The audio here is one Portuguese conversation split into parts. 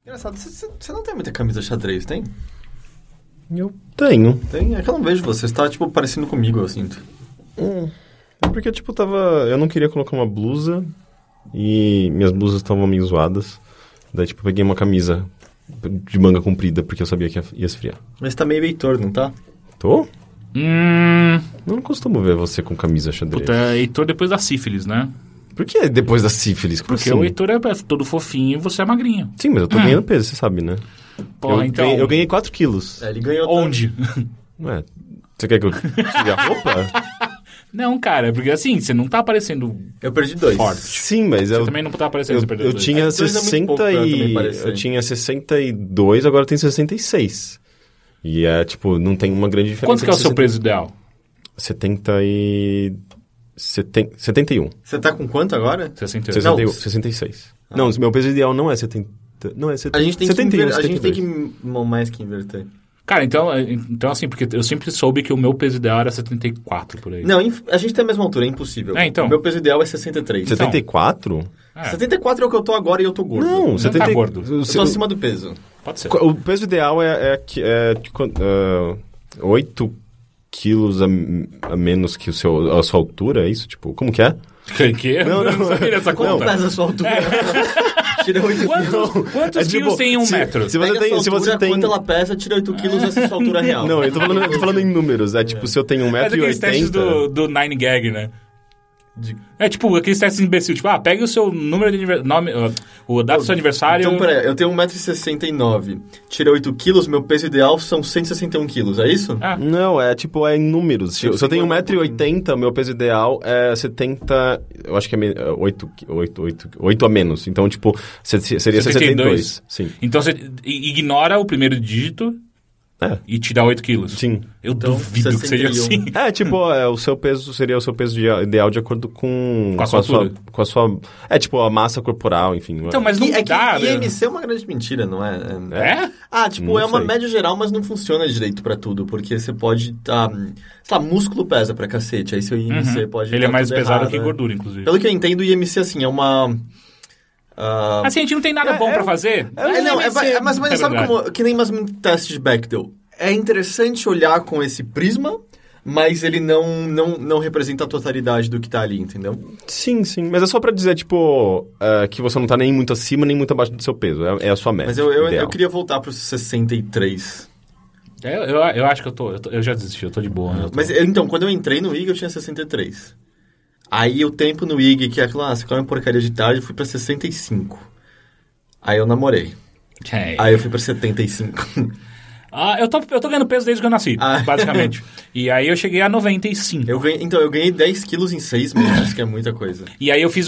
Engraçado, você não tem muita camisa xadrez, tem? Eu tenho. Tem? É que eu não vejo você. Você tá, tipo, parecendo comigo, eu sinto. É porque, tipo, eu não queria colocar uma blusa e minhas blusas estavam meio zoadas. Daí, tipo, eu peguei uma camisa de manga comprida porque eu sabia que ia esfriar. Mas tá meio Heitor, não tá? Tô? Eu não costumo ver você com camisa xadrez. Puta, Heitor depois da sífilis, né? Por que depois da sífilis? Como Porque assim? o Heitor é todo fofinho e você é magrinho. Sim, mas eu tô ganhando peso, você sabe, né? Porra, então... Eu ganhei 4 quilos. Ele ganhou... Onde? Ué, você quer que eu tire a roupa? Não, cara, porque assim, você não tá aparecendo Eu perdi 2. forte. Sim, mas Você também não tá aparecendo você perdeu eu 2. tinha 2 é muito 60 pouco pra também e... parecer. Eu tinha 62, agora eu tenho 66. E é, tipo, não tem uma grande diferença. Quanto que é o de seu peso ideal? 71. Você tá com quanto agora? 68. 61, 66. Não, meu peso ideal não é 70... Não é 70. A gente tem 71, que, a gente tem 72. que mais que inverter. Cara, então assim, porque eu sempre soube que o meu peso ideal era 74 por aí. Não, a gente tem a mesma altura, é impossível. Então. O meu peso ideal é 63. 74? 74 é o que eu tô agora e eu tô gordo. Não, Não 70... tá gordo. Eu tô acima do peso. Pode ser. O peso ideal é 8 quilos a menos que a sua altura, é isso? Tipo, como que é? Que? Não, Eu não sabia dessa Quanto conta. pesa a sua altura? Tira 8 quilos. Quantos quilos tem em 1 metro? Se você tem... Se você tem... Quanto ela pesa, tira 8 quilos essa sua altura real. Não, eu tô falando em números. É tipo, se eu tenho É daqueles testes 1,80m... do Nine Gag, né? É tipo, aqueles testes imbecil. Tipo, pegue o seu número de aniversário... o data do seu aniversário... Então, peraí, eu tenho 1,69m. Tira 8 quilos, meu peso ideal são 161 quilos, é isso? Não, é tipo, é em números. Se eu tenho 1,80m, meu peso ideal é 70... Eu acho que é 8 a menos. Então, tipo, seria 62. Sim. Então você ignora o primeiro dígito e te dá 8 quilos. Sim. Eu duvido 61. que seja assim. É, tipo, o seu peso seria o seu peso ideal de acordo com a sua altura. com a sua... É, tipo, a massa corporal, enfim. Então, mas não É que dá, né? IMC é uma grande mentira, não é? É? Tipo, Não é uma sei. média geral, mas não funciona direito pra tudo, porque você pode sei lá, músculo pesa pra cacete, aí seu IMC pode Ele é tá mais tudo pesado errado, que né? gordura, inclusive. Pelo que eu entendo, o IMC, assim, é uma... Assim, a gente não tem nada bom pra fazer. Mas É sabe verdade. como... Que nem mais um teste de Bechdel. É interessante olhar com esse prisma, mas ele não representa a totalidade do que tá ali, entendeu? Sim, sim. Mas é só pra dizer, tipo, que você não tá nem muito acima, nem muito abaixo do seu peso. É a sua média. Mas eu ideal. queria voltar pros 63. Eu acho que eu já desisti, eu tô de boa. Né? Mas, então, quando eu entrei no IG, eu tinha 63. Aí, o tempo no IG, que é aquilo, você come porcaria de tarde, eu fui pra 65. Aí, eu namorei. Aí, eu fui pra 75. Eu tô ganhando peso desde que eu nasci, basicamente. E aí eu cheguei a 95. Eu ganhei 10 quilos em 6 meses, que é muita coisa. E aí eu fiz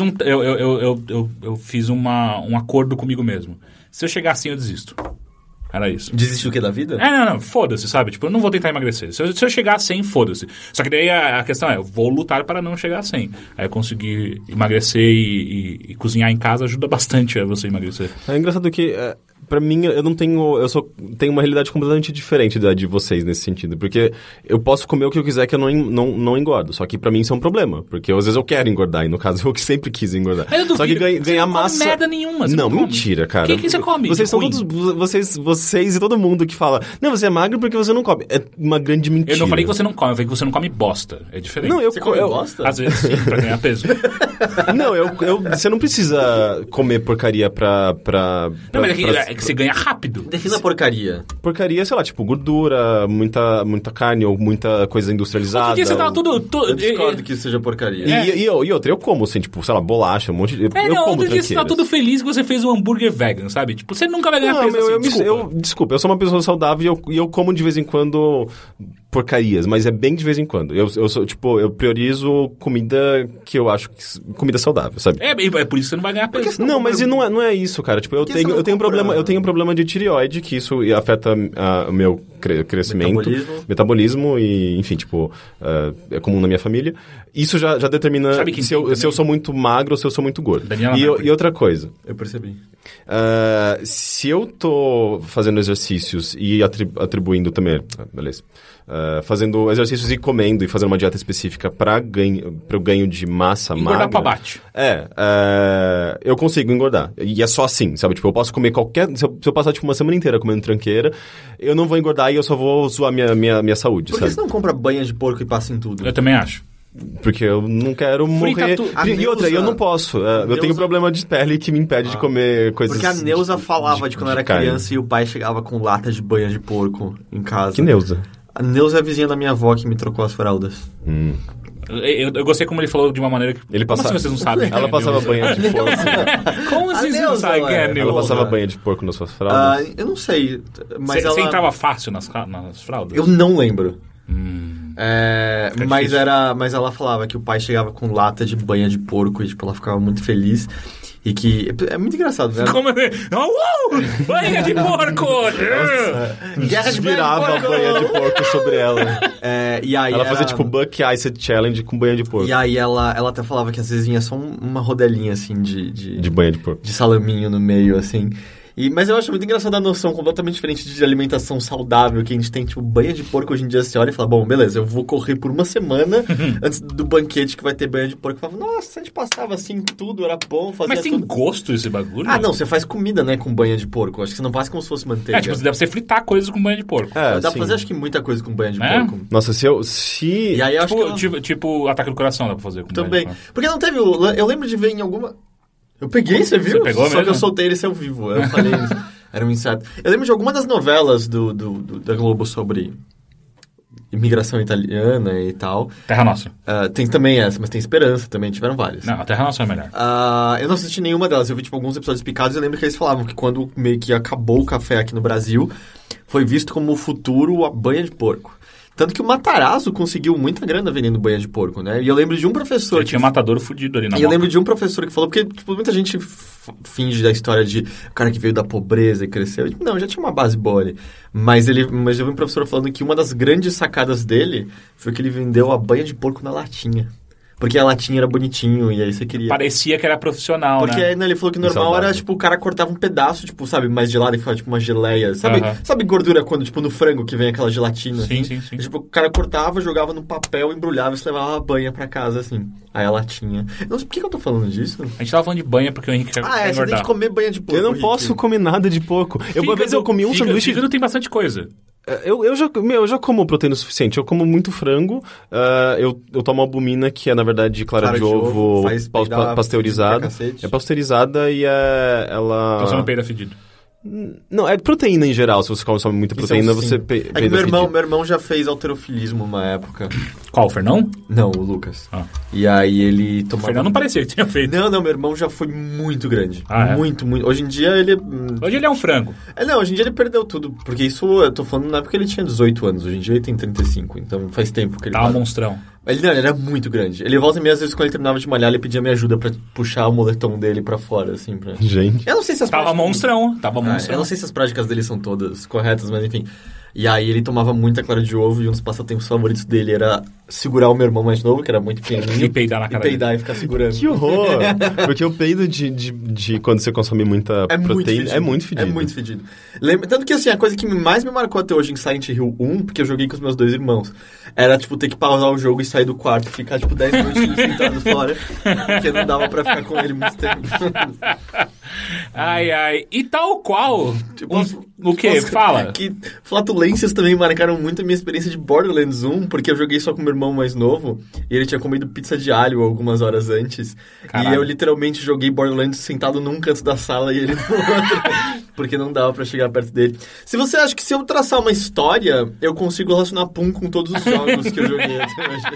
eu fiz um acordo comigo mesmo. Se eu chegar assim, eu desisto. Era isso. Desistiu o que da vida? Não, foda-se, sabe? Tipo, eu não vou tentar emagrecer. Se eu chegar a 100, foda-se. Só que daí a questão é, eu vou lutar para não chegar a 100. Aí eu conseguir emagrecer e cozinhar em casa ajuda bastante a você emagrecer. É engraçado que... Pra mim, eu tenho uma realidade completamente diferente da de vocês nesse sentido. Porque eu posso comer o que eu quiser que eu não engordo. Só que pra mim isso é um problema. Porque às vezes eu quero engordar. E no caso, eu que sempre quis engordar. Eu duvido, só que ganhar você não massa... come merda nenhuma. Não, mentira, cara. O que você come? Vocês são ruim? todos... Vocês e todo mundo que fala... Não, você é magro porque você não come. É uma grande mentira. Eu não falei que você não come. Eu falei que você não come bosta. É diferente. Não, Você come bosta? Às vezes sim, pra ganhar peso. Não, você não precisa comer porcaria pra Não, mas é que você ganha rápido. Defina porcaria. Porcaria, sei lá, tipo, gordura, muita carne ou muita coisa industrializada. Outro dia você tava tudo... Eu discordo que isso seja porcaria. E outra, eu como, assim, tipo, sei lá, bolacha, um monte de... eu como outro dia você tá tranqueiras. tudo feliz que você fez um hambúrguer vegan, sabe? Tipo, você nunca vai ganhar Não, peso assim, desculpa, eu sou uma pessoa saudável e eu como de vez em quando porcarias, mas é bem de vez em quando. Eu sou, tipo, eu priorizo comida que eu acho comida saudável, sabe? É por isso que você não vai ganhar peso. Não, mas não é isso, cara. Tipo, eu tenho um problema de tireoide, que isso afeta o meu crescimento, metabolismo e, enfim, tipo, é comum na minha família. Isso já determina se eu sou muito magro ou se eu sou muito gordo. E outra coisa. Eu percebi. Se eu tô fazendo exercícios e atribuindo também... beleza. Fazendo exercícios e comendo e fazendo uma dieta específica para o ganho de massa magra... Engordar pra bate. eu consigo engordar. E é só assim, sabe? Tipo, eu posso comer qualquer se eu passar, tipo, uma semana inteira comendo tranqueira, eu não vou engordar e eu só vou zoar minha saúde, Por que você não compra banha de porco e passa em tudo? Eu também acho. Porque eu não quero morrer. E outra, eu não posso. Eu tenho problema de pele que me impede de comer coisas... Porque a Neuza falava de quando era criança e o pai chegava com lata de banha de porco em casa. Que Neuza? A Neuza é a vizinha da minha avó que me trocou as fraldas. Eu gostei como ele falou de uma maneira que... Como assim vocês não sabem? Ela passava banha de porco. Como vocês não sabem quem é Ela passava banha de porco nas suas fraldas? Eu não sei, mas Você entrava fácil nas fraldas? Eu não lembro. Mas ela falava que o pai chegava com lata de banha de porco e tipo, ela ficava muito feliz. E que... É muito engraçado, né? Como banha de porco! Desvirava a banha de porco sobre ela. E aí ela fazia tipo Buck Ice Challenge com banha de porco. E aí ela até falava que às vezes vinha só uma rodelinha assim de banha de porco. De salaminho no meio, assim. Mas eu acho muito engraçada a noção completamente diferente de alimentação saudável que a gente tem, tipo, banha de porco hoje em dia. Você olha e fala, bom, beleza, eu vou correr por uma semana antes do banquete que vai ter banha de porco. Eu falo, nossa, a gente passava assim tudo, era bom, fazia Mas tem tudo. Gosto esse bagulho? Não, você faz comida, né, com banha de porco. Acho que você não passa como se fosse manteiga. Tipo, deve ser fritar coisas com banha de porco. Dá pra fazer, acho que, muita coisa com banha de porco. Nossa, E aí, tipo Ataque do Coração dá pra fazer com também. banha de porco. Porque não teve... Eu lembro de ver em alguma... Eu peguei, você viu? Você pegou Só mesmo? que eu soltei ele ao vivo. Eu falei isso. Era um inseto. Eu lembro de alguma das novelas da Globo sobre imigração italiana e tal. Terra Nossa. Tem também essa, mas tem Esperança também, tiveram várias. Não, a Terra Nossa é melhor. Eu não assisti nenhuma delas, eu vi tipo alguns episódios picados e eu lembro que eles falavam que quando meio que acabou o café aqui no Brasil, foi visto como o futuro a banha de porco. Tanto que o Matarazzo conseguiu muita grana vendendo banha de porco, né? E eu lembro de um professor... Ele tinha um matadouro fudido ali na E eu lembro de um professor que falou... Porque tipo, muita gente finge da história de o cara que veio da pobreza e cresceu. Tipo, não, já tinha uma base boa ali. Mas eu vi um professor falando que uma das grandes sacadas dele foi que ele vendeu a banha de porco na latinha. Porque a latinha era bonitinho e aí você queria... Parecia que era profissional, porque, né? Ele falou que normal era, tipo, o cara cortava um pedaço, tipo, sabe, mais gelado e ficava, tipo, uma geleia. Sabe gordura quando, tipo, no frango que vem aquela gelatina, sim, assim? Sim. E, tipo, o cara cortava, jogava no papel, embrulhava e você levava a banha pra casa, assim. Aí a latinha. Não sei por que eu tô falando disso. A gente tava falando de banha porque o Henrique quer engordar. Você tem que comer banha de porco, Eu não posso comer nada de porco. Uma vez eu comi um sanduíche... Fígado tem bastante coisa. Eu já como proteína suficiente. Eu como muito frango. Eu tomo albumina, que é, na verdade, clara de ovo pasteurizada. É pasteurizada e ela... Então você não peida fedido. Não, é proteína em geral. Se você consome muita proteína, você peida que meu irmão já fez halterofilismo uma época. Qual, o Fernão? Não, o Lucas. E aí ele tomava... O Fernão não parecia que tinha feito. Não, meu irmão já foi muito grande. Muito. Hoje em dia ele... Hoje ele é um frango. Não, hoje em dia ele perdeu tudo. Porque isso, eu tô falando na época que ele tinha 18 anos. Hoje em dia ele tem 35. Então faz tempo que ele... Tá um monstrão. Ele era muito grande. Ele volta e meia, às vezes, quando ele terminava de malhar, ele pedia minha ajuda pra puxar o moletom dele pra fora, assim. Gente. Eu não sei se as Tava monstrão. Eu não sei se as práticas dele são todas corretas, mas enfim. E aí ele tomava muita clara de ovo e um dos passatempos favoritos dele era segurar o meu irmão mais novo, que era muito pequenininho. E peidar na cara dele. E ficar segurando. Que horror! Porque o peido de quando você consome muita proteína é muito fedido. É muito fedido. Tanto que, assim, a coisa que mais me marcou até hoje em Silent Hill 1, porque eu joguei com os meus 2 irmãos, era, tipo, ter que pausar o jogo e sair do quarto e ficar, tipo, 10 minutos sentado fora, porque não dava pra ficar com ele muito tempo. E tal qual... o quê? Fala. Que flatulências também marcaram muito a minha experiência de Borderlands 1, porque eu joguei só com meu irmão mais novo, e ele tinha comido pizza de alho algumas horas antes. Caralho. E eu literalmente joguei Borderlands sentado num canto da sala e ele no outro, porque não dava pra chegar perto dele. Se você acha que se eu traçar uma história, eu consigo relacionar Pum com todos os jogos que eu joguei até hoje.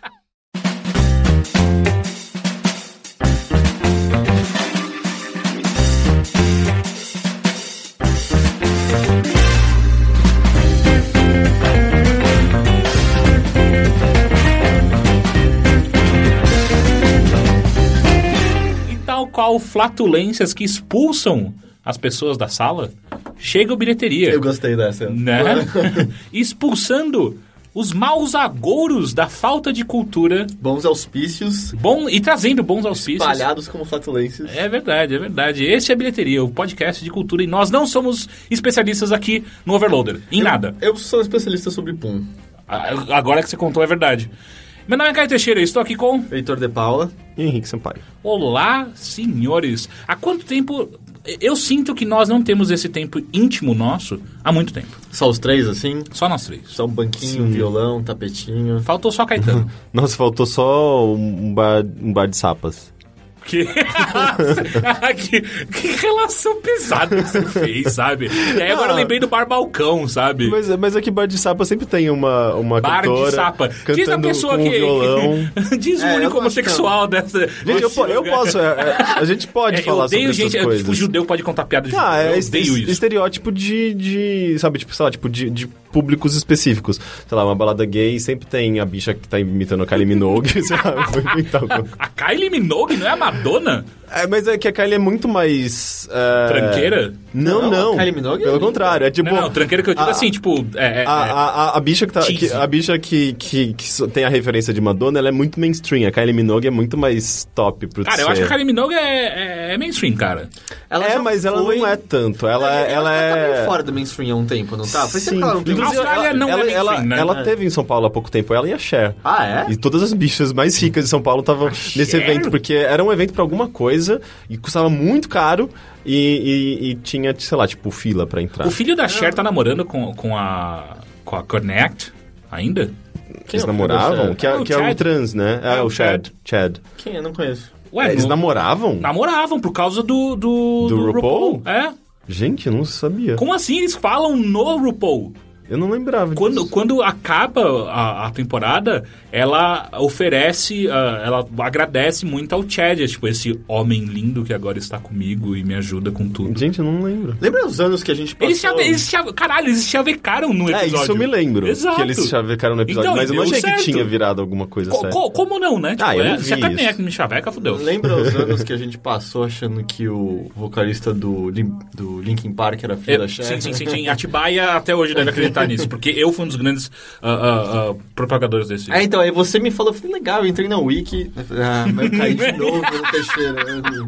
Qual flatulências que expulsam as pessoas da sala, chega a bilheteria. Eu gostei dessa. Né? Expulsando os maus agouros da falta de cultura. Bons auspícios. E trazendo bons auspícios. Espalhados como flatulências. É verdade, é verdade. Esse é a Bilheteria, o podcast de cultura. E nós não somos especialistas aqui no Overloader, nada. Eu sou especialista sobre Pum. Agora que você contou, é verdade. Meu nome é Caio Teixeira, estou aqui com... Heitor de Paula e Henrique Sampaio. Olá, senhores. Há quanto tempo Eu sinto que nós não temos esse tempo íntimo nosso há muito tempo. Só os 3, assim? Só nós 3. Só um banquinho, um violão, um tapetinho. Faltou só Caetano. Nossa, faltou só um bar de sapas. Que relação pesada que você fez, sabe? E aí agora eu lembrei do Bar Balcão, sabe? Mas aqui Bar de Sapa sempre tem uma Bar cantora de Sapa. Diz a pessoa que... violão. Diz o único homossexual dessa... Gente, eu posso... a gente pode falar sobre essas coisas. Tipo, judeu pode contar piada de judeu. Eu odeio isso. Estereótipo de sabe, tipo, sei lá, tipo, de públicos específicos. Sei lá, uma balada gay sempre tem a bicha que tá imitando a Kylie Minogue, sei lá. A Kylie Minogue não é a Madonna? Mas é que a Kylie é muito mais... Tranqueira? Não. A Kylie Minogue pelo contrário. É tipo... Não, tranqueira que eu digo assim, tipo... A bicha que tá... a bicha que tem a referência de Madonna, ela é muito mainstream. A Kylie Minogue é muito mais top pro Cara, eu acho que a Kylie Minogue é mainstream, cara. Mas ela não é tanto. Ela tá bem fora do mainstream há um tempo, não tá? Foi Sim. ela não tem... A Austrália não é mainstream, né? Ela teve em São Paulo há pouco tempo. Ela e a Cher. Ah, é? E todas as bichas mais ricas de São Paulo estavam nesse evento, porque era um evento pra alguma coisa e custava muito caro e tinha, sei lá, tipo, fila pra entrar. O filho da Cher tá namorando com a Connect ainda? Eles namoravam? Que é o trans, né? O Chad. Quem? Eu não conheço. Ué, eles namoravam? Namoravam, por causa do RuPaul. É. Gente, eu não sabia. Como assim eles falam no RuPaul? Eu não lembrava disso. Quando acaba a temporada, ela oferece, ela agradece muito ao Chad, tipo, esse homem lindo que agora está comigo e me ajuda com tudo. Gente, eu não lembro. Lembra os anos que a gente passou? Eles chavecaram no episódio. Isso eu me lembro. Exato. Que eles chavecaram no episódio, então, mas eu não achei certo. que tinha virado alguma coisa séria. Como não, né? Tipo, eu não vi se a Caneca isso. me chaveca, fudeu. Lembra os anos que a gente passou achando que o vocalista do Linkin Park era filho da Cher? Sim. Atibaia até hoje deve acreditar nisso, porque eu fui um dos grandes propagadores desse. Então, aí você me falou, foi legal, eu entrei na Wiki, mas eu caí de novo no Teixeira.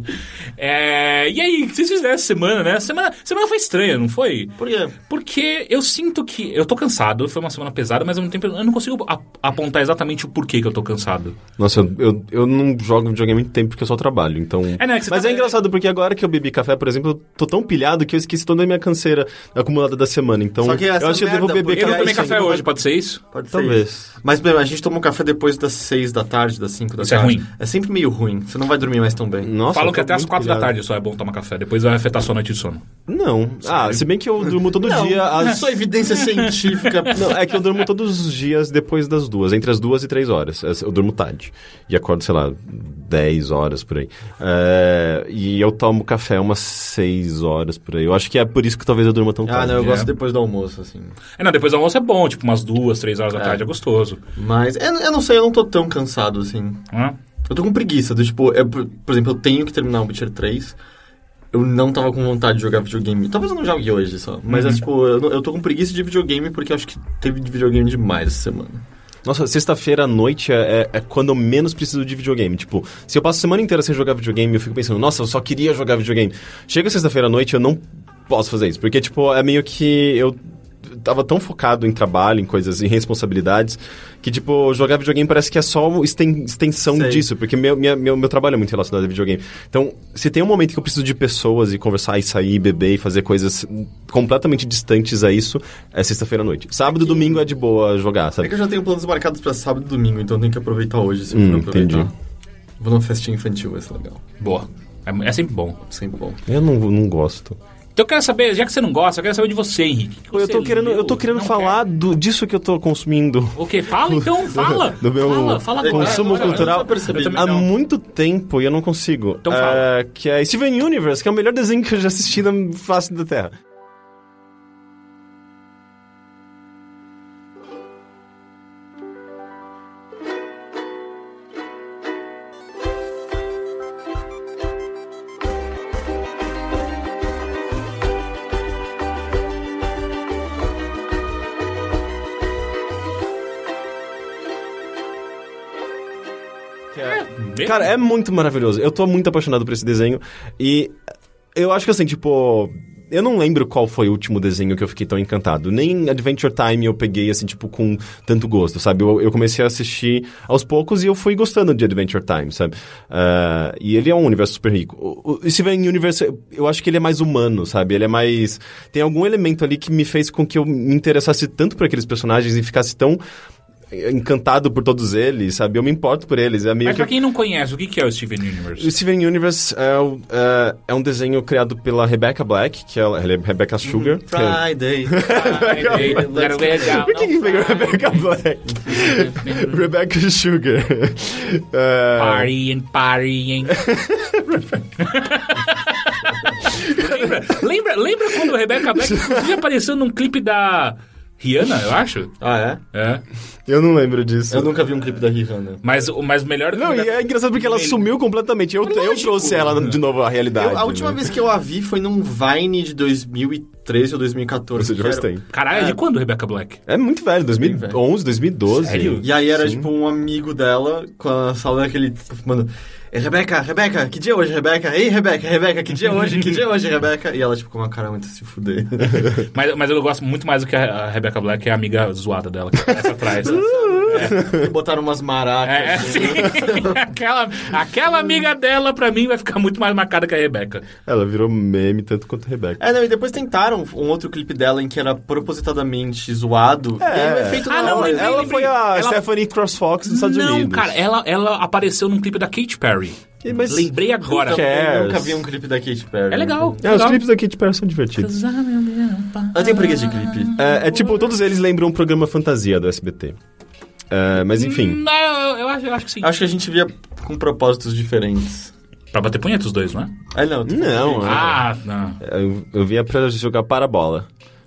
E aí, o que vocês fizeram essa semana, né? Semana foi estranha, não foi? Por quê? Porque eu sinto que... Eu tô cansado, foi uma semana pesada, mas ao mesmo tempo eu não consigo apontar exatamente o porquê que eu tô cansado. Nossa, eu não jogo videogame há muito tempo porque eu só trabalho, então... Mas é engraçado, porque agora que eu bebi café, por exemplo, eu tô tão pilhado que eu esqueci toda a minha canseira acumulada da semana, então Só que eu acho que eu devo beber Eu não café. tomei café hoje, pode ser isso? Pode ser Talvez. isso. Mas a gente tomou café depois das 6 da tarde, das 5 da Isso tarde. é ruim. É sempre meio ruim, você não vai dormir mais tão bem. Nossa, Falam que até às 4 da pilhado. tarde só é bom tomar café, depois vai afetar sua noite de sono. Não. Se bem que eu durmo todo dia... Isso é evidência científica. Não, é que eu durmo todos os dias depois das 2, entre as 2 e 3 horas. Eu durmo tarde. E acordo, sei lá, 10 horas por aí. E eu tomo café umas 6 horas por aí. Eu acho que é por isso que talvez eu durma tão tarde. Não, eu gosto depois do almoço, assim. Não, depois do almoço é bom, tipo umas 2, 3 horas da tarde é gostoso. Mas, eu não sei, eu não tô tão cansado, assim. Eu tô com preguiça, por exemplo, eu tenho que terminar o Witcher 3. Eu não tava com vontade de jogar videogame. Talvez eu não jogue hoje só. Mas eu tô com preguiça de videogame porque eu acho que teve videogame demais essa semana. Nossa, sexta-feira à noite é quando eu menos preciso de videogame. Tipo, se eu passo a semana inteira sem jogar videogame, eu fico pensando, nossa, eu só queria jogar videogame. Chega sexta-feira à noite, eu não posso fazer isso. Porque, tipo, é meio que eu tava tão focado em trabalho, em coisas, em responsabilidades, que, tipo, jogar videogame parece que é só extensão disso, porque meu trabalho é muito relacionado a videogame. Então, se tem um momento que eu preciso de pessoas e conversar e sair, beber e fazer coisas completamente distantes a isso, é sexta-feira à noite. Sábado e domingo é de boa jogar, sabe? É que eu já tenho planos marcados pra sábado e domingo, então eu tenho que aproveitar hoje, se eu for aproveitar. Entendi. Vou numa festinha infantil, vai ser legal. Boa. É sempre bom. Sempre bom. Eu não gosto. Então eu quero saber, já que você não gosta, eu quero saber de você, Henrique. Eu tô querendo falar disso que eu tô consumindo. O quê? Fala então, fala. Do meu fala agora. consumo cultural há não. muito tempo e eu não consigo. Então fala. Que é Steven Universe, que é o melhor desenho que eu já assisti na face da Terra. Cara, é muito maravilhoso. Eu tô muito apaixonado por esse desenho. E eu acho que, assim, tipo... eu não lembro qual foi o último desenho que eu fiquei tão encantado. Nem Adventure Time eu peguei, assim, tipo, com tanto gosto, sabe? Eu comecei a assistir aos poucos e eu fui gostando de Adventure Time, sabe? E ele é um universo super rico. O Steven Universe, eu acho que ele é mais humano, sabe? Ele é mais... Tem algum elemento ali que me fez com que eu me interessasse tanto por aqueles personagens e ficasse tão encantado por todos eles, sabe? Eu me importo por eles. Mas pra quem não conhece, o que é o Steven Universe? O Steven Universe é um desenho criado pela Rebecca Black, que é Rebecca Sugar. Friday. Por que pegou Rebecca Black? Rebecca Sugar. Partying. Lembra quando a Rebecca Black apareceu num clipe da Rihanna, eu acho? Ah, é? É. Eu não lembro disso. Eu nunca vi um clipe da Rihanna. Mas o melhor... Não, e é engraçado porque ela sumiu completamente. Eu trouxe ela de novo à realidade. A última vez que eu a vi foi num Vine de 2013 ou 2014. Ou seja, faz tempo. Caralho, de quando Rebecca Black? É muito velho, 2011, 2012. Sério? E aí era tipo um amigo dela com a sala daquele... Mano... Rebeca, que dia é hoje, Rebeca? Ei, Rebeca, que dia é hoje, Rebeca? E ela, tipo, com uma cara muito se fuder. mas eu gosto muito mais do que a Rebecca Black, que é a amiga zoada dela, que aparece atrás. E botaram umas maracas. Sim. aquela amiga dela, pra mim, vai ficar muito mais marcada que a Rebeca. Ela virou meme tanto quanto a Rebeca. E depois tentaram um outro clipe dela em que era propositadamente zoado. E aí o efeito não, ela foi a Stephanie CrossFox dos Estados Unidos. Não, cara, ela apareceu num clipe da Katy Perry. Mas lembrei agora. Eu nunca vi um clipe da Katy Perry. É legal. Os clipes da Katy Perry são divertidos. Eu tenho preguiça de clipe. Tipo, todos eles lembram um programa fantasia do SBT. Mas enfim. Não, eu acho que sim. Acho que a gente via com propósitos diferentes. Pra bater punheta os dois, não é? Não. Não. Eu via pra jogar parabola.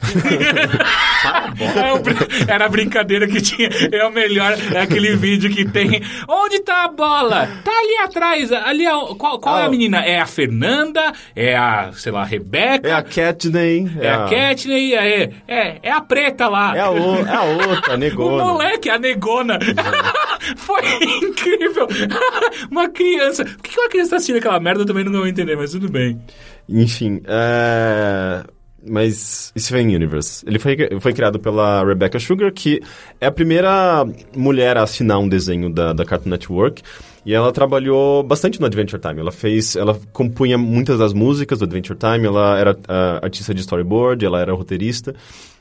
Era a brincadeira que tinha. É o melhor. É aquele vídeo que tem. Onde tá a bola? Tá ali atrás. Ali qual é a menina? É a Fernanda? É a, sei lá, a Rebeca? É a Katney. É a Katney. É a preta lá. É a outra, a negona. O moleque, a negona. Foi incrível. Uma criança. Por que uma criança tá assistindo aquela merda? Eu também não vou entender, mas tudo bem. Enfim, mas Steven Universe, ele foi criado pela Rebecca Sugar, que é a primeira mulher a assinar um desenho da Cartoon Network, e ela trabalhou bastante no Adventure Time. Ela compunha muitas das músicas do Adventure Time, ela era artista de storyboard, ela era roteirista.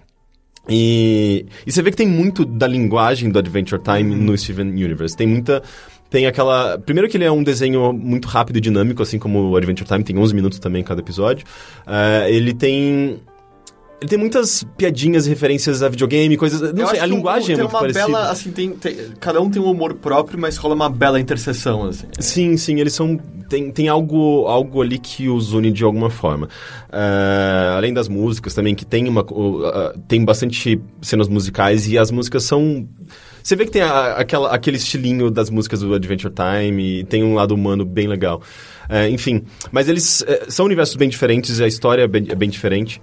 E você vê que tem muito da linguagem do Adventure Time no Steven Universe. Tem aquela... Primeiro que ele é um desenho muito rápido e dinâmico, assim como o Adventure Time, tem 11 minutos também em cada episódio. Ele tem muitas piadinhas e referências a videogame, coisas... Não sei, a linguagem é muito parecida. Tem uma bela, assim, cada um tem um humor próprio, mas rola uma bela interseção, assim. Sim, eles são... Tem algo ali que os une de alguma forma. Além das músicas também, que tem bastante cenas musicais, e as músicas são... Você vê que tem aquele estilinho das músicas do Adventure Time, e tem um lado humano bem legal. Enfim, mas eles são universos bem diferentes, a história é bem diferente.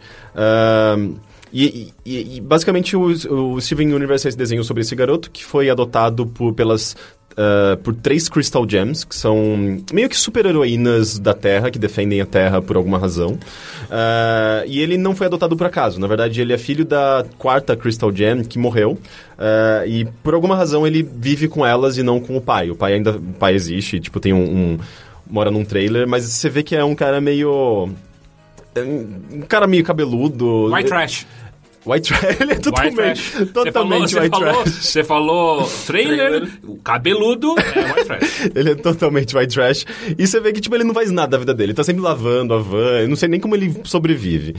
E basicamente o Steven Universe é esse desenho sobre esse garoto que foi adotado por 3 Crystal Gems, que são meio que super-heroínas da Terra, que defendem a Terra por alguma razão. E ele não foi adotado por acaso. Na verdade, ele é filho da 4ª Crystal Gem, que morreu. E por alguma razão ele vive com elas e não com o pai. O pai existe, tipo, tem mora num trailer, mas você vê que é um cara meio... Um cara meio cabeludo. White trash. White trash, ele é totalmente white trash. Você falou trailer, cabeludo, white trash. Ele é totalmente white trash. E você vê que, tipo, ele não faz nada da vida dele. Ele tá sempre lavando a van. Eu não sei nem como ele sobrevive.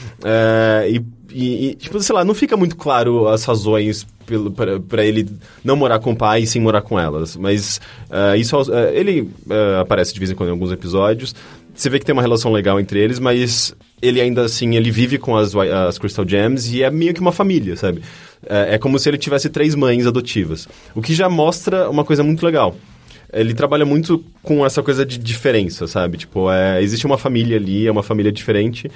Tipo, sei lá, não fica muito claro as razões pra ele não morar com o pai e sim morar com elas. Mas ele aparece de vez em quando em alguns episódios. Você vê que tem uma relação legal entre eles, mas ele ainda assim, ele vive com as Crystal Gems e é meio que uma família, sabe? É como se ele tivesse 3 mães adotivas. O que já mostra uma coisa muito legal. Ele trabalha muito com essa coisa de diferença, sabe? Tipo, existe uma família ali, é uma família diferente.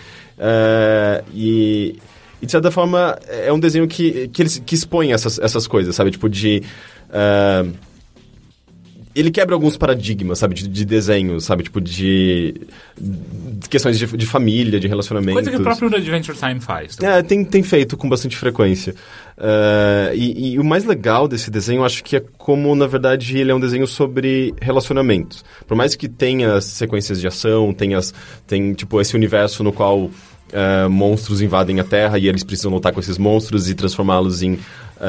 E de certa forma, é um desenho que expõe essas coisas, sabe? Tipo, ele quebra alguns paradigmas, sabe, de desenho, sabe, tipo, de questões de família, de relacionamentos. Coisa que o próprio Adventure Time faz. Tem feito com bastante frequência. E o mais legal desse desenho, eu acho que é como, na verdade, ele é um desenho sobre relacionamentos. Por mais que tenha sequências de ação, tem tipo, esse universo no qual monstros invadem a Terra e eles precisam lutar com esses monstros e transformá-los em...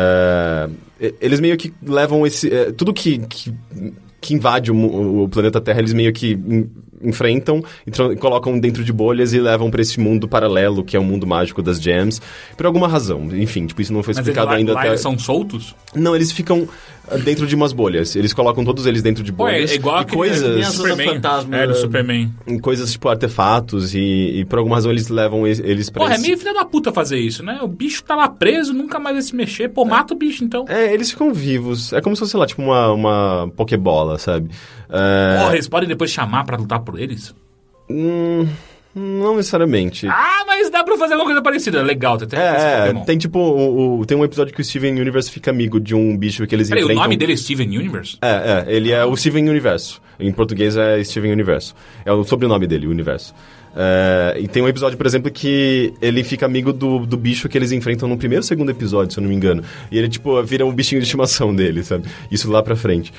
eles meio que levam tudo que invade o planeta Terra, eles meio que enfrentam e colocam dentro de bolhas e levam para esse mundo paralelo, que é o mundo mágico das gems, por alguma razão. Enfim, tipo, isso não foi explicado ainda até... Mas eles são soltos? Não, eles ficam dentro de umas bolhas. Eles colocam todos eles dentro de bolhas. É igual coisas... Superman. Do Superman. Coisas tipo artefatos e por alguma razão eles levam eles pra é meio filha da puta fazer isso, né? O bicho tá lá preso, nunca mais vai se mexer. Pô, mata o bicho, então. Eles ficam vivos. É como se fosse, sei lá, tipo uma pokebola, sabe? Eles podem depois chamar pra lutar por eles? Não necessariamente. Mas dá pra fazer alguma coisa parecida. Legal, tem tipo... tem um episódio que o Steven Universe fica amigo de um bicho que eles enfrentam... o nome dele é Steven Universe? Ele é o Steven Universo. Em português é Steven Universo. É o sobrenome dele, Universo. E tem um episódio, por exemplo, que ele fica amigo do bicho que eles enfrentam no primeiro ou segundo episódio, se eu não me engano. E ele, tipo, vira um bichinho de estimação dele, sabe? Isso lá pra frente.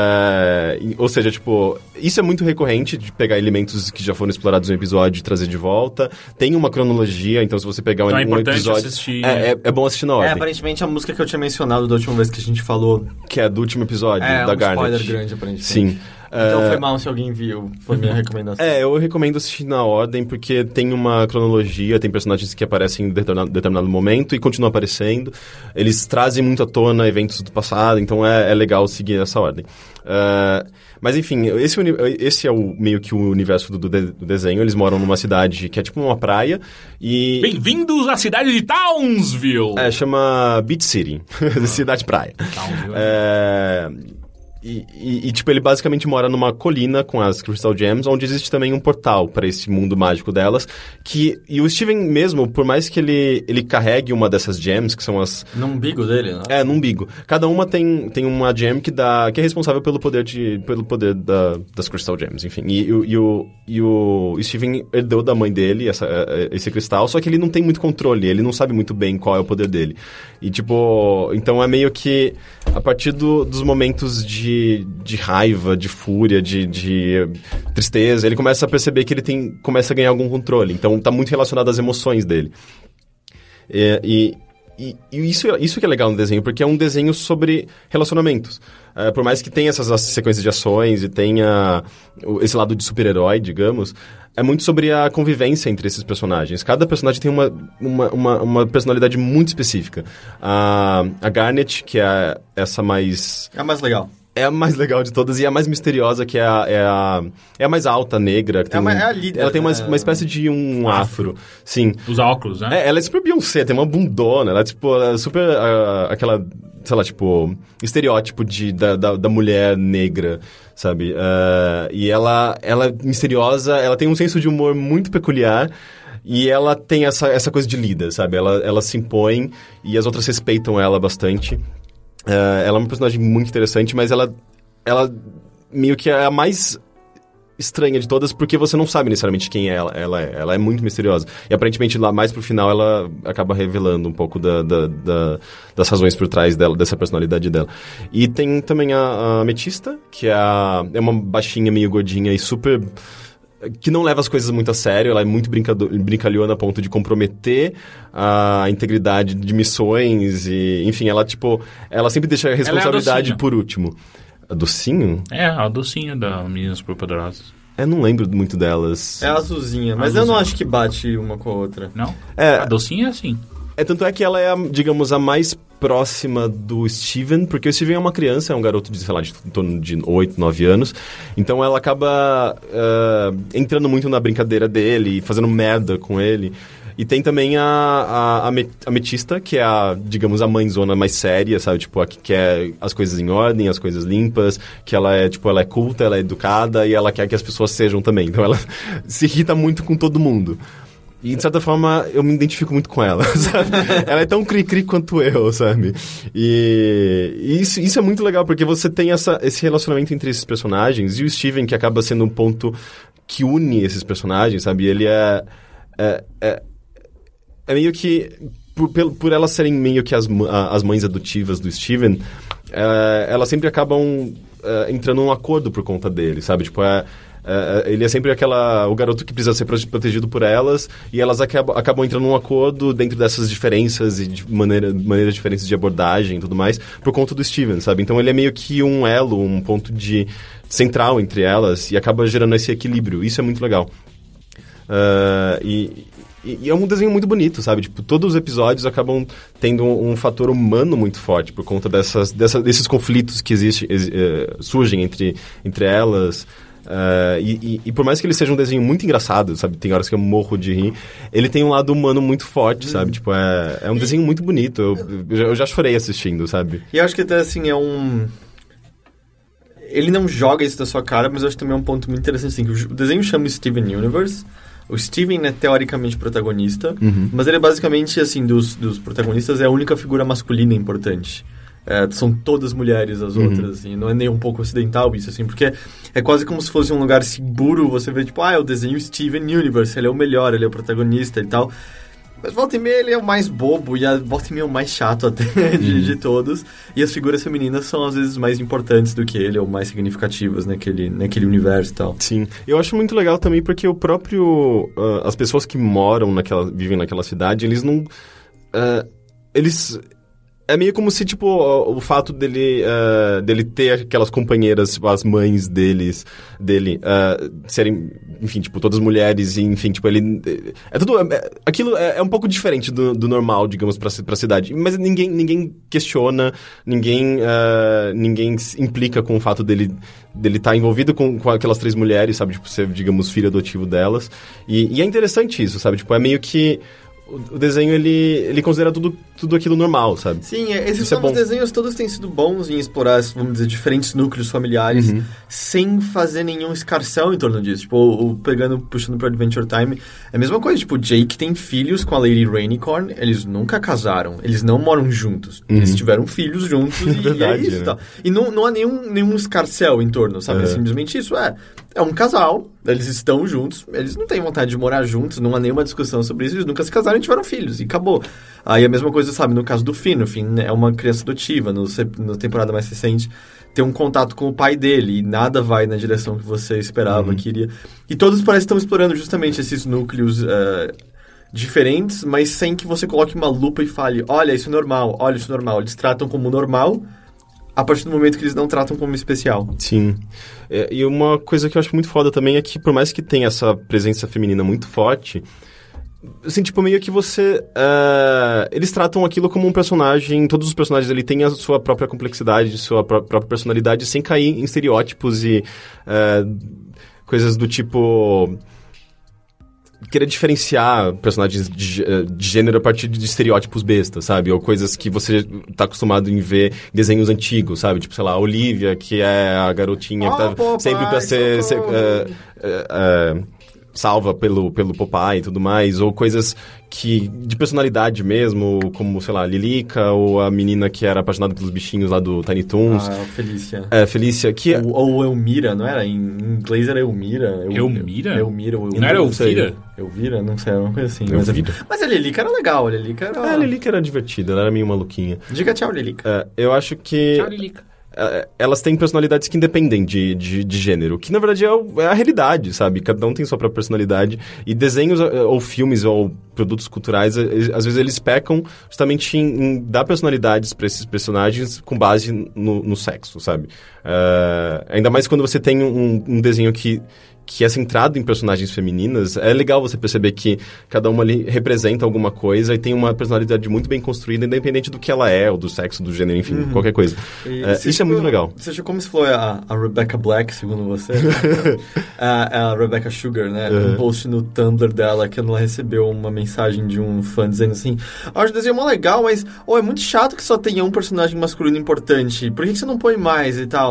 Ou seja, tipo, isso é muito recorrente, de pegar elementos que já foram explorados no episódio e trazer de volta. Tem uma cronologia, então se você pegar um episódio... Assistir... É bom assistir na ordem. Aparentemente a música que eu tinha mencionado da última vez que a gente falou... Que é do último episódio, da Garnet. Spoiler grande, aparentemente. Sim. Então foi mal se alguém viu, foi minha recomendação. Eu recomendo assistir na ordem, porque tem uma cronologia, tem personagens que aparecem em determinado momento e continuam aparecendo. Eles trazem muito à tona eventos do passado, então é legal seguir essa ordem. Mas enfim, esse é meio que o universo do desenho. Eles moram numa cidade que é tipo uma praia e... Bem-vindos à cidade de Townsville! Chama Beach City, cidade praia. Townsville. E, tipo, ele basicamente mora numa colina com as Crystal Gems, onde existe também um portal para esse mundo mágico delas. E o Steven mesmo, por mais que ele carregue uma dessas gems, que são as... No umbigo dele, né? No umbigo. Cada uma tem uma gem que é responsável pelo poder das Crystal Gems, enfim. E o Steven herdou da mãe dele esse cristal, só que ele não tem muito controle, ele não sabe muito bem qual é o poder dele. E, tipo, então é meio que a partir dos momentos de raiva, de fúria, de tristeza, ele começa a perceber que ele começa a ganhar algum controle. Então tá muito relacionado às emoções dele. E isso que é legal no desenho, porque é um desenho sobre relacionamentos. Por mais que tenha essas sequências de ações e tenha esse lado de super-herói, digamos, é muito sobre a convivência entre esses personagens. Cada personagem tem uma personalidade muito específica. A Garnet, que é essa mais... É a mais legal. É a mais legal de todas e é a mais misteriosa, que é a mais alta, negra. Que é a líder. Ela tem uma espécie de um afro. Sim. Os óculos, né? Ela é super Beyoncé, tem uma bundona. Ela é, tipo, super aquela, sei lá, tipo, estereótipo da mulher negra, sabe? E ela é misteriosa, ela tem um senso de humor muito peculiar. E ela tem essa coisa de líder, sabe? Ela se impõe e as outras respeitam ela bastante. Ela é uma personagem muito interessante, mas ela meio que é a mais estranha de todas, porque você não sabe necessariamente quem é ela é muito misteriosa. E aparentemente lá mais pro final ela acaba revelando um pouco das razões por trás dela, dessa personalidade dela. E tem também a Ametista, que é uma baixinha meio gordinha e super... que não leva as coisas muito a sério, ela é muito brincalhona a ponto de comprometer a integridade de missões e, enfim, ela sempre deixa a responsabilidade por último. A Docinho? A Docinho da Meninas Superpoderosas. Eu não lembro muito delas. É a azulzinha, mas eu não acho que bate uma com a outra. Não? A Docinho é assim. Tanto é que ela é, digamos, a mais próxima do Steven, porque o Steven é uma criança, é um garoto de, sei lá, em torno de 8, 9 anos. Então ela acaba entrando muito na brincadeira dele, fazendo merda com ele. E tem também a Ametista, que é digamos, a mãezona mais séria, sabe? Tipo, a que quer as coisas em ordem, as coisas limpas, que ela é culta, ela é educada e ela quer que as pessoas sejam também. Então ela se irrita muito com todo mundo. E, de certa forma, eu me identifico muito com ela, sabe? Ela é tão cri-cri quanto eu, sabe? E isso é muito legal, porque você tem esse relacionamento entre esses personagens, e o Steven, que acaba sendo um ponto que une esses personagens, sabe? Ele é meio que... Por elas serem meio que as mães adotivas do Steven, elas sempre acabam entrando num acordo por conta dele, sabe? Tipo, ele é sempre o garoto que precisa ser protegido por elas, e elas acabam entrando num acordo dentro dessas diferenças e de maneiras diferentes de abordagem e tudo mais, por conta do Steven, sabe? Então ele é meio que um elo, um ponto central entre elas, e acaba gerando esse equilíbrio. Isso é muito legal. E é um desenho muito bonito, sabe? Tipo, todos os episódios acabam tendo um fator humano muito forte por conta desses conflitos que surgem entre elas. E por mais que ele seja um desenho muito engraçado, sabe? Tem horas que eu morro de rir. Ele tem um lado humano muito forte, sabe? Tipo, é um desenho muito bonito. Eu já chorei assistindo, sabe? E eu acho que até, assim, ele não joga isso da sua cara, mas eu acho que também é um ponto muito interessante, assim, que o desenho chama Steven Universe. O Steven é teoricamente protagonista, mas ele é basicamente, assim, dos protagonistas, é a única figura masculina importante. São todas mulheres as outras, assim, não é nem um pouco ocidental isso, assim, porque é quase como se fosse um lugar seguro, você vê, tipo, é o desenho Steven Universe, ele é o melhor, ele é o protagonista e tal. Mas volta e meia ele é o mais bobo e volta e meia é o mais chato até de todos. E as figuras femininas são às vezes mais importantes do que ele, ou mais significativas naquele universo e tal. Sim. Eu acho muito legal também porque o próprio... as pessoas que vivem naquela cidade, eles não... É meio como se, tipo, o fato dele ter aquelas companheiras, tipo, as mães dele, serem, enfim, tipo, todas mulheres, e, enfim, tipo, ele... aquilo é um pouco diferente do normal, digamos, pra cidade. Mas ninguém questiona, ninguém implica com o fato dele estar envolvido com aquelas 3 mulheres, sabe? Tipo, ser, digamos, filho adotivo delas. E é interessante isso, sabe? Tipo, é meio que... O desenho, ele considera tudo aquilo normal, sabe? Sim, esses novos desenhos todos têm sido bons em explorar, vamos dizer, diferentes núcleos familiares, sem fazer nenhum escarcéu em torno disso. Tipo, puxando pro Adventure Time, é a mesma coisa. Tipo, o Jake tem filhos com a Lady Rainicorn, eles nunca casaram, eles não moram juntos. Eles tiveram filhos juntos e é isso, né? Tá. E não há nenhum escarcéu em torno, sabe? É simplesmente isso, é um casal, eles estão juntos, eles não têm vontade de morar juntos, não há nenhuma discussão sobre isso, eles nunca se casaram e tiveram filhos, e acabou. Aí a mesma coisa, sabe, no caso do Finn, o Finn é uma criança adotiva, na temporada mais recente, tem um contato com o pai dele, e nada vai na direção que você esperava, queria. E todos parecem que estão explorando justamente esses núcleos diferentes, mas sem que você coloque uma lupa e fale, olha, isso é normal, olha, isso é normal. Eles tratam como normal, a partir do momento que eles não tratam como especial. Sim. E uma coisa que eu acho muito foda também é que, por mais que tenha essa presença feminina muito forte, assim, tipo, meio que você... eles tratam aquilo como um personagem... Todos os personagens, ele tem a sua própria complexidade, sua própria personalidade, sem cair em estereótipos e coisas do tipo... Querer diferenciar personagens de gênero a partir de estereótipos bestas, sabe? Ou coisas que você tá acostumado em ver em desenhos antigos, sabe? Tipo, sei lá, a Olivia, que é a garotinha que tá sempre pra ser salva pelo Popeye e tudo mais, ou coisas de personalidade mesmo, como, sei lá, a Lilica, ou a menina que era apaixonada pelos bichinhos lá do Tiny Toons. Felícia. Felícia, que... Ou Elmira, não era? Em inglês era Elmira. Elmira? Elmira ou não era Elvira? Elvira? Não sei, era uma coisa assim. Mas a Lilica era legal, a Lilica era... a Lilica era divertida, ela era meio maluquinha. Diga tchau, Lilica. Eu acho que... Tchau, Lilica. Elas têm personalidades que independem de gênero, que na verdade é a realidade, sabe? Cada um tem sua própria personalidade, e desenhos ou filmes ou produtos culturais, às vezes eles pecam justamente em dar personalidades para esses personagens com base no sexo, sabe? Ainda mais quando você tem um desenho que é centrado em personagens femininas, é legal você perceber que cada uma ali representa alguma coisa e tem uma personalidade muito bem construída, independente do que ela é, ou do sexo, do gênero, enfim, qualquer coisa. Isso é muito legal. Você achou como se foi a Rebecca Black, segundo você? A Rebecca Sugar, né? Um post no Tumblr dela, que ela recebeu uma mensagem de um fã dizendo assim, acho o desenho mó legal, mas é muito chato que só tenha um personagem masculino importante, por que você não põe mais e tal?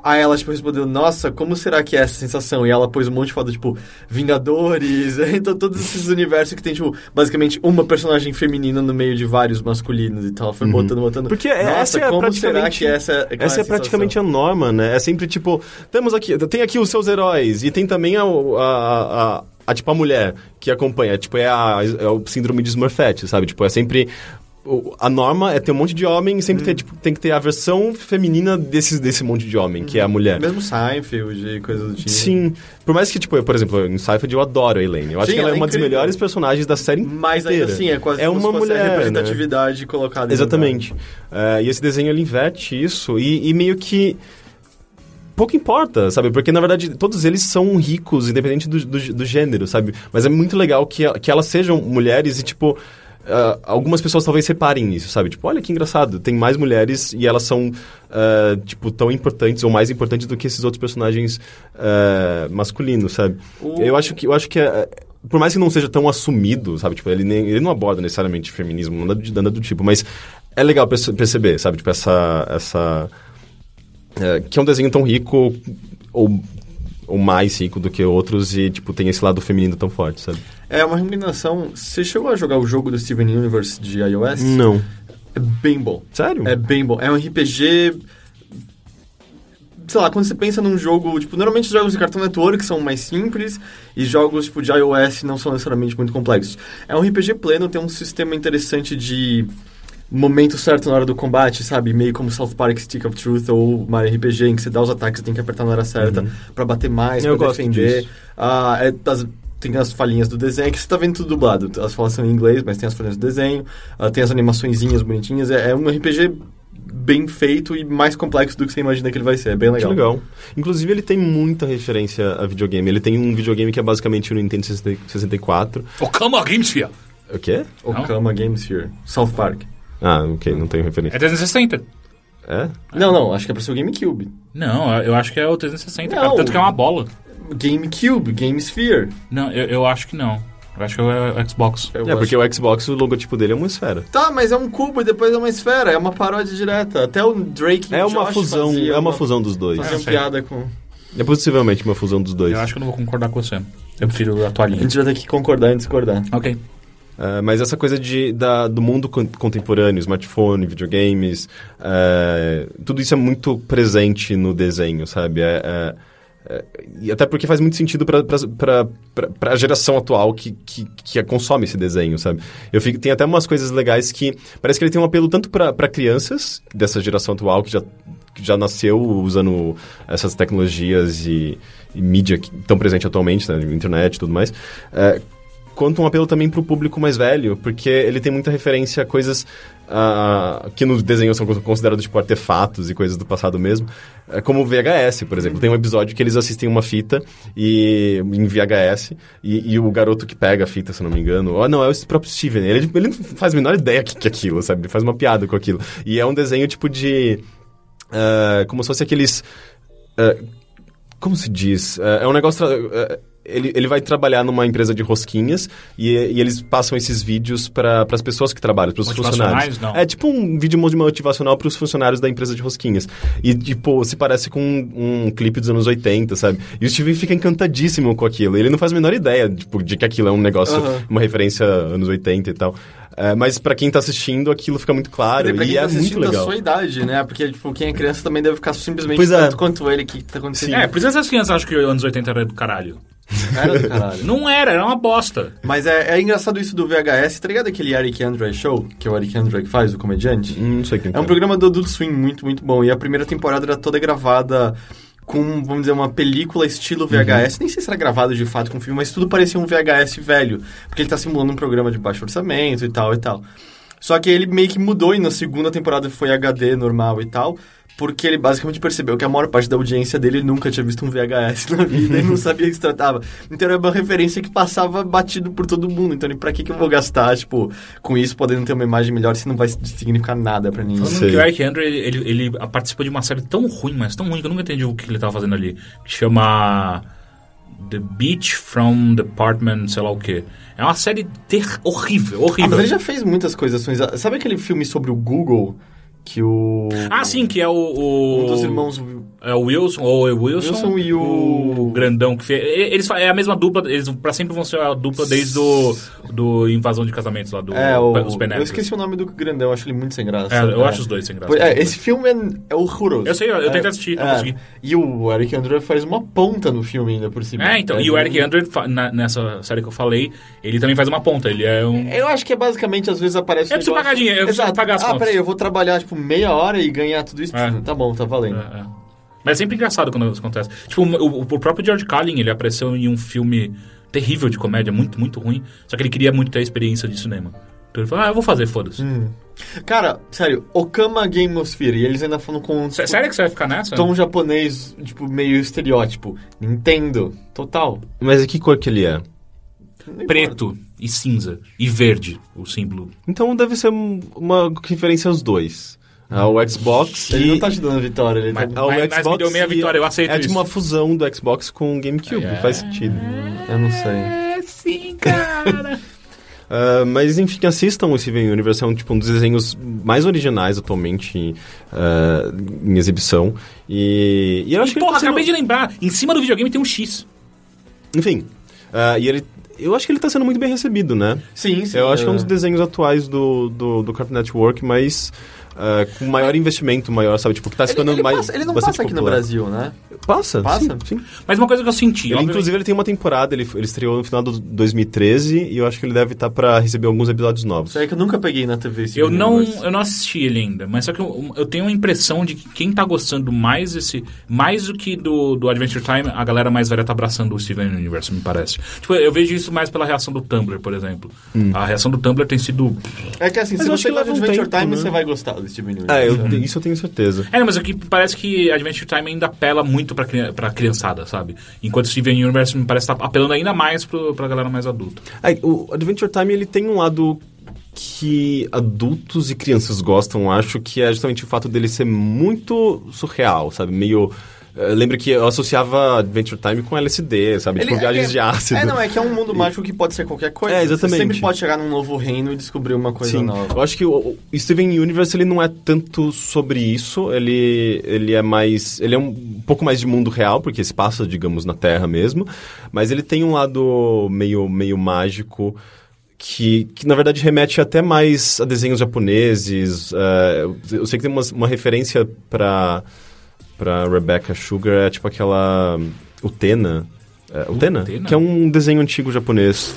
Aí ela, tipo, respondeu, nossa, como será que é essa sensação? E ela pôs um monte de foto, tipo, Vingadores, então todos esses universos que tem, tipo, basicamente uma personagem feminina no meio de vários masculinos e tal. Ela foi botando. Porque nossa, essa é como será que essa é praticamente a norma, né? É sempre, tipo, tem aqui os seus heróis e tem também tipo, a mulher que acompanha. Tipo, é o síndrome de Smurfette, sabe? Tipo, é sempre... A norma é ter um monte de homem e sempre tem que ter a versão feminina desse monte de homem, que é a mulher. Mesmo Seinfeld e coisas do tipo. Sim. Por mais que, tipo, por exemplo, em Seinfeld eu adoro a Elaine. Eu acho que ela é uma das melhores personagens da série inteira. Mas ainda assim, é quase uma mulher, a representatividade colocada. Exatamente. E esse desenho, ele inverte isso e meio que... pouco importa, sabe? Porque, na verdade, todos eles são ricos, independente do gênero, sabe? Mas é muito legal que elas sejam mulheres e, tipo... algumas pessoas talvez reparem isso, sabe? Tipo, olha que engraçado, tem mais mulheres e elas são, tipo, tão importantes ou mais importantes do que esses outros personagens masculinos, sabe? Eu acho que por mais que não seja tão assumido, sabe? Tipo, ele não aborda necessariamente feminismo, nada do tipo, mas é legal perceber, sabe? Tipo, que é um desenho tão rico ou mais rico do que outros e, tipo, tem esse lado feminino tão forte, sabe? É uma recomendação. Você chegou a jogar o jogo do Steven Universe de iOS? Não. É bem bom. Sério? É bem bom. É um RPG... Sei lá, quando você pensa num jogo... Tipo, normalmente os jogos de Cartoon Network são mais simples e jogos, tipo, de iOS não são necessariamente muito complexos. É um RPG pleno, tem um sistema interessante de... momento certo na hora do combate, sabe? Meio como South Park Stick of Truth ou Mario RPG, em que você dá os ataques e tem que apertar na hora certa pra bater mais, pra defender. Tem as falinhas do desenho, que você tá vendo tudo dublado. As falas são em inglês, mas tem as falinhas do desenho, tem as animaçõezinhas bonitinhas. É um RPG bem feito e mais complexo do que você imagina que ele vai ser. É bem legal. Que legal. Inclusive, ele tem muita referência a videogame. Ele tem um videogame que é basicamente o Nintendo 64. Okama Game Sphere. O quê? Okama Game Sphere. South Park. Ah, ok, não tenho referência. É 360. É? Não, acho que é pra ser o GameCube. Não, eu acho que é o 360, cara, tanto que é uma bola. GameCube, Game Sphere. Não, eu acho que não. Eu acho que é o Xbox. Porque o Xbox, o logotipo dele é uma esfera. Tá, mas é um cubo e depois é uma esfera. É uma paródia direta. Até o Drake e o Josh é uma fusão dos dois. Faziam piada com... É possivelmente uma fusão dos dois. Eu acho que eu não vou concordar com você. Eu prefiro a tua linha. A gente vai ter que concordar e discordar. Ok. Mas essa coisa do mundo contemporâneo, smartphone, videogames, tudo isso é muito presente no desenho, sabe? E até porque faz muito sentido para a geração atual que consome esse desenho, sabe? Tem até umas coisas legais que... Parece que ele tem um apelo tanto para crianças dessa geração atual que já nasceu usando essas tecnologias e mídia que estão presentes atualmente, né? Internet e tudo mais... quanto um apelo também pro público mais velho, porque ele tem muita referência a coisas que nos desenhos são considerados tipo artefatos e coisas do passado mesmo, como o VHS, por exemplo. Tem um episódio que eles assistem uma fita em VHS e o garoto que pega a fita, se não me engano, não, é o próprio Steven, ele não faz a menor ideia que é aquilo, sabe? Ele faz uma piada com aquilo. E é um desenho tipo de... como se fosse aqueles... como se diz? É um negócio... Ele vai trabalhar numa empresa de rosquinhas e eles passam esses vídeos para as pessoas que trabalham, para os funcionários. Não. É tipo um vídeo motivacional para os funcionários da empresa de rosquinhas. E, tipo, se parece com um clipe dos anos 80, sabe? E o Steven fica encantadíssimo com aquilo. Ele não faz a menor ideia de que aquilo é um negócio, uma referência anos 80 e tal. Mas pra quem tá assistindo, aquilo fica muito claro e é muito legal. Da sua idade, né? Porque, tipo, quem é criança também deve ficar simplesmente tanto quanto ele que tá acontecendo. Por isso essas crianças acham que os anos 80 era do caralho. Era do caralho. Não era uma bosta. Mas é engraçado isso do VHS, tá ligado aquele Eric Andre Show, que é o Eric Andre que faz, o comediante? Não sei quem é um programa do Adult Swim muito, muito bom. E a primeira temporada era toda gravada com, vamos dizer, uma película estilo VHS. Nem sei se era gravado de fato com filme, mas tudo parecia um VHS velho. Porque ele tá simulando um programa de baixo orçamento e tal e tal. Só que ele meio que mudou e na segunda temporada foi HD normal e tal, porque ele basicamente percebeu que a maior parte da audiência dele nunca tinha visto um VHS na vida e não sabia o que se tratava. Então era uma referência que passava batido por todo mundo. Então, pra que eu vou gastar, tipo, com isso, podendo ter uma imagem melhor se não vai significar nada pra ninguém? Falando que o Eric Andre, ele participou de uma série tão ruim, mas tão ruim, que eu nunca entendi o que ele tava fazendo ali. Que chama... The Beach from Department, sei lá o quê. É uma série horrível. Mas ele já fez muitas coisas. Sabe aquele filme sobre o Google? Que o... sim, que é o... Um dos irmãos É o Wilson e o grandão que fez. Eles é a mesma dupla, eles pra sempre vão ser a dupla desde do Invasão de Casamentos lá, os Penetras. Eu esqueci o nome do grandão, acho ele muito sem graça. Eu acho os dois sem graça. Esse filme é horroroso. Eu sei, eu tentei assistir, não consegui. E o Eric Andre faz uma ponta no filme ainda por cima. Então, e o Eric Andre, nessa série que eu falei, ele também faz uma ponta, ele é um... Eu acho que é basicamente, às vezes aparece... Eu preciso pagar dinheiro, eu preciso pagar as contas. Peraí, eu vou trabalhar, tipo, meia hora e ganhar tudo isso. Tá bom, tá valendo. Mas é sempre engraçado quando isso acontece. Tipo, o próprio George Carlin, ele apareceu em um filme terrível de comédia, muito, muito ruim. Só que ele queria muito ter a experiência de cinema. Então ele falou, eu vou fazer, foda-se. Cara, sério, Okama Game of Sphere, e eles ainda falam com... Tipo, sério que você vai ficar nessa? Tom japonês, tipo, meio estereótipo. Nintendo, total. Mas que cor que ele é? Preto e cinza e verde, o símbolo. Então deve ser uma referência aos dois. O Xbox Ele não tá te dando vitória. Ele mas me deu meia vitória, eu aceito isso. É de uma fusão do Xbox com o GameCube, faz sentido. Eu não sei. Sim, cara. Mas enfim, assistam o Steven Universe, é um dos desenhos mais originais atualmente em exibição. E eu acho que acabei de lembrar, em cima do videogame tem um X. Enfim, eu acho que ele tá sendo muito bem recebido, né? Sim. Eu acho que é um dos desenhos atuais do Cartoon Network, mas com maior investimento, maior, sabe? Tipo, que tá se tornando mais... Ele não passa aqui no Brasil, né? Passa? Sim. Mas uma coisa que eu senti... Inclusive, ele tem uma temporada, ele estreou no final de 2013 e eu acho que ele deve estar pra receber alguns episódios novos. Isso é que eu nunca peguei na TV. Eu não assisti ele ainda, mas só que eu tenho a impressão de que quem tá gostando mais do que do Adventure Time, a galera mais velha tá abraçando o Steven Universe, me parece. Tipo, eu vejo isso mais pela reação do Tumblr, por exemplo. A reação do Tumblr tem sido... É que assim, se você gosta de Adventure Time, você vai gostar do Steven Universe. Isso eu tenho certeza. Mas aqui parece que Adventure Time ainda apela muito pra criançada, sabe? Enquanto Steven Universe me parece estar apelando ainda mais pra galera mais adulta. O Adventure Time, ele tem um lado que adultos e crianças gostam, acho, que é justamente o fato dele ser muito surreal, sabe? Meio... Lembra que eu associava Adventure Time com LSD, sabe? Tipo, viagens de ácido. É que é um mundo mágico que pode ser qualquer coisa. Exatamente. Você sempre pode chegar num novo reino e descobrir uma coisa nova. Eu acho que o Steven Universe, ele não é tanto sobre isso, ele é mais... Ele é um pouco mais de mundo real, porque se passa, digamos, na Terra mesmo, mas ele tem um lado meio mágico, que na verdade remete até mais a desenhos japoneses. Eu sei que tem uma referência pra Rebecca Sugar, é tipo aquela... Utena? Utena? Que é um desenho antigo japonês.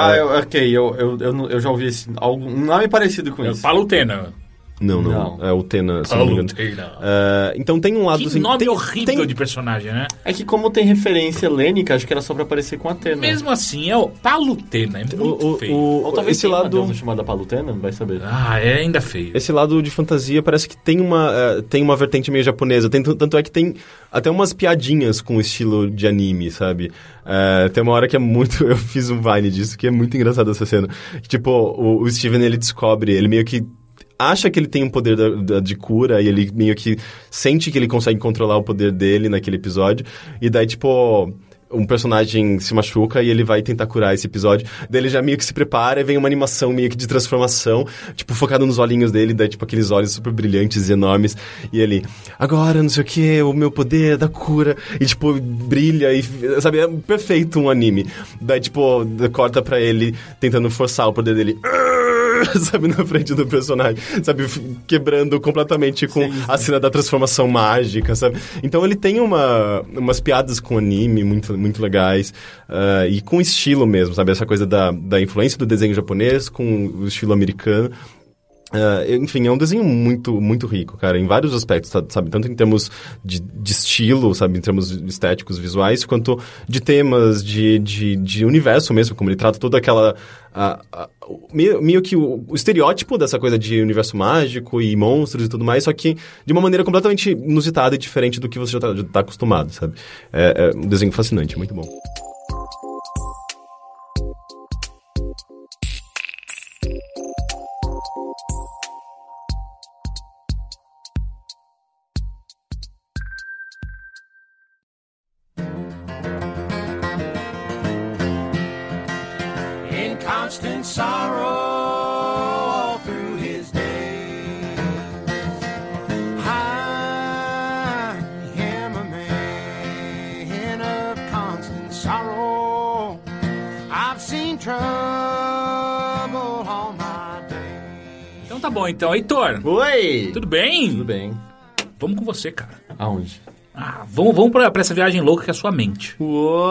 Eu já ouvi um nome parecido com isso. Palutena. Não. É Utena, se não me engano. Então tem um lado... Que assim, nome horrível de personagem, né? É que como tem referência helênica, acho que era só pra parecer com Atena. Mesmo assim, é o Palutena, é muito feio. Ou talvez esse lado... uma deusa chamada Palutena, vai saber. É ainda feio. Esse lado de fantasia parece que tem uma vertente meio japonesa. Tanto é que tem até umas piadinhas com o estilo de anime, sabe? Tem uma hora que é muito... Eu fiz um Vine disso, que é muito engraçado essa cena. Tipo, o Steven, ele descobre, ele meio que acha que ele tem um poder de cura e ele meio que sente que ele consegue controlar o poder dele naquele episódio. E daí, tipo, um personagem se machuca e ele vai tentar curar esse episódio. Daí ele já meio que se prepara e vem uma animação meio que de transformação, tipo, focado nos olhinhos dele, daí, tipo, aqueles olhos super brilhantes e enormes. E ele, agora, não sei o que, o meu poder da cura. E, tipo, brilha e, sabe, é perfeito um anime. Daí, tipo, corta pra ele tentando forçar o poder dele. Sabe, na frente do personagem, sabe, quebrando completamente com a cena da transformação mágica, sabe? Então ele tem umas piadas com anime muito, muito legais e com estilo mesmo, sabe? Essa coisa da influência do desenho japonês com o estilo americano. Enfim, é um desenho muito, muito rico, cara, em vários aspectos, sabe? Tanto em termos de estilo, sabe? Em termos estéticos, visuais, quanto de temas, de universo mesmo, como ele trata toda aquela... meio que o estereótipo dessa coisa de universo mágico e monstros e tudo mais, só que de uma maneira completamente inusitada e diferente do que você já tá acostumado, sabe? É um desenho fascinante, muito bom. Constant sorrow all through his days. I am a Então tá bom, então. Heitor. Oi! Tudo bem? Tudo bem. Vamos com você, cara. Aonde? Vamos pra essa viagem louca que é a sua mente. Uou!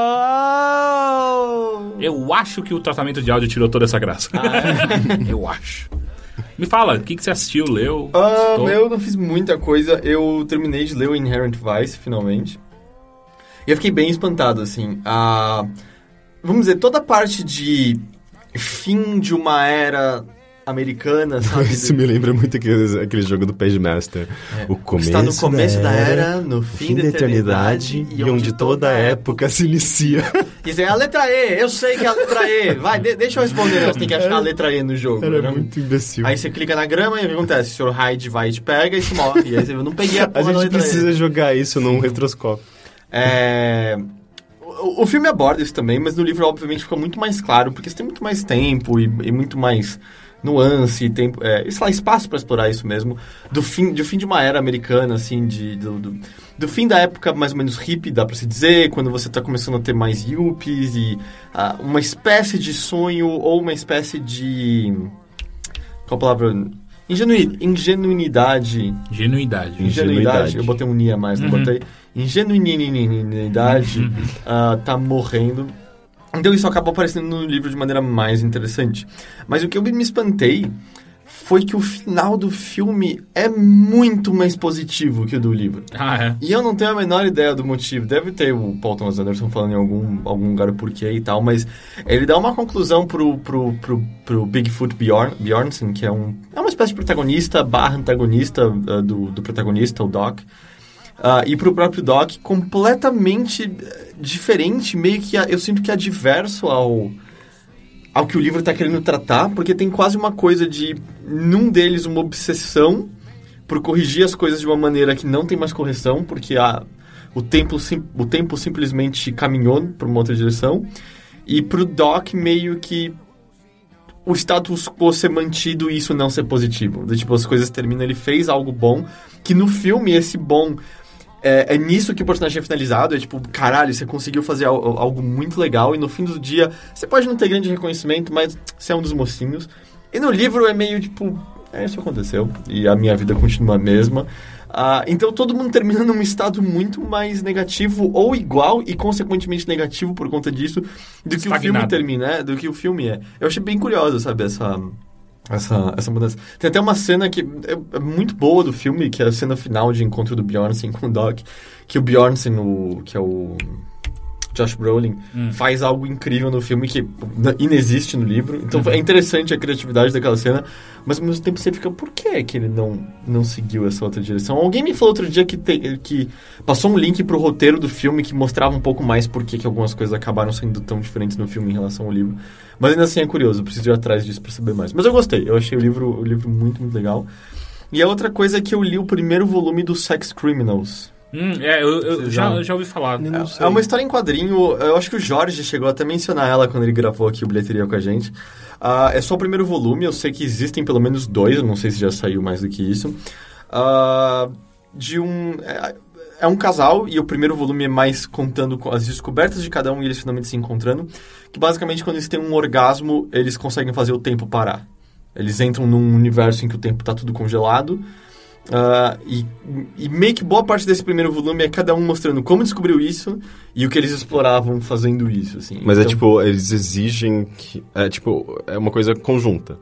Eu acho que o tratamento de áudio tirou toda essa graça. Eu acho. Me fala, o que você assistiu, leu? Eu não fiz muita coisa. Eu terminei de ler o Inherent Vice, finalmente. E eu fiquei bem espantado, assim. Vamos dizer, toda a parte de fim de uma era americana, sabe? Isso me lembra muito aquele jogo do Page Master. O começo está no começo da era, no fim da eternidade, e onde toda a época se inicia. Isso é a letra E, eu sei que é a letra E. Vai, deixa eu responder, você tem que achar a letra E no jogo. Era muito imbecil. Aí você clica na grama e o que acontece? O Sr. Hyde vai e te pega e você morre. E aí você não peguei a porra da letra E. A gente precisa jogar isso num retroscópio. O filme aborda isso também, mas no livro obviamente fica muito mais claro, porque você tem muito mais tempo e muito mais nuance, tempo, sei lá, espaço para explorar isso mesmo, do fim de uma era americana, assim, do fim da época mais ou menos hippie, dá para se dizer, quando você tá começando a ter mais yuppies e uma espécie de sonho ou uma espécie de... qual a palavra? Ingenuidade. Eu botei um ni a mais, não botei. Ingenuidade tá morrendo. Então isso acabou aparecendo no livro de maneira mais interessante. Mas o que eu me espantei foi que o final do filme é muito mais positivo que o do livro. E eu não tenho a menor ideia do motivo. Deve ter o Paul Thomas Anderson falando em algum lugar o porquê e tal, mas ele dá uma conclusão pro Bigfoot Bjornsson, que é uma espécie de protagonista / antagonista do protagonista, o Doc. E pro próprio Doc, completamente diferente, meio que eu sinto que é adverso ao que o livro tá querendo tratar, porque tem quase uma coisa de, num deles, uma obsessão por corrigir as coisas de uma maneira que não tem mais correção, porque o tempo simplesmente caminhou para uma outra direção, e pro Doc meio que o status quo ser mantido e isso não ser positivo. Tipo, as coisas terminam, ele fez algo bom, que no filme esse bom... É nisso que o personagem é finalizado, é tipo, caralho, você conseguiu fazer algo muito legal e no fim do dia, você pode não ter grande reconhecimento, mas você é um dos mocinhos. E no livro é meio tipo, isso aconteceu e a minha vida continua a mesma. Então todo mundo termina num estado muito mais negativo ou igual e consequentemente negativo por conta disso do que o filme termina, do que o filme é. Eu achei bem curioso, sabe, essa mudança. Tem até uma cena que é muito boa do filme, que é a cena final de encontro do Bjornsson com o Doc, que o Bjornsson, que é o Josh Brolin, faz algo incrível no filme que inexiste no livro. Então é interessante a criatividade daquela cena, mas ao mesmo tempo você fica, por que ele não seguiu essa outra direção? Alguém me falou outro dia que passou um link pro roteiro do filme que mostrava um pouco mais por que algumas coisas acabaram sendo tão diferentes no filme em relação ao livro. Mas ainda assim é curioso, eu preciso ir atrás disso pra saber mais. Mas eu gostei, eu achei o livro muito, muito legal. E a outra coisa é que eu li o primeiro volume do Sex Criminals. Eu já ouvi falar. É uma história em quadrinho, eu acho que o Jorge chegou até a mencionar ela quando ele gravou aqui o Bilheteria com a gente. É só o primeiro volume, eu sei que existem pelo menos 2, eu não sei se já saiu mais do que isso. É um casal, e o primeiro volume é mais contando as descobertas de cada um e eles finalmente se encontrando. Que basicamente quando eles têm um orgasmo, eles conseguem fazer o tempo parar. Eles entram num universo em que o tempo tá tudo congelado. E meio que boa parte desse primeiro volume é cada um mostrando como descobriu isso e o que eles exploravam fazendo isso, assim. Mas então, é tipo, eles exigem que... É uma coisa conjunta.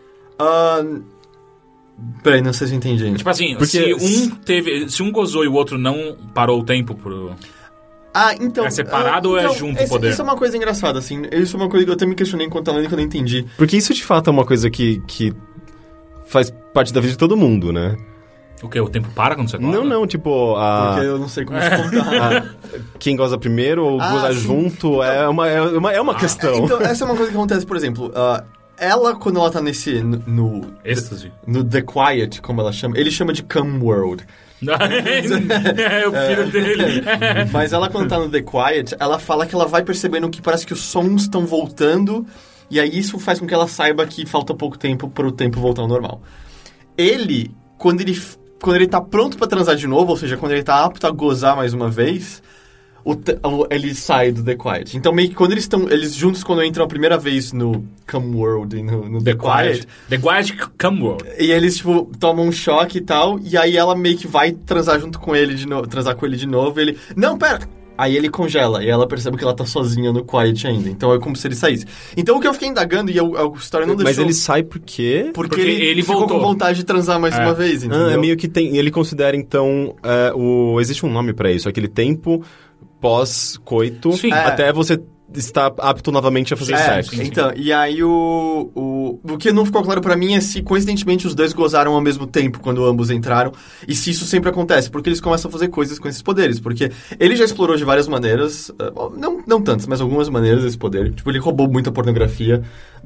Peraí, não sei se eu entendi. Tipo assim, porque se um gozou e o outro não parou o tempo pro... então... É separado ou é junto o poder? Isso é uma coisa engraçada, assim. Isso é uma coisa que eu até me questionei enquanto tava lendo que eu não entendi. Porque isso de fato é uma coisa que faz parte da vida de todo mundo, né? O quê? O tempo para quando você goza? Não, tipo... Porque eu não sei como te contar. Quem goza primeiro ou goza junto é uma questão. Então, essa é uma coisa que acontece, por exemplo... ela, quando ela tá no êxtase. No The Quiet, como ela chama, ele chama de Come World. É o filho dele. Mas ela, quando tá no The Quiet, ela fala que ela vai percebendo que parece que os sons estão voltando, e aí isso faz com que ela saiba que falta pouco tempo pro tempo voltar ao normal. Ele, quando ele tá pronto pra transar de novo, ou seja, quando ele tá apto a gozar mais uma vez, ele sai do The Quiet. Então, meio que quando eles juntos, quando entram a primeira vez no Come World e no The Quiet... The Quiet Come World. E eles, tipo, tomam um choque e tal, e aí ela meio que vai transar junto com ele de novo, transar com ele de novo, e ele... Não, pera! Aí ele congela, e ela percebe que ela tá sozinha no Quiet ainda. Então é como se ele saísse. Então o que eu fiquei indagando, e a história não deixou... Mas ele sai por quê? Porque ele ficou com vontade de transar mais uma vez, entendeu? É meio que tem... Ele considera, então, existe um nome pra isso, aquele tempo pós-coito, até você está apto novamente a fazer sexo. Então, e aí o que não ficou claro pra mim é se, coincidentemente, os dois gozaram ao mesmo tempo quando ambos entraram, e se isso sempre acontece, porque eles começam a fazer coisas com esses poderes, porque ele já explorou de várias maneiras, não tantas, mas algumas maneiras esse poder. Tipo, ele roubou muita pornografia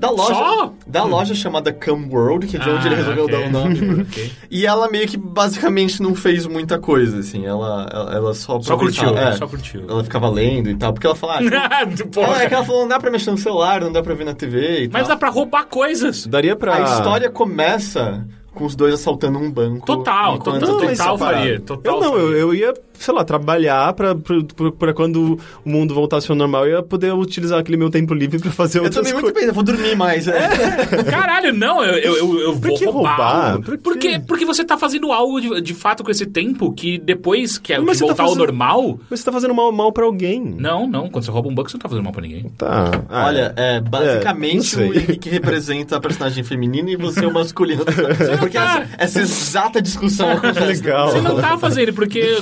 da loja chamada Come World, que é de onde ele resolveu dar o nome. E ela meio que, basicamente, não fez muita coisa, assim, ela só curtiu. Ela ficava lendo e tal, porque ela falava... que ela falou, não dá pra mexer no celular, não dá pra ver na TV e tal. Mas dá pra roubar coisas. Daria pra... A história começa com os dois assaltando um banco. Total faria. Eu ia, sei lá, trabalhar pra quando o mundo voltasse ao normal, eu ia poder utilizar aquele meu tempo livre pra fazer outras coisas. Eu também muito bem, eu vou dormir mais. Caralho, não, eu vou roubar. Porque você tá fazendo algo de fato com esse tempo que depois que voltar ao normal... Mas você tá fazendo mal pra alguém. Não, quando você rouba um banco você não tá fazendo mal pra ninguém. Tá. Olha, basicamente o Henrique representa a personagem feminina e você é o masculino. Porque essa exata discussão acontece. Legal. Você não tá fazendo, porque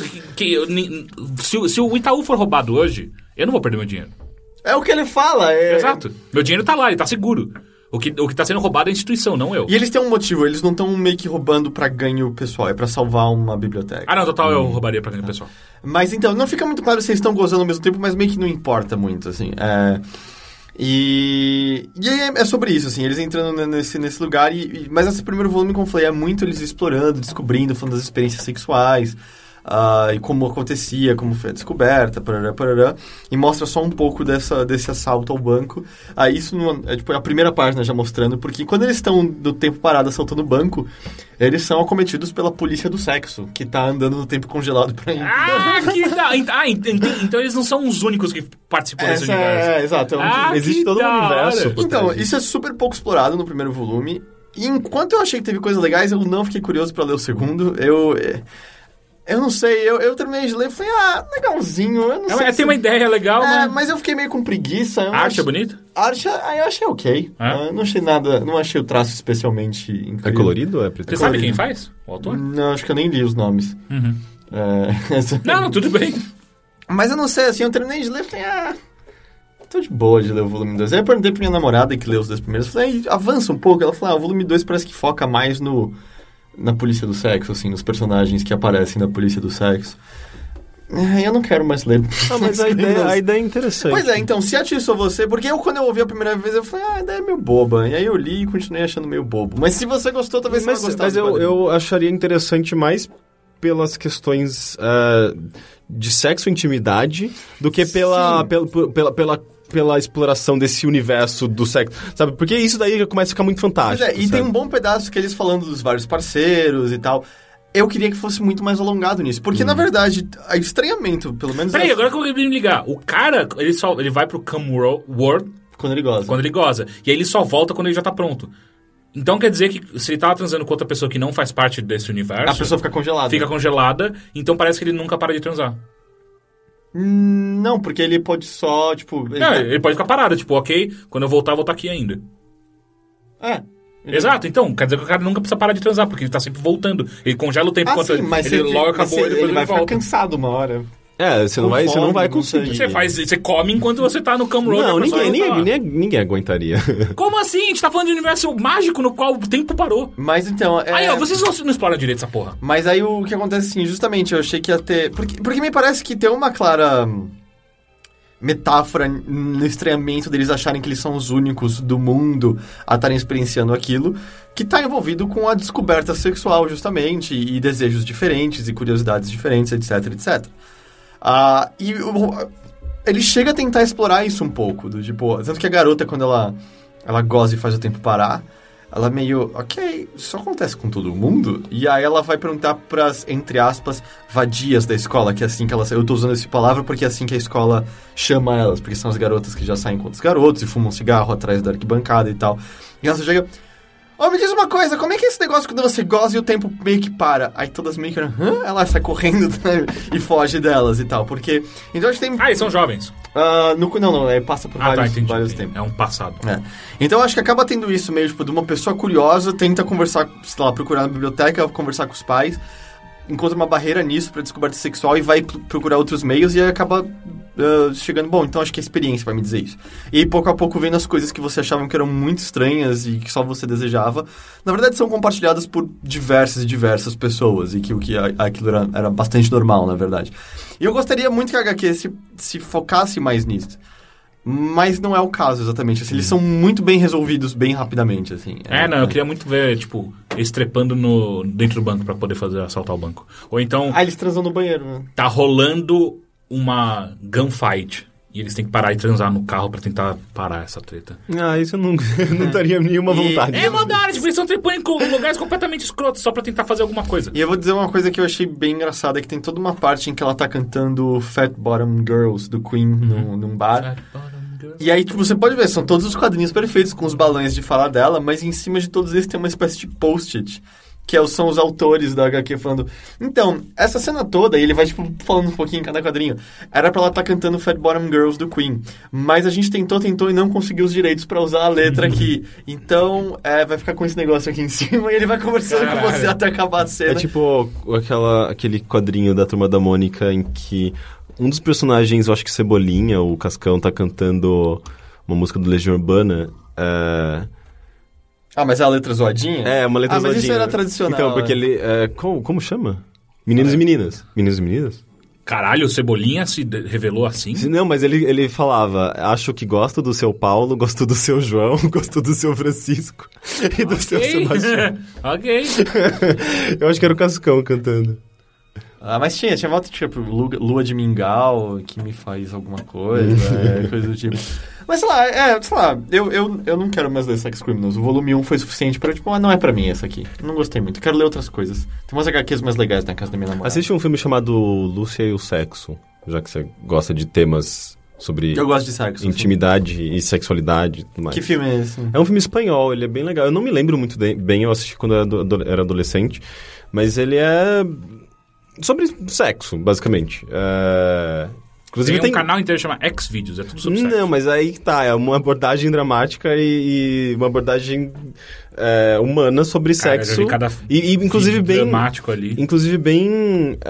se o Itaú for roubado hoje, eu não vou perder meu dinheiro. É o que ele fala. Exato. Meu dinheiro tá lá, ele tá seguro. O que tá sendo roubado é a instituição, não eu. E eles têm um motivo, eles não estão meio que roubando pra ganho pessoal, é pra salvar uma biblioteca. Não, total, eu roubaria pra ganho pessoal. Mas então, não fica muito claro se eles estão gozando ao mesmo tempo, mas meio que não importa muito, assim. E aí é sobre isso, assim, eles entrando nesse lugar, mas esse primeiro volume, como eu falei, é muito eles explorando, descobrindo, falando das experiências sexuais, e como acontecia, como foi a descoberta, parará, e mostra só um pouco desse assalto ao banco. Isso é tipo a primeira página já mostrando, porque quando eles estão do tempo parado assaltando o banco, eles são acometidos pela polícia do sexo, que tá andando no tempo congelado pra ir. Então eles não são os únicos que participam desse universo. Exato. Existe todo um universo. Então, isso é super pouco explorado no primeiro volume, e enquanto eu achei que teve coisas legais, eu não fiquei curioso pra ler o segundo. Eu não sei, eu terminei de ler e falei, legalzinho, eu não sei. Tem uma ideia legal, mas eu fiquei meio com preguiça. A arte é bonita? A arte, eu achei ok. Não achei nada, não achei o traço especialmente incrível. É colorido ou é preto? Você sabe quem faz? O autor? Não, acho que eu nem li os nomes. Uhum. Não, tudo bem. Mas eu não sei, assim, eu terminei de ler e falei, tô de boa de ler o volume 2. Aí eu perguntei pra minha namorada que leu os dois primeiros, eu falei, avança um pouco. Ela falou, o volume 2 parece que foca mais na polícia do sexo, assim, nos personagens que aparecem na polícia do sexo. Eu não quero mais ler. Mas a ideia é interessante. Pois é, então, se atiçou você... Porque quando eu ouvi a primeira vez, eu falei, a ideia é meio boba. E aí eu li e continuei achando meio bobo. Mas se você gostou, talvez você não gostasse. Mas eu acharia interessante mais pelas questões de sexo e intimidade do que pela exploração desse universo do sexo, sabe? Porque isso daí já começa a ficar muito fantástico. E tem um bom pedaço que eles falando dos vários parceiros e tal. Eu queria que fosse muito mais alongado nisso. Porque, na verdade, o estranhamento, pelo menos... Peraí, agora que eu queria me ligar. O cara, ele vai pro Come World... Quando ele goza. E aí ele só volta quando ele já tá pronto. Então quer dizer que se ele tava transando com outra pessoa que não faz parte desse universo... A pessoa fica congelada. Fica congelada, então parece que ele nunca para de transar. Não, porque ele pode só, tipo... Ele pode ficar parado, tipo, ok, quando eu voltar, eu vou estar aqui ainda. Exato, então, quer dizer que o cara nunca precisa parar de transar, porque ele tá sempre voltando. Ele congela o tempo enquanto ele logo acabou e depois ele vai volta. Ficar cansado uma hora. Você não vai conseguir. Você come enquanto você tá no Come Road. Não, ninguém aguentaria. Como assim? A gente tá falando de um universo mágico no qual o tempo parou. Mas então... vocês não exploram direito essa porra. Mas aí o que acontece assim, justamente, eu achei que ia ter... Porque me parece que tem uma clara metáfora no estranhamento deles acharem que eles são os únicos do mundo a estarem experienciando aquilo, que tá envolvido com a descoberta sexual, justamente, e desejos diferentes, e curiosidades diferentes, etc, etc. Ele chega a tentar explorar isso um pouco, tanto que a garota, quando ela goza e faz o tempo parar, ela meio, ok, isso acontece com todo mundo? E aí ela vai perguntar pras, entre aspas, vadias da escola, que é assim que elas... Eu tô usando essa palavra porque é assim que a escola chama elas, porque são as garotas que já saem com outros garotos e fumam cigarro atrás da arquibancada e tal. E ela chega... me diz uma coisa, como é que é esse negócio quando você goza e o tempo meio que para? Aí todas meio que... Ela sai correndo e foge delas e tal, porque... Então a gente tem... eles são jovens. Não, passa por vários tempos. É um passado. Então acho que acaba tendo isso meio, tipo, de uma pessoa curiosa, tenta conversar, sei lá, procurar na biblioteca, conversar com os pais, encontra uma barreira nisso pra descoberta sexual e vai procurar outros meios e aí acaba chegando... Bom, então acho que a experiência vai me dizer isso. E aí, pouco a pouco, vendo as coisas que você achava que eram muito estranhas e que só você desejava, na verdade são compartilhadas por diversas pessoas e que aquilo era bastante normal, na verdade. E eu gostaria muito que a HQ se focasse mais nisso. Mas não é o caso, exatamente. Assim, eles são muito bem resolvidos, bem rapidamente, assim. Eu queria muito ver, tipo, eles trepando dentro do banco pra poder assaltar o banco. Ou então... eles transam no banheiro, né? Tá rolando uma gunfight e eles têm que parar e transar no carro pra tentar parar essa treta. Isso eu não teria nenhuma vontade. Mandaram, tipo, eles estão trepando em lugares completamente escrotos só pra tentar fazer alguma coisa. E eu vou dizer uma coisa que eu achei bem engraçada, que tem toda uma parte em que ela tá cantando Fat Bottom Girls, do Queen, num bar. E aí, tipo, você pode ver, são todos os quadrinhos perfeitos com os balões de fala dela, mas em cima de todos eles tem uma espécie de post-it, que são os autores da HQ falando... Então, essa cena toda, e ele vai, tipo, falando um pouquinho em cada quadrinho, era pra ela estar cantando Fat Bottom Girls do Queen. Mas a gente tentou e não conseguiu os direitos pra usar a letra aqui. Então, vai ficar com esse negócio aqui em cima e ele vai conversando com você até acabar a cena. É tipo aquele quadrinho da Turma da Mônica em que um dos personagens, eu acho que Cebolinha, o Cascão, tá cantando uma música do Legião Urbana... mas é a letra zoadinha? É, uma letra zoadinha. Mas isso era tradicional. Então, porque ele... como chama? Meninos e Meninas. Meninos e Meninas? Caralho, o Cebolinha se revelou assim? Não, mas ele falava, acho que gosto do seu Paulo, gosto do seu João, gosto do seu Francisco e do seu Sebastião. Ok. Eu acho que era o Cascão cantando. Mas tinha volta tipo Lua de Mingau, que me faz alguma coisa, coisa do tipo. Mas sei lá, eu não quero mais ler Sex Criminals. O volume 1 foi suficiente pra, tipo, não é pra mim essa aqui. Não gostei muito, quero ler outras coisas. Tem umas HQs mais legais na casa da minha namorada. Assiste um filme chamado Lúcia e o Sexo, já que você gosta de temas sobre... Eu gosto de sexo. Intimidade e sexualidade e tudo mais. Que filme é esse? É um filme espanhol, ele é bem legal. Eu não me lembro muito bem, eu assisti quando eu era adolescente, mas ele é... sobre sexo, basicamente. Inclusive tem um canal inteiro que chama Xvideos, é tudo sobre sexo. Não, mas aí que tá, é uma abordagem dramática e uma abordagem humana sobre sexo. E inclusive bem dramático ali. Inclusive bem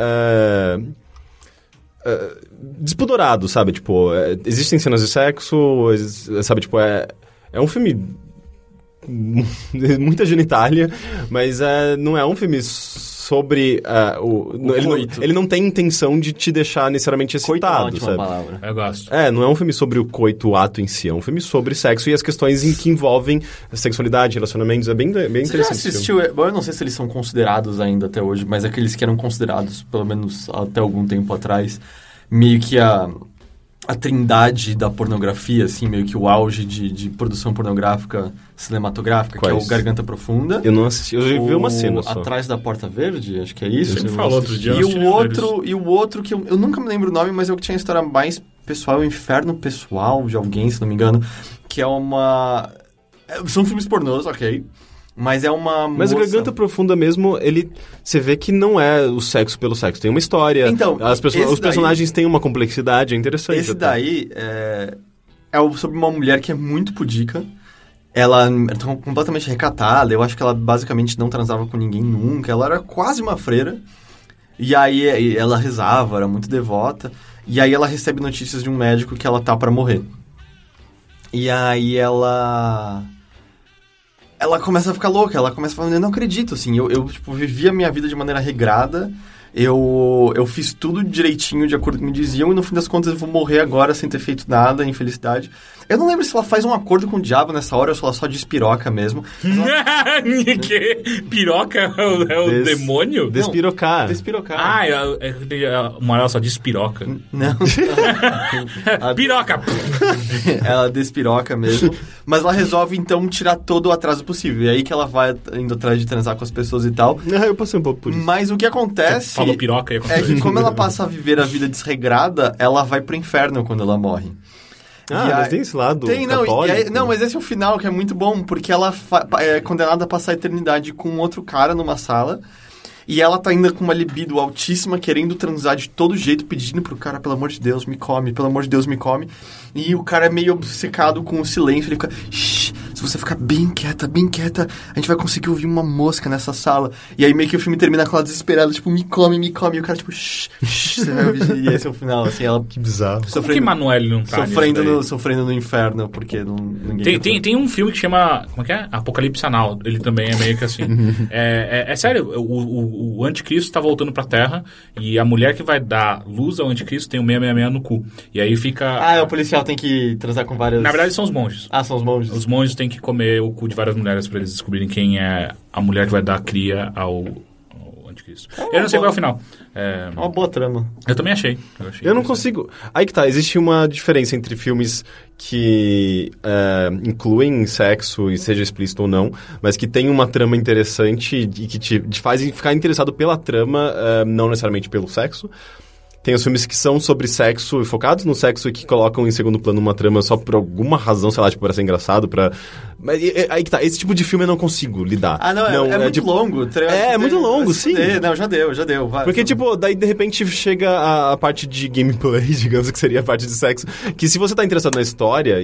despudorado, sabe? Tipo, existem cenas de sexo, sabe? Tipo, é um filme muita genitália, mas não é um filme sobre ele não tem intenção de te deixar necessariamente excitado, coito, sabe? Palavra. Eu gosto. Não é um filme sobre o coito, o ato em si, é um filme sobre sexo e as questões em que envolvem sexualidade, relacionamentos, é bem interessante. Você já assistiu, bom, eu não sei se eles são considerados ainda até hoje, mas aqueles que eram considerados, pelo menos até algum tempo atrás, meio que a trindade da pornografia, assim, meio que o auge de produção pornográfica cinematográfica, Quais? Que é o Garganta Profunda. Eu não assisti, eu já vi uma cena só. Atrás da Porta Verde, acho que é isso. Você falou outro dia. E o outro que eu nunca me lembro o nome, mas é o que tinha a história mais pessoal, o Inferno Pessoal de alguém, se não me engano, que é uma... São filmes pornôs, ok. Mas é uma Mas moça... o Garganta Profunda mesmo, você vê que não é o sexo pelo sexo. Tem uma história, então, os personagens têm uma complexidade, é interessante. Esse daí é sobre uma mulher que é muito pudica. Ela é completamente recatada. Eu acho que ela basicamente não transava com ninguém nunca. Ela era quase uma freira. E aí ela rezava, era muito devota. E aí ela recebe notícias de um médico que ela tá pra morrer. E aí ela começa a ficar louca, ela começa a falar, eu não acredito, assim, eu tipo, vivia a minha vida de maneira regrada, eu fiz tudo direitinho, de acordo com o que me diziam, e no fim das contas eu vou morrer agora sem ter feito nada, infelicidade. Eu não lembro se ela faz um acordo com o diabo nessa hora ou se ela só despiroca mesmo. Que? Piroca é o demônio? Despirocar. Despirocar. Uma hora ela só despiroca. Não. Piroca! Ela despiroca mesmo. Mas ela resolve, então, tirar todo o atraso possível. E aí que ela vai indo atrás de transar com as pessoas e tal. Eu passei um pouco por isso. Mas o que acontece... Falou piroca e aconteceu. É que como ela passa a viver a vida desregrada, ela vai pro inferno quando ela morre. Mas tem esse lado católico. Não, mas esse é o final, que é muito bom, porque ela é condenada a passar a eternidade com outro cara numa sala, e ela tá ainda com uma libido altíssima, querendo transar de todo jeito, pedindo pro cara, pelo amor de Deus, me come, pelo amor de Deus, me come. E o cara é meio obcecado com o silêncio, ele fica... Shh, se você ficar bem quieta, a gente vai conseguir ouvir uma mosca nessa sala. E aí meio que o filme termina com ela desesperada, tipo, me come. E o cara, tipo, shh, você vai ouvir. E esse é o final, assim, ela... Que bizarro. Como que Manoel não tá sofrendo no inferno, porque ninguém... Tem um filme que chama... Como é que é? Apocalipse Anal. Ele também é meio que assim. É sério, o anticristo tá voltando pra Terra e a mulher que vai dar luz ao anticristo tem o 666 no cu. E aí fica... o policial tem que transar com várias... Na verdade, são os monges. São os monges. Os monges têm que comer o cu de várias mulheres pra eles descobrirem quem é a mulher que vai dar cria ao anticristo. Eu não sei qual é o final. É uma boa trama. Eu também achei. Eu não consigo... Aí que tá, existe uma diferença entre filmes que incluem sexo, e seja explícito ou não, mas que tem uma trama interessante e que te fazem ficar interessado pela trama, não necessariamente pelo sexo. Tem os filmes que são sobre sexo, focados no sexo, e que colocam em segundo plano uma trama só por alguma razão, sei lá, tipo, pra ser engraçado, pra... Mas aí que tá, esse tipo de filme eu não consigo lidar. É muito tipo, longo. É muito longo, sim. Não, já deu. Vai. Porque, tipo, daí de repente chega a parte de gameplay, digamos que seria a parte de sexo, que se você tá interessado na história...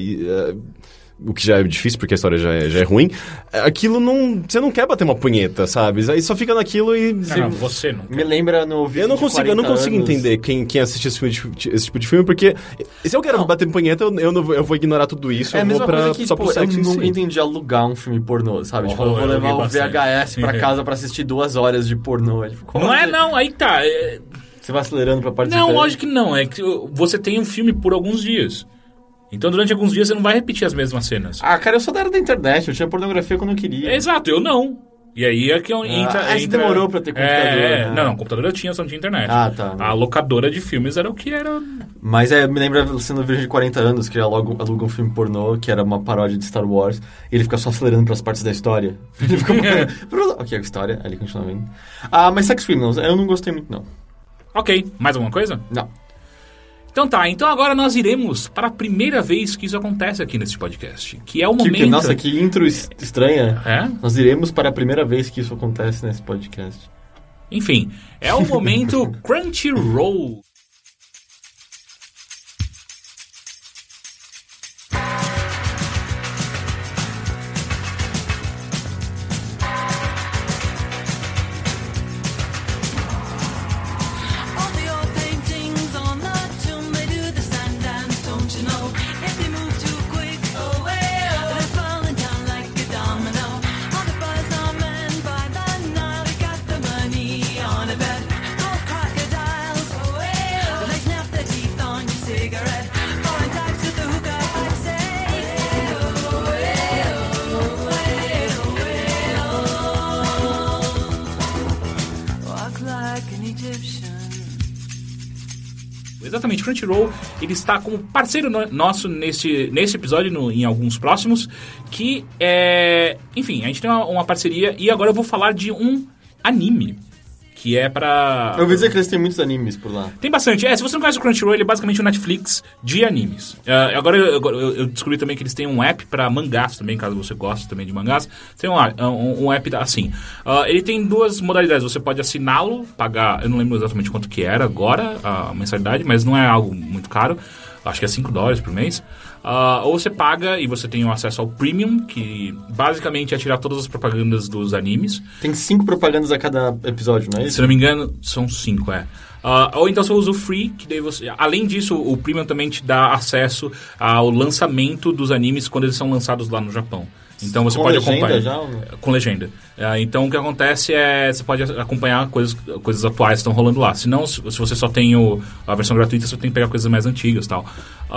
o que já é difícil, porque a história já é ruim, aquilo não... Você não quer bater uma punheta, sabe? Aí só fica naquilo e... Não, você não. Me lembra no vídeo Eu não consigo entender quem assiste esse tipo de filme, porque se eu quero bater punheta, eu vou ignorar tudo isso, eu vou só pro sexo em si. Eu não entendi alugar um filme pornô, sabe? Tipo, eu vou levar o VHS pra casa pra assistir 2 horas de pornô. Tipo, não, aí tá. Você vai acelerando pra parte Não, lógico que não. É que você tem um filme por alguns dias. Então, durante alguns dias, você não vai repetir as mesmas cenas. Cara, eu sou da era da internet. Eu tinha pornografia quando eu queria. Exato, eu não. E aí é que entra... Você demorou pra ter computador, né? Não, computador eu tinha, só não tinha internet. Tá. A locadora de filmes era o que era... Mas me lembra sendo virgem de 40 anos, que aluga um filme pornô, que era uma paródia de Star Wars, e ele fica só acelerando pras partes da história. Ele fica... Ok, a história, ali continua vendo. Mas Sex Criminals, eu não gostei muito, não. Ok, mais alguma coisa? Não. Então tá, agora nós iremos para a primeira vez que isso acontece aqui nesse podcast, que é o momento... Nossa, que intro estranha. É? Nós iremos para a primeira vez que isso acontece nesse podcast. Enfim, é o momento Crunchyroll. Exatamente, Crunchyroll, ele está como parceiro nosso nesse episódio em alguns próximos, que é... Enfim, a gente tem uma parceria e agora eu vou falar de um anime, que é pra... Eu ouvi dizer que eles têm muitos animes por lá. Tem bastante. Se você não conhece o Crunchyroll, ele é basicamente o Netflix de animes. Agora eu descobri também que eles têm um app pra mangás também, caso você goste também de mangás. Tem um app assim. Ele tem 2 modalidades. Você pode assiná-lo, pagar... Eu não lembro exatamente quanto que era agora a mensalidade, mas não é algo muito caro. Acho que é $5 por mês. Ou você paga e você tem o acesso ao Premium, que basicamente é tirar todas as propagandas dos animes. Tem 5 propagandas a cada episódio, não é isso? Se não me engano, são 5, ou então você usa o Free, que daí você... Além disso, o Premium também te dá acesso ao lançamento dos animes quando eles são lançados lá no Japão. Então você pode acompanhar. Já? Com legenda. Então o que acontece é você pode acompanhar coisas atuais que estão rolando lá. Se não, se você só tem a versão gratuita, você tem que pegar coisas mais antigas e tal.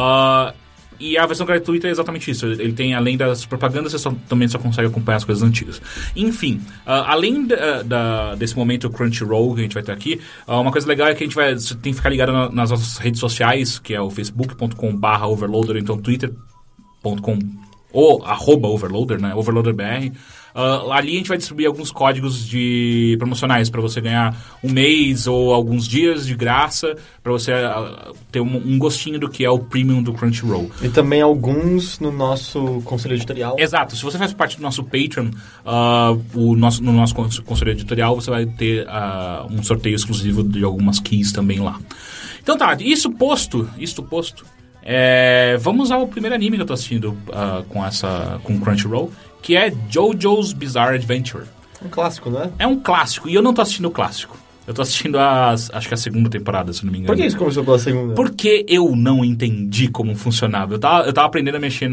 E a versão gratuita é exatamente isso. Ele tem, além das propagandas, você também só consegue acompanhar as coisas antigas. Enfim, além desse momento Crunchyroll que a gente vai ter aqui, uma coisa legal é que você tem que ficar ligado nas nossas redes sociais, que é o facebook.com/overloader, então twitter.com ou @overloader, né? overloaderbr. Ali a gente vai distribuir alguns códigos promocionais para você ganhar um mês ou alguns dias de graça, para você ter um gostinho do que é o premium do Crunchyroll. E também alguns no nosso conselho editorial. Exato. Se você faz parte do nosso Patreon, no nosso conselho editorial, você vai ter um sorteio exclusivo de algumas keys também lá. Então tá, isto posto, vamos ao primeiro anime que eu tô assistindo com o Crunchyroll, que é JoJo's Bizarre Adventure. Um clássico, não é? É um clássico, e eu não tô assistindo o clássico. Eu tô assistindo acho que a segunda temporada, se não me engano. Por que isso começou pela segunda? Porque eu não entendi como funcionava. Eu tava aprendendo a mexer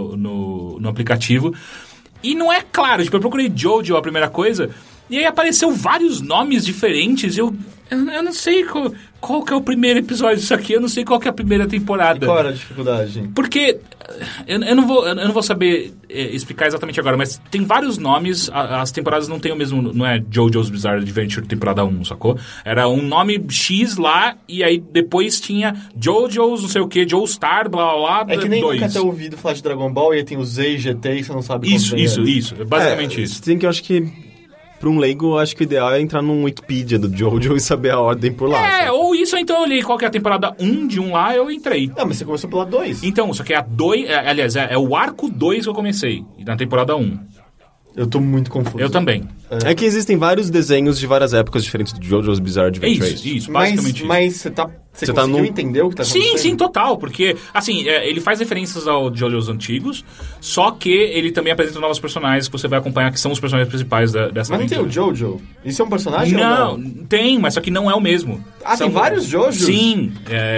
no aplicativo, e não é claro. Tipo, eu procurei JoJo, a primeira coisa, e aí apareceu vários nomes diferentes, eu não sei qual que é o primeiro episódio disso aqui, eu não sei qual que é a primeira temporada. E qual era a dificuldade? Porque eu não vou saber explicar exatamente agora, mas tem vários nomes, as temporadas não tem o mesmo, não é JoJo's Bizarre Adventure temporada 1, sacou? Era um nome X lá, e aí depois tinha JoJo's não sei o que, Joestar, blá blá blá. É que nem nunca ter ouvido falar de Dragon Ball, e aí tem o Z e GT e você não sabe Isso, basicamente isso. Tem que, eu acho que para um leigo, eu acho que o ideal é entrar num Wikipedia do JoJo e saber a ordem por lá. Sabe? Ou isso, então eu li qual que é a temporada 1 de um lá, eu entrei. Não, mas você começou pela 2. Então, só que a 2, aliás, é o arco 2 que eu comecei, na temporada 1. Eu tô muito confuso. Eu também. É que existem vários desenhos de várias épocas diferentes do JoJo's Bizarre Adventure. Isso, basicamente mas você conseguiu entender o que tá acontecendo? Sim, total, porque, assim, ele faz referências ao JoJo's antigos, só que ele também apresenta novos personagens que você vai acompanhar, que são os personagens principais dessa Mas não tem o JoJo? Isso é um personagem não, ou não? Tem, mas só que não é o mesmo. Tem vários JoJos? Sim.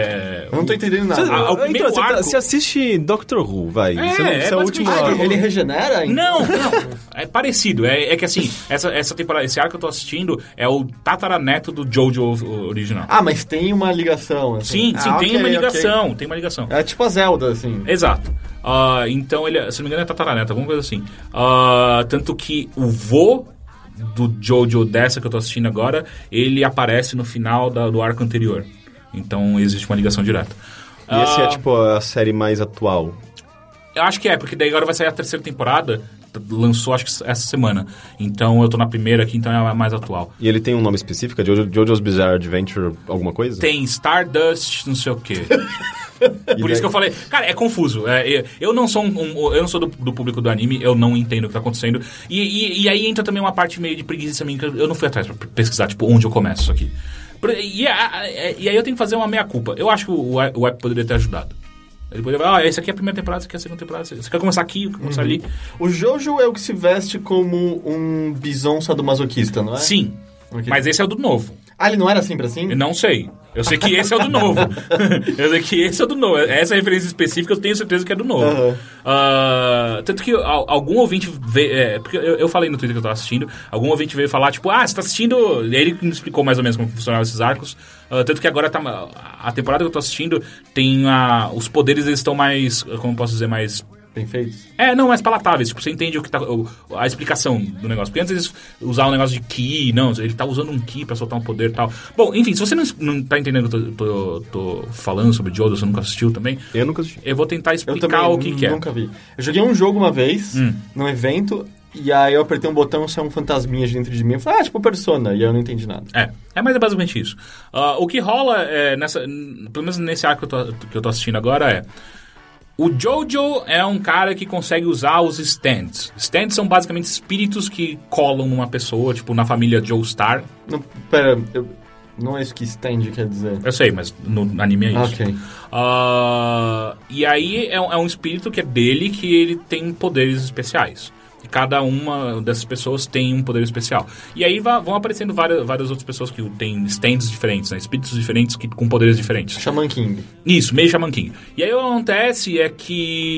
Eu não tô entendendo nada. Você assiste Doctor Who, vai. Você é o último arco. Ele regenera? Não. É parecido. É que, assim, essa temporada, esse arco que eu tô assistindo é o tataraneto do JoJo original. Mas tem uma ligação, assim. Sim, tem uma ligação. Okay. Tem uma ligação. É tipo a Zelda, assim. Exato. Então, ele, se não me engano, é tataraneto, alguma coisa assim. Tanto que o vô do JoJo dessa que eu tô assistindo agora, ele aparece no final do arco anterior. Então, existe uma ligação direta. E esse é, tipo, a série mais atual? Eu acho que porque daí agora vai sair a terceira temporada. Lançou, acho que essa semana. Então eu tô na primeira aqui, então é a mais atual. E ele tem um nome específico? É JoJo's Bizarre Adventure alguma coisa? Tem Stardust, não sei o quê. Por isso que eu falei... Cara, é confuso. Eu não sou eu não sou do público do anime, eu não entendo o que tá acontecendo. E aí entra também uma parte meio de preguiça minha, que eu não fui atrás pra pesquisar, tipo, onde eu começo isso aqui. E aí eu tenho que fazer uma meia-culpa. Eu acho que o app poderia ter ajudado. Ele poderia falar, essa aqui é a primeira temporada, essa aqui é a segunda temporada. Você quer começar aqui, começar ali. O JoJo é o que se veste como um bison sadomasoquista, não é? Sim, mas esse é o do novo. Ele não era sempre assim? Eu não sei. Eu sei que esse é o do novo. Essa referência específica eu tenho certeza que é do novo. Tanto que algum ouvinte veio... porque eu falei no Twitter que eu tava assistindo, algum ouvinte veio falar, tipo, você tá assistindo... E aí ele me explicou mais ou menos como funcionavam esses arcos. Tanto que agora a temporada que eu tô assistindo tem os poderes, eles estão mais... Como eu posso dizer, mais... Bem feitos? Mais palatáveis. Tipo, você entende o que a explicação do negócio. Porque antes eles usavam um negócio de ki, não, ele tá usando um ki pra soltar um poder e tal. Bom, enfim, se você não tá entendendo o que eu tô falando sobre JoJo, você nunca assistiu também? Eu nunca assisti. Eu vou tentar explicar o que é. Eu nunca vi. Eu joguei um jogo uma vez, num evento, e aí eu apertei um botão e saiu um fantasminha dentro de mim. Eu falei, tipo Persona, e aí eu não entendi nada. Mas é basicamente isso. O que rola, pelo menos nesse arco que eu tô assistindo agora o JoJo é um cara que consegue usar os stands. Stands são basicamente espíritos que colam numa pessoa, tipo na família Joestar. Não, pera, não é isso que stand quer dizer. Eu sei, mas no anime é isso. Ok. E aí é um espírito que é dele, que ele tem poderes especiais. E cada uma dessas pessoas tem um poder especial. E aí vão aparecendo várias outras pessoas que têm stands diferentes, né? Espíritos diferentes com poderes diferentes. Shaman King. Isso, meio Shaman King. E aí o que acontece é que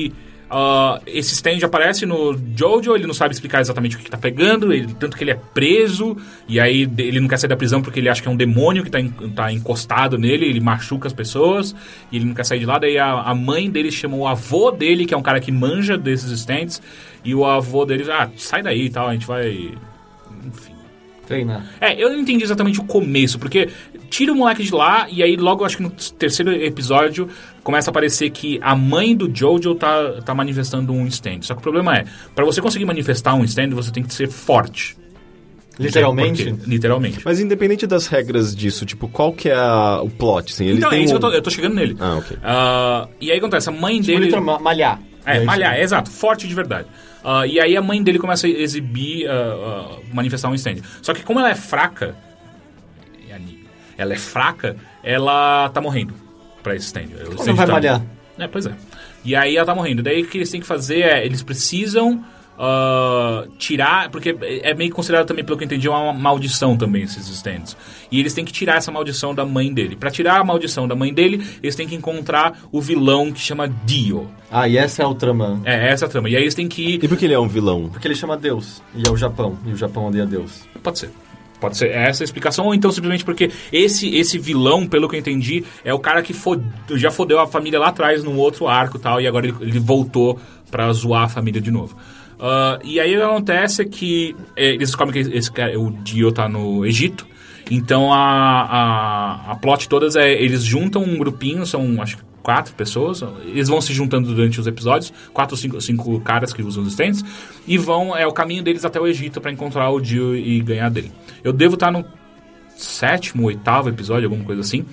esse stand aparece no Jojo, ele não sabe explicar exatamente o que tá pegando, tanto que ele é preso, e aí ele não quer sair da prisão porque ele acha que é um demônio que tá encostado nele, ele machuca as pessoas, e ele não quer sair de lá. Daí a mãe dele chama o avô dele, que é um cara que manja desses stands, e o avô dele, sai daí e tal, a gente vai... Enfim. Treinar. Eu não entendi exatamente o começo, porque tira o moleque de lá e aí logo, acho que no terceiro episódio, começa a aparecer que a mãe do Jojo tá manifestando um stand. Só que o problema é, pra você conseguir manifestar um stand, você tem que ser forte. Literalmente? Literalmente. Mas independente das regras disso, tipo, qual que é o plot? Assim, ele então, tem é isso que eu tô chegando nele. Ok. E aí acontece, a mãe dele... malhar. Malhar, exato. Forte de verdade. E aí a mãe dele começa a exibir, manifestar um stand. Só que como ela é fraca, ela tá morrendo pra esse stand. Como não vai malhar? Pois é. E aí ela tá morrendo. Daí o que eles têm que fazer eles precisam tirar, porque é meio considerado também, pelo que eu entendi, uma maldição também esses stands. E eles têm que tirar essa maldição da mãe dele. Pra tirar a maldição da mãe dele, eles têm que encontrar o vilão que chama Dio. E essa é a trama. Essa é a trama. E aí eles têm que... E por que ele é um vilão? Porque ele chama Deus. E é o Japão. E o Japão odeia Deus. Pode ser essa a explicação, ou então simplesmente porque esse vilão, pelo que eu entendi, é o cara que já fodeu a família lá atrás num outro arco e tal, e agora ele voltou pra zoar a família de novo. E aí o que acontece é que eles descobrem que o Dio tá no Egito. Então a plot todas eles juntam um grupinho, são acho que 4 pessoas, eles vão se juntando durante os episódios, 4 ou 5 caras que usam os stands, e o caminho deles até o Egito pra encontrar o Dio e ganhar dele. Eu devo estar no 7º, 8º episódio, alguma coisa assim.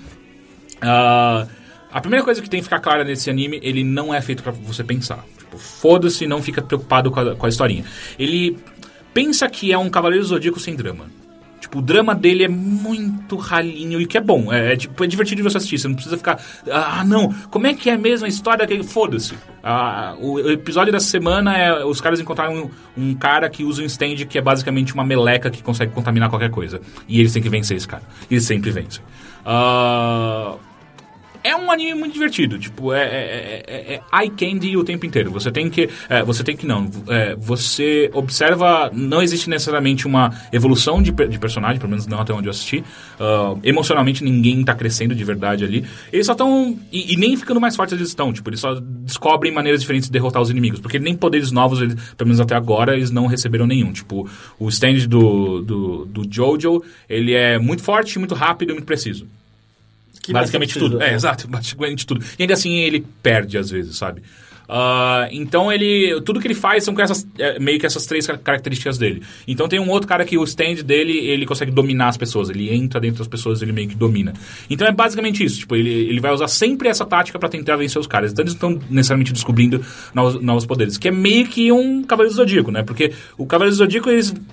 A primeira coisa que tem que ficar clara nesse anime, ele não é feito pra você pensar. Tipo, foda-se, não fica preocupado com a historinha. Ele pensa que é um Cavaleiro do Zodíaco sem drama. Tipo, o drama dele é muito ralinho e que é bom. É divertido de você assistir. Você não precisa ficar... não. Como é que é mesmo a história? Foda-se. O episódio dessa semana os caras encontraram um cara que usa um stand que é basicamente uma meleca que consegue contaminar qualquer coisa. E eles têm que vencer esse cara. E eles sempre vencem. É um anime muito divertido, tipo, eye candy o tempo inteiro. Você observa, não existe necessariamente uma evolução de personagem, pelo menos não até onde eu assisti. Emocionalmente ninguém tá crescendo de verdade ali. Eles só estão, e nem ficando mais fortes eles estão, tipo, eles só descobrem maneiras diferentes de derrotar os inimigos, porque nem poderes novos, pelo menos até agora, eles não receberam nenhum. Tipo, o stand do Jojo, ele é muito forte, muito rápido e muito preciso. Basicamente tudo. Exato, basicamente tudo. E ainda assim ele perde às vezes, sabe? Então tudo que ele faz são meio que essas 3 características dele. Então tem um outro cara que o stand dele, ele consegue dominar as pessoas. Ele entra dentro das pessoas, ele meio que domina. Então é basicamente isso. Tipo, ele vai usar sempre essa tática pra tentar vencer os caras. Então eles não estão necessariamente descobrindo novos poderes. Que é meio que um Cavaleiro do Zodíaco, né? Porque o Cavaleiro do Zodíaco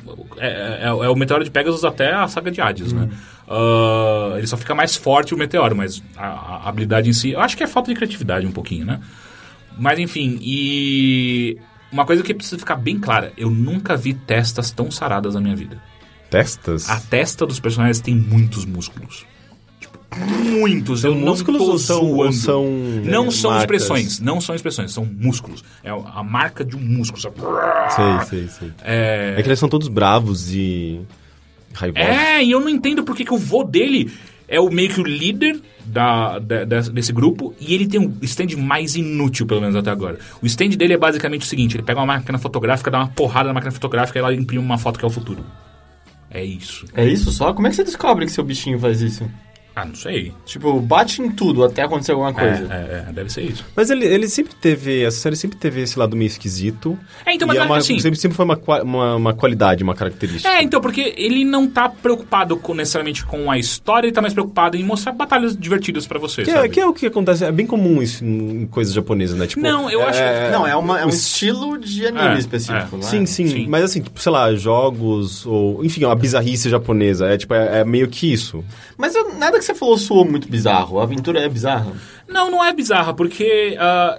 é o Meteoro de Pegasus até a saga de Hades, né? Ele só fica mais forte o meteoro, mas a habilidade em si... Eu acho que é falta de criatividade um pouquinho, né? Mas enfim, e... Uma coisa que precisa ficar bem clara. Eu nunca vi testas tão saradas na minha vida. Testas? A testa dos personagens tem muitos músculos. Tipo, muitos. São músculos ou são não são marcas? Expressões. Não são expressões, são músculos. É a marca de um músculo. Sabe? Sei. É que eles são todos bravos e... raivosos. E eu não entendo porque que o vô dele é meio que o líder desse grupo e ele tem o stand mais inútil, pelo menos até agora. O stand dele é basicamente o seguinte: ele pega uma máquina fotográfica, dá uma porrada na máquina fotográfica e ela imprime uma foto que é o futuro. É isso. É isso só? Como é que você descobre que seu bichinho faz isso? Não sei. Tipo, bate em tudo até acontecer alguma coisa. Deve ser isso. Mas ele sempre teve... Essa série sempre teve esse lado meio esquisito. Então, mas assim... Sempre foi uma qualidade, uma característica. Então, porque ele não tá preocupado necessariamente com a história, ele tá mais preocupado em mostrar batalhas divertidas pra você, sabe? Que é o que acontece... É bem comum isso em coisas japonesas, né? Tipo, não, eu acho... Não, é um estilo de anime específico, não é? Sim. Mas assim, tipo, sei lá, jogos ou... Enfim, uma bizarrice japonesa. É meio que isso. Mas nada que você falou soou muito bizarro. A aventura é bizarra? Não é bizarra, porque...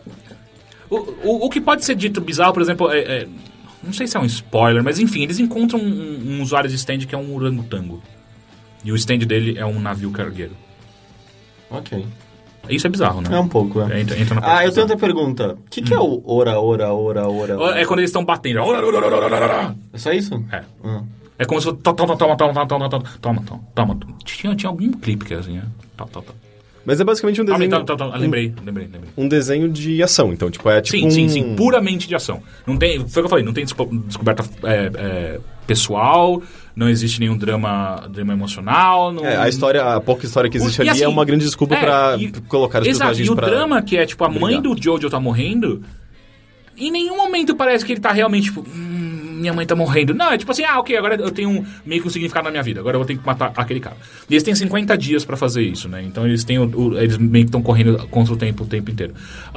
O que pode ser dito bizarro, por exemplo... não sei se é um spoiler, mas enfim, eles encontram um usuário de stand que é um orangotango. E o stand dele é um navio cargueiro. Ok. Isso é bizarro, né? É um pouco, Entra na parte eu tenho outra pergunta. O que é o ora? É quando eles estão batendo. É só isso? É. É como se fosse... Toma. Tinha algum clipe que era assim, né? Mas é basicamente um desenho... Lembrei. Um desenho de ação, então, tipo, é tipo Sim, puramente de ação. Não tem, foi o que eu falei, não tem descoberta pessoal, não existe nenhum drama emocional. Não... a pouca história que existe ali assim, é uma grande desculpa pra colocar os personagens pra... Exato, e o drama que é, tipo, a mãe do Jojo tá morrendo, em nenhum momento parece que ele tá realmente, tipo... minha mãe tá morrendo. Não, é tipo assim, ok, agora eu tenho meio que um significado na minha vida, agora eu vou ter que matar aquele cara. E eles têm 50 dias pra fazer isso, né? Então eles têm eles meio que estão correndo contra o tempo inteiro.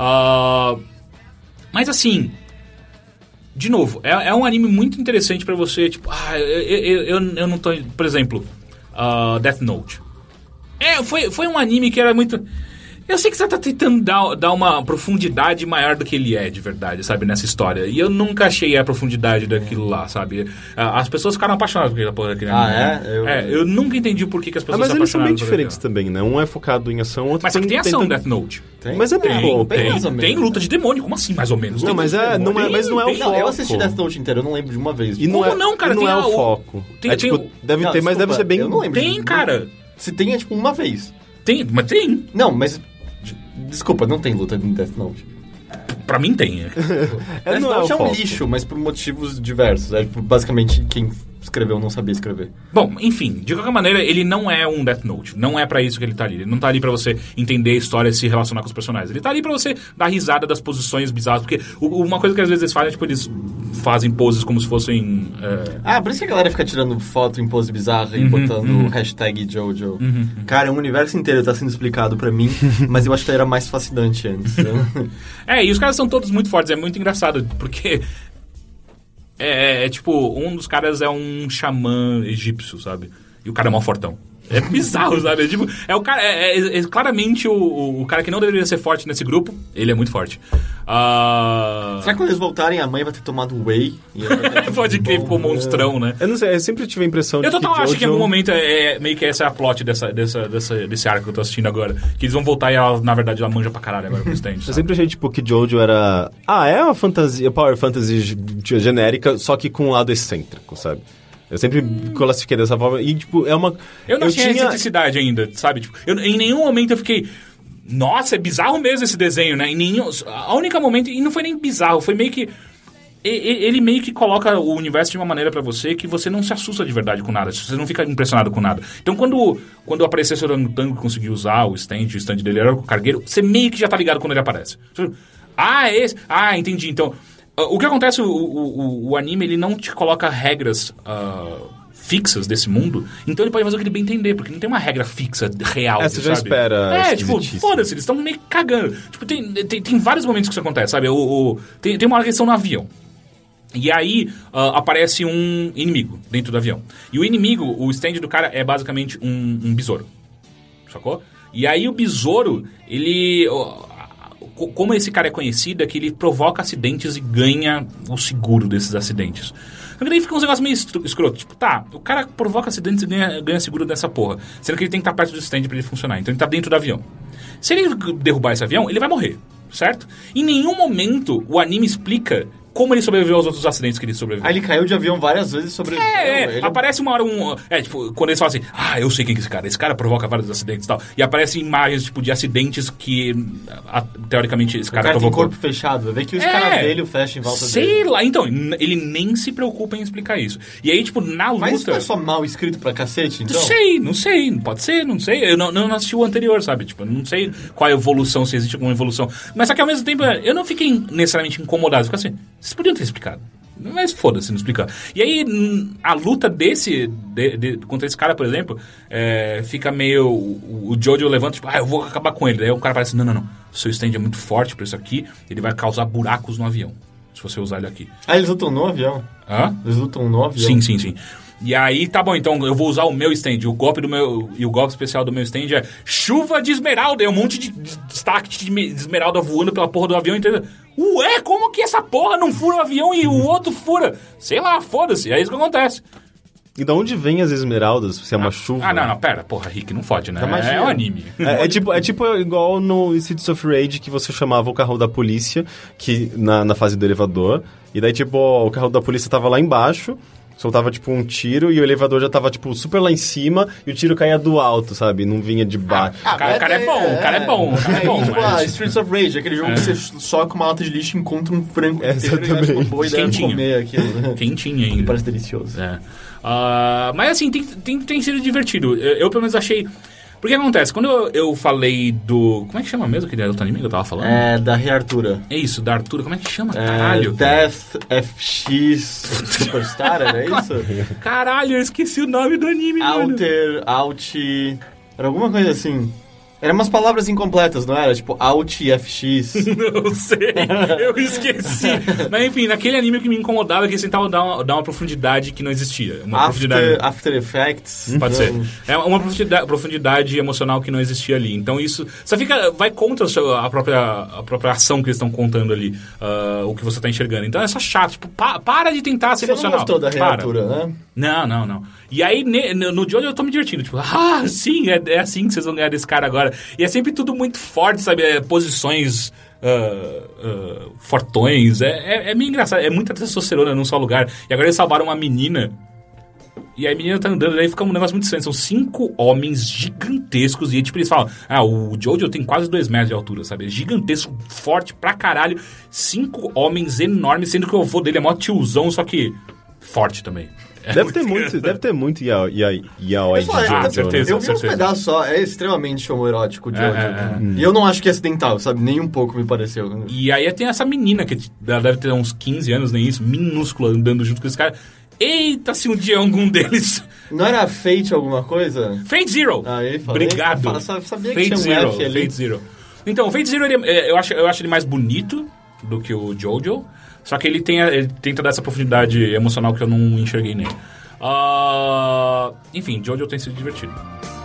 Mas assim, de novo, é um anime muito interessante pra você, tipo, eu não tô... Por exemplo, Death Note. Foi um anime que era muito... Eu sei que você tá tentando dar uma profundidade maior do que ele é, de verdade, sabe, nessa história. E eu nunca achei a profundidade daquilo lá, sabe? As pessoas ficaram apaixonadas por aquela porra daquele anime. Eu nunca entendi por que as pessoas se apaixonaram. Mas eles são bem diferentes também, né? Um é focado em ação, outro... Mas só que tem ação no Death Note. Tem? Mas é bem pouco. Tem luta de demônio, como assim, mais ou menos? Não, mas não é o foco. Eu assisti Death Note inteiro, eu não lembro de uma vez. E não, cara? Não é o foco. Deve ter, mas deve ser bem... Eu não lembro. Tem, cara. Se tem, é tipo uma vez. Tem, mas tem. Não, mas... Desculpa, não tem luta em Death Note. Pra mim tem. Death Note é um lixo, mas por motivos diversos. É basicamente quem escreveu não sabia escrever. Bom, enfim, de qualquer maneira, ele não é um Death Note. Não é pra isso que ele tá ali. Ele não tá ali pra você entender a história e se relacionar com os personagens. Ele tá ali pra você dar risada das posições bizarras. Porque uma coisa que às vezes eles fazem é, tipo, eles fazem poses como se fossem... por isso que a galera fica tirando foto em pose bizarra e botando hashtag Jojo. Cara, o universo inteiro tá sendo explicado pra mim, mas eu acho que era mais fascinante antes. E os caras são todos muito fortes. É muito engraçado, porque... tipo, um dos caras é um xamã egípcio, sabe? E o cara é mó fortão. É bizarro, sabe? É o cara, claramente o cara que não deveria ser forte nesse grupo, ele é muito forte. Será que quando eles voltarem a mãe vai ter tomado whey? Pode crer, ficou monstrão, né? Eu não sei, eu sempre tive a impressão de que acho que em algum momento meio que essa é a plot desse arco que eu tô assistindo agora. Que eles vão voltar e ela, na verdade, ela manja pra caralho agora pro stand. Eu sempre achei, tipo, que Jojo era... é uma fantasia, power fantasy genérica, só que com um lado excêntrico, sabe? Eu sempre classifiquei dessa forma e, tipo, é uma... Eu não tinha excentricidade ainda, sabe? Tipo, em nenhum momento eu fiquei... Nossa, é bizarro mesmo esse desenho, né? A única momento... E não foi nem bizarro, foi meio que... Ele meio que coloca o universo de uma maneira pra você que você não se assusta de verdade com nada. Você não fica impressionado com nada. Então, quando aparecesse o orangotango e conseguiu usar o stand dele era o cargueiro, você meio que já tá ligado quando ele aparece. Esse... entendi. Então... O que acontece, o anime, ele não te coloca regras fixas desse mundo, então ele pode fazer o que ele bem entender, porque não tem uma regra fixa, real, você já espera. Foda-se, eles estão meio cagando. Tipo, tem vários momentos que isso acontece, sabe? Tem uma hora que eles estão no avião. E aí aparece um inimigo dentro do avião. E o inimigo, o stand do cara é basicamente um besouro. Sacou? E aí o besouro, ele... Como esse cara é conhecido, é que ele provoca acidentes e ganha o seguro desses acidentes. Só que daí fica uns negócios meio escroto. Tipo, o cara provoca acidentes e ganha seguro dessa porra. Sendo que ele tem que estar perto do stand pra ele funcionar. Então ele tá dentro do avião. Se ele derrubar esse avião, ele vai morrer, certo? Em nenhum momento o anime explica como ele sobreviveu aos outros acidentes que ele sobreviveu. Ele caiu de avião várias vezes e sobreviveu. Aparece uma hora tipo, quando eles falam assim, eu sei quem é esse cara. Esse cara provoca vários acidentes e tal. E aparecem imagens, tipo, de acidentes que, teoricamente, esse cara provocou. O cara tem corpo fechado. Vê que o escaravelho fecha em volta dele. Sei lá. Então, ele nem se preocupa em explicar isso. E aí, tipo, na luta... Mas isso não é só mal escrito pra cacete, então? Não sei. Pode ser, não sei. Eu não assisti o anterior, sabe? Tipo, eu não sei qual é a evolução, se existe alguma evolução. Mas só que, ao mesmo tempo, eu não fiquei necessariamente incomodado. Fico assim, vocês podiam ter explicado. Mas foda-se, não explicar. E aí, a luta contra esse cara, por exemplo, fica meio... O Jojo levanta, tipo, eu vou acabar com ele. Daí o cara parece, não. Seu stand é muito forte pra isso aqui, ele vai causar buracos no avião, se você usar ele aqui. Eles lutam no avião? Eles lutam no avião? Sim. E aí, tá bom, então eu vou usar o meu stand. O golpe especial do meu stand é chuva de esmeralda. É um monte de destaque de esmeralda voando pela porra do avião, entendeu? Ué, como que essa porra não fura o avião e o outro fura? Sei lá, foda-se. É isso que acontece. E da onde vem as esmeraldas? Se é uma chuva? Não, pera, porra, Rick, não fode, né? É um anime. É tipo igual no Streets of Rage, que você chamava o carro da polícia, que na fase do elevador, e daí, tipo, o carro da polícia tava lá embaixo, soltava, tipo, um tiro, e o elevador já tava, tipo, super lá em cima, e o tiro caía do alto, sabe? Não vinha de baixo. O cara é bom. Tipo, Streets of Rage, aquele jogo que você só com uma lata de lixo encontra um frango exatamente. E acha uma boa ideia de comer aquilo. Quentinho ainda. Parece delicioso. Mas assim, tem sido divertido. Eu pelo menos achei... Porque acontece, quando eu falei do... Como é que chama mesmo aquele outro anime que eu tava falando? Da Rei Artura. É isso, da Artura. Como é que chama? Caralho. Death FX Superstar, era isso? Caralho, eu esqueci o nome do anime, Alt... Era alguma coisa assim... Eram umas palavras incompletas, não era? Tipo, Alt e FX. Não sei, eu esqueci. Mas enfim, naquele anime que me incomodava, que eles tentavam dar uma profundidade que não existia. After Effects. Pode ser. É uma profundidade emocional que não existia ali. Então isso só vai contra a própria ação que eles estão contando ali, o que você está enxergando. Então é só chato. Tipo, para de tentar ser emocional. Você não gostou da reatura, né? Não. E aí, no Jojo eu tô me divertindo. Tipo, sim, é assim que vocês vão ganhar desse cara agora. E é sempre tudo muito forte, sabe? Posições fortões. É meio engraçado. É muita testosterona num só lugar. E agora eles salvaram uma menina. E aí a menina tá andando, aí fica um negócio muito estranho. São 5 homens gigantescos. E aí, tipo, eles falam, o Jojo tem quase 2 metros de altura, sabe? É gigantesco, forte pra caralho. 5 homens enormes, sendo que o avô dele é mó tiozão, só que forte também. Deve ter muito yaoi de Jojo. Certeza, eu vi uns pedaços só, é extremamente homoerótico o Jojo. E eu não acho que é acidental, sabe? Nem um pouco me pareceu. E aí tem essa menina, que ela deve ter uns 15 anos, nem isso, minúscula, andando junto com esse cara. Eita, se um dia algum deles... Não era Fate alguma coisa? Fate Zero! Obrigado. Sabia que tinha um F ali. Fate Zero. Então, o Fate Zero, eu acho ele mais bonito do que o Jojo. Só que ele tenta dar essa profundidade emocional que eu não enxerguei nele. Enfim, Jojo tem sido divertido.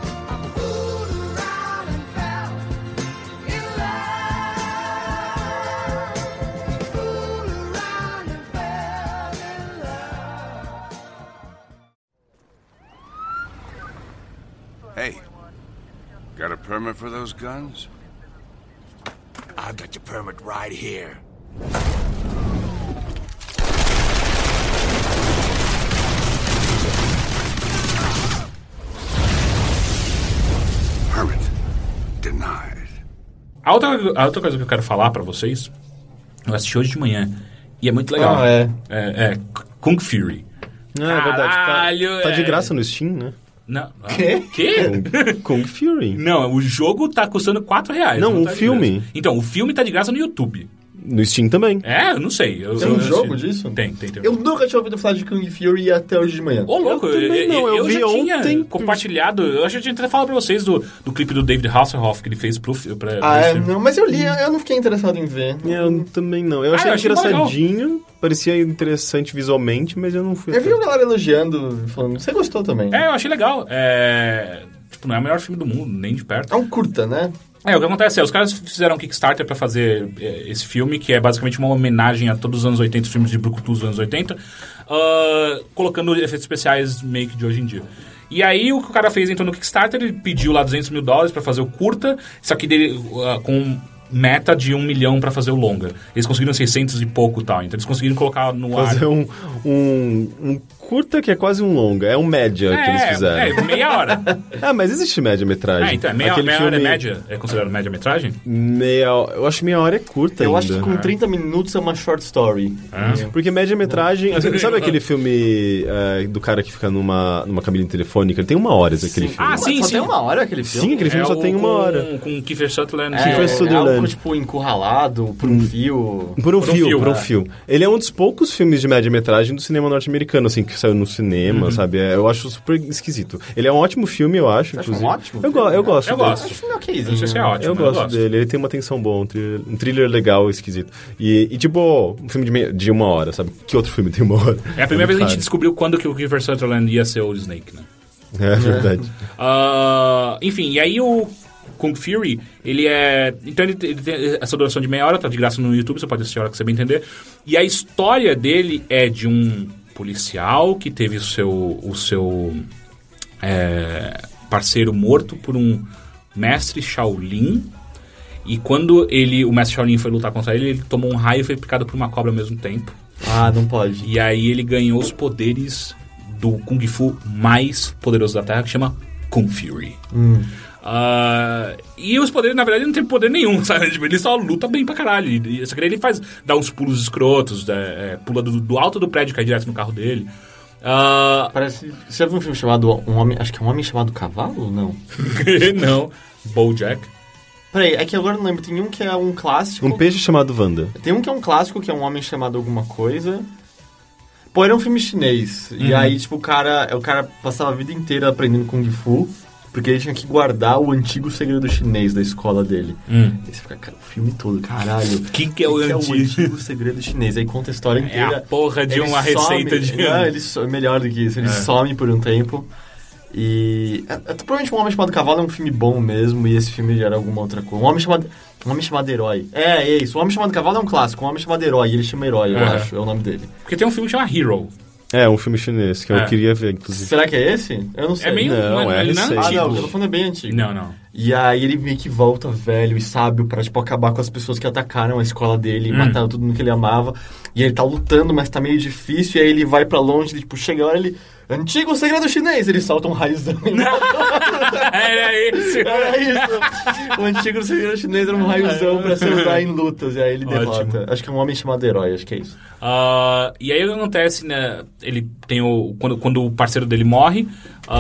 Hey, got a permit for those guns? I got your permit right here. Permit denied. A outra coisa que eu quero falar pra vocês, eu assisti hoje de manhã e é muito legal. Kung Fury. É verdade. Tá de graça no Steam, né? Não. Quê? Kung Fury. Não, o jogo tá custando R$4. Não, o filme. Então, o filme tá de graça no YouTube. No Steam também. Eu não sei. Tem um jogo disso? Tem. Eu nunca tinha ouvido falar de Kung Fury até hoje de manhã. Ô, louco, eu vi já ontem. Tinha compartilhado. Eu acho que eu tinha até falado pra vocês do clipe do David Hasselhoff que ele fez pra não, mas eu li, eu não fiquei interessado em ver. Eu também não. Eu achei engraçadinho, parecia interessante visualmente, mas eu não fui. Eu vi a galera elogiando, falando, você gostou também. Eu achei legal. Não é o melhor filme do mundo, nem de perto. É um curta, né? O que acontece os caras fizeram um Kickstarter pra fazer esse filme, que é basicamente uma homenagem a todos os anos 80, os filmes de brucutu dos anos 80, colocando efeitos especiais meio que de hoje em dia. E aí o que o cara fez então no Kickstarter, ele pediu lá $200 mil pra fazer o curta, só que dele, com meta de 1 milhão pra fazer o longa. Eles conseguiram 600 e pouco e tal, então eles conseguiram colocar no ar... Fazer um curta que é quase um longa, é um média que eles fizeram. Meia hora. Mas existe média-metragem. Então, meia hora é média? É considerado média-metragem? Eu acho que meia hora é curta ainda. Eu acho que com 30 minutos é uma short story. Porque média-metragem... Sabe aquele filme do cara que fica numa cabine telefônica? Ele tem 1 hora aquele filme. Sim. Só tem 1 hora aquele filme? Sim, aquele filme só tem 1 hora. Com Kiefer Sutherland. É algo tipo encurralado por um fio. Por um fio. Ele é um dos poucos filmes de média-metragem do cinema norte-americano, assim, que saiu no cinema, sabe? Eu acho super esquisito. Ele é um ótimo filme, eu acho. Você acha um ótimo? Eu gosto dele. Acho que não sei se é ótimo. Eu gosto dele. Ele tem uma tensão boa, um thriller legal, esquisito. E tipo, um filme de 1 hora, sabe? Que outro filme tem 1 hora? É a primeira vez que a gente descobriu quando que o Kiefer Sutherland ia ser o Snake, né? É verdade. Enfim, e aí o Kung Fury, ele é... Então ele tem essa duração de meia hora, tá de graça no YouTube, você pode assistir a hora que você bem entender. E a história dele é de um policial que teve o seu parceiro morto por um mestre Shaolin. E quando o mestre Shaolin foi lutar contra ele tomou um raio e foi picado por uma cobra ao mesmo tempo. Ah, não pode. E aí ele ganhou os poderes do Kung Fu mais poderoso da Terra, que chama Kung Fury. E os poderes, na verdade, não tem poder nenhum, sabe? Tipo, ele só luta bem pra caralho. Só que ele dá uns pulos escrotos, pula do alto do prédio e cai direto no carro dele. Parece... Você já viu um filme chamado acho que é Um Homem Chamado Cavalo? Não. Não. BoJack. Peraí, é que agora eu não lembro. Tem um que é um clássico. Um peixe chamado Wanda. Tem um que é um clássico, que é Um Homem Chamado Alguma Coisa. Pô, era um filme chinês. E aí, tipo, o cara passava a vida inteira aprendendo Kung Fu, porque ele tinha que guardar o antigo segredo chinês da escola dele. Aí você fica, cara, o filme todo, caralho. Que é o antigo segredo chinês? Aí conta a história inteira. É a porra de uma receita de... Não, melhor do que isso. Ele some por um tempo. E... provavelmente Um Homem Chamado Cavalo é um filme bom mesmo, e esse filme era alguma outra coisa. Um Homem Chamado Herói. É isso. Um Homem Chamado Cavalo é um clássico. Um Homem Chamado Herói. Ele chama Herói, eu acho. É o nome dele. Porque tem um filme que chama Hero. É, um filme chinês, que eu queria ver, inclusive. Será que é esse? Eu não sei. É meio... Não, é recente. Ah, não, o que eu tô falando é bem antigo. Não. E aí ele meio que volta velho e sábio pra, tipo, acabar com as pessoas que atacaram a escola dele e mataram tudo no que ele amava. E ele tá lutando, mas tá meio difícil. E aí ele vai pra longe, e, tipo, chega a hora ele... Antigo segredo chinês! Ele solta um raiozão. Era isso! O antigo segredo chinês era um raiozão pra se usar em lutas. E aí ele derrota. Acho que é Um Homem Chamado Herói, acho que é isso. E aí o que acontece, né? Ele tem quando o parceiro dele morre,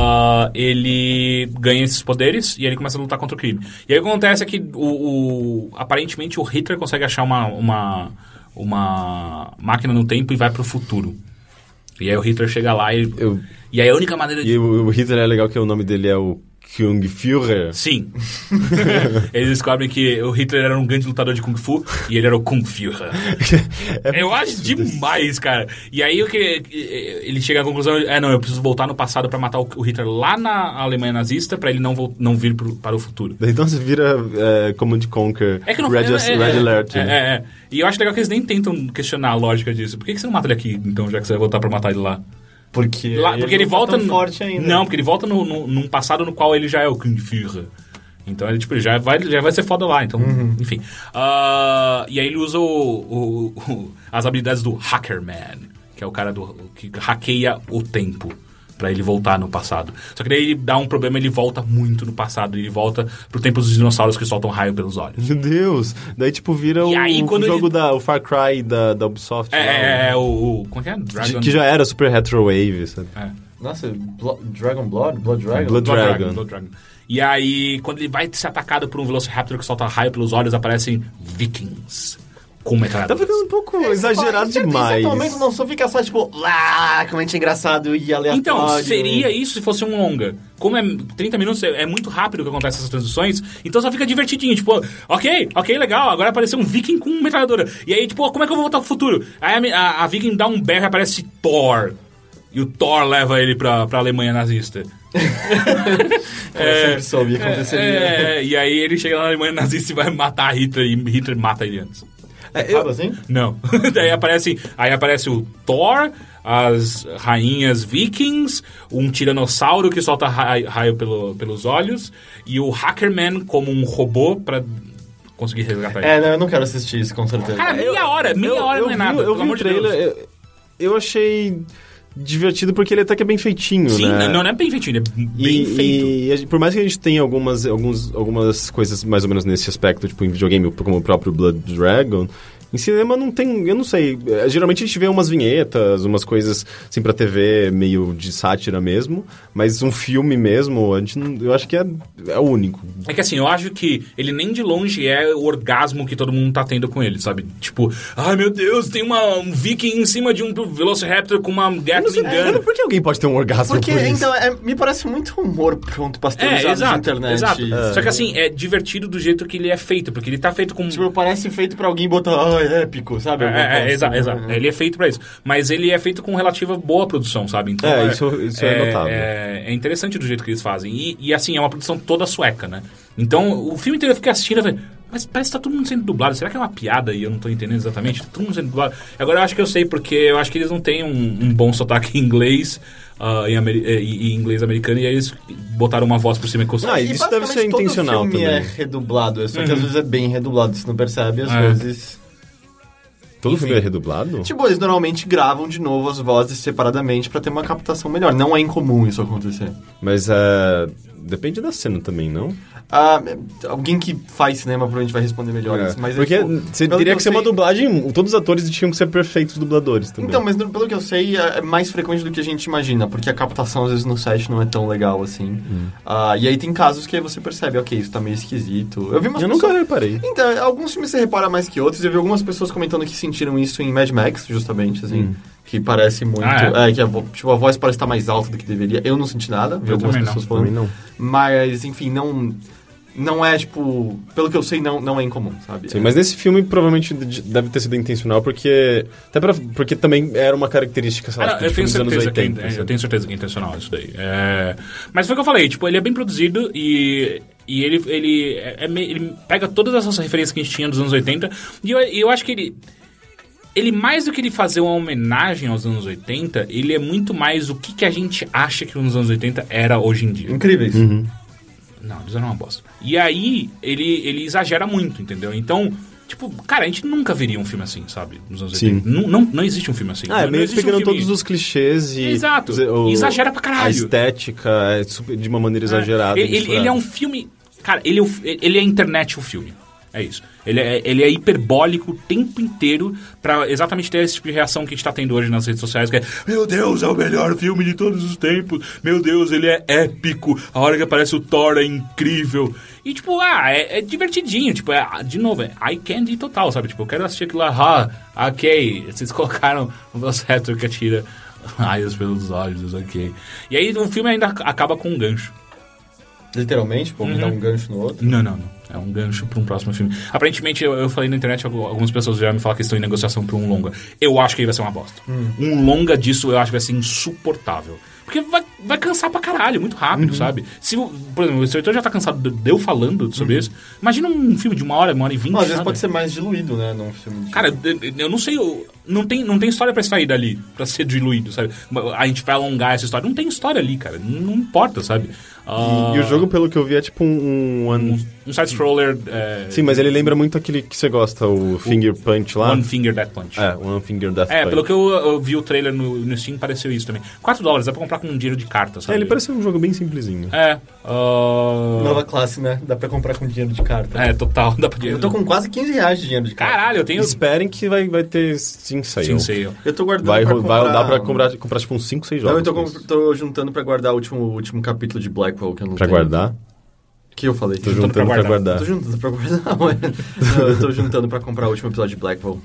ele ganha esses poderes e ele começa a lutar contra o crime. E aí o que acontece é que aparentemente o Hitler consegue achar uma máquina no tempo e vai pro futuro. E aí o Hitler chega lá e aí a única maneira de... E o Hitler é legal que o nome dele é o Kung Führer. Sim. Eles descobrem que o Hitler era um grande lutador de Kung Fu e ele era o Kung Führer. Eu acho demais, cara. E aí ele chega à conclusão, eu preciso voltar no passado pra matar o Hitler lá na Alemanha nazista pra ele não vir para o futuro. Então você vira Command Conquer, Red Alert. E eu acho legal que eles nem tentam questionar a lógica disso. Por que você não mata ele aqui, então, já que você vai voltar pra matar ele lá? Porque ele volta tão forte ainda. Não, porque ele volta num passado no qual ele já é o Kung Führer. Então ele já vai ser foda lá. Então, enfim. E aí ele usa as habilidades do Hackerman, que é o cara que hackeia o tempo pra ele voltar no passado. Só que daí ele dá um problema, ele volta muito no passado. Ele volta pro tempo dos dinossauros que soltam raio pelos olhos. Meu Deus! Daí, tipo, vira o jogo o Far Cry da Ubisoft. Como é que é? Dragon... Que já era super retro wave, sabe? Nossa, Dragon Blood? Blood Dragon? Blood Dragon. E aí, quando ele vai ser atacado por um Velociraptor que solta raio pelos olhos, aparecem Vikings. Tá ficando um pouco exagerado demais. Em momento não só fica só tipo, como é engraçado e aleatório. Então, seria isso se fosse um longa. Como é 30 minutos, é muito rápido que acontece essas transições, então só fica divertidinho, tipo, ok, legal, agora apareceu um viking com metralhadora. E aí, tipo, como é que eu vou voltar pro futuro? Aí a viking dá um berro e aparece Thor. E o Thor leva ele pra Alemanha nazista. Eu sempre soube que aconteceria. E aí ele chega na Alemanha nazista e vai matar Hitler, e Hitler mata ele antes. Assim? Não. Daí aparece o Thor, as rainhas vikings, um tiranossauro que solta raio pelos olhos e o Hackerman como um robô pra conseguir resgatar ele. Não, eu não quero assistir isso, com certeza. Cara, meia hora não é nada. Eu vi o trailer, eu achei divertido porque ele até que é bem feitinho, Sim, né? Não é bem feitinho, ele é bem feito. E por mais que a gente tenha algumas coisas mais ou menos nesse aspecto, tipo em videogame, como o próprio Blood Dragon, em cinema não tem, eu não sei, geralmente a gente vê umas vinhetas, umas coisas assim pra TV, meio de sátira mesmo, mas um filme mesmo, eu acho que é o único. É que assim, eu acho que ele nem de longe é o orgasmo que todo mundo tá tendo com ele, sabe? Tipo, ai meu Deus, tem um viking em cima de um Velociraptor com uma Gatling Gun. Por que alguém pode ter um orgasmo porque, por isso? Então, me parece muito humor pronto pasteurizado na internet. Exato. Só que assim, é divertido do jeito que ele é feito, porque ele tá feito com... Tipo, parece feito pra alguém botar, épico, sabe? Exato. Ele é feito pra isso. Mas ele é feito com relativa boa produção, sabe? Então, isso é notável. É interessante do jeito que eles fazem. E assim, é uma produção toda sueca, né? Então, o filme inteiro eu fiquei assistindo e falei, mas parece que tá todo mundo sendo dublado. Será que é uma piada e eu não tô entendendo exatamente? Tá todo mundo sendo dublado. Agora eu acho que eu sei, porque eu acho que eles não têm um bom sotaque em inglês, em inglês americano, e aí eles botaram uma voz por cima e Ah, isso deve ser intencional também. Todo filme é redublado, só que às vezes é bem redublado, você não percebe, às vezes... Todo filme é redublado? Tipo, eles normalmente gravam de novo as vozes separadamente pra ter uma captação melhor. Não é incomum isso acontecer. Mas depende da cena também, não? Alguém que faz cinema provavelmente vai responder melhor isso. Mas porque você teria que ser uma dublagem... Todos os atores tinham que ser perfeitos dubladores também. Então, mas pelo que eu sei, é mais frequente do que a gente imagina. Porque a captação, às vezes, no set não é tão legal assim. E aí tem casos que aí você percebe, ok, isso tá meio esquisito. Eu nunca reparei. Então, alguns filmes você repara mais que outros. Eu vi algumas pessoas comentando que sentiram isso em Mad Max, justamente, assim. Que parece muito... que a voz parece estar mais alta do que deveria. Eu não senti nada. Vi algumas pessoas falando. Também não. Mas, enfim, não é, tipo... Pelo que eu sei, não é incomum, sabe? Sim, mas nesse filme provavelmente deve ter sido intencional, porque... Porque também era uma característica, sei lá, eu tenho dos anos certeza 80. eu tenho certeza que é intencional isso daí. Mas foi o que eu falei, tipo, ele é bem produzido e ele pega todas essas referências que a gente tinha dos anos 80 e eu acho que ele, mais do que ele fazer uma homenagem aos anos 80, ele é muito mais o que a gente acha que nos anos 80 era hoje em dia. Incríveis. Não, eles eram uma bosta. E aí, ele exagera muito, entendeu? Então, tipo, cara, a gente nunca veria um filme assim, sabe? Nos anos 80. Não existe um filme assim. É meio pegando todos os clichês e... Exato. Exagera pra caralho. A estética de uma maneira exagerada. Ele é um filme... Cara, ele é internet o filme. É isso. Ele é hiperbólico o tempo inteiro pra exatamente ter esse tipo de reação que a gente tá tendo hoje nas redes sociais, que é: meu Deus, é o melhor filme de todos os tempos. Meu Deus, ele é épico. A hora que aparece o Thor é incrível. E tipo, é divertidinho. Tipo, de novo, é eye candy total, sabe? Tipo, eu quero assistir aquilo lá. Ok, vocês colocaram o Velociraptor que atira raios pelos olhos, ok. E aí o filme ainda acaba com um gancho. Literalmente? Tipo, dar um gancho no outro? Não. É um gancho para um próximo filme. Aparentemente, eu falei na internet, algumas pessoas já me falaram que estão em negociação para um longa. Eu acho que ele vai ser uma bosta. Um longa disso eu acho que vai ser insuportável. Porque vai cansar pra caralho, muito rápido, sabe? Por exemplo, o diretor já tá cansado de eu falando sobre isso. Imagina um filme de 1 hora, 1h20. Às vezes pode ser mais diluído, né? Num filme Cara, eu não sei... Não tem história pra sair dali, pra ser diluído, sabe? A gente vai alongar essa história. Não tem história ali, cara. Não importa, sabe? E o jogo, pelo que eu vi, é tipo um side-scroller... Sim, mas ele lembra muito aquele que você gosta, o Finger Punch lá. One Finger Death Punch. One Finger Death Punch. Pelo que eu vi o trailer no Steam, pareceu isso também. $4, dá pra comprar com um dinheiro de carta, sabe? Ele pareceu um jogo bem simplesinho. Nova classe, né? Dá pra comprar com dinheiro de carta. Total. Dá pra dinheiro. Eu tô com quase R$15 de dinheiro de carta. Caralho, eu tenho... Esperem que vai ter Steam Sale. Eu tô guardando pra comprar... Vai dar pra comprar tipo uns 5, 6 jogos. Não, eu tô juntando pra guardar o último capítulo de Blackwell que eu não tenho. Pra guardar? Que eu falei? Tô juntando pra guardar. Tô juntando pra guardar, mas... eu tô juntando pra comprar o último episódio de Blackwell.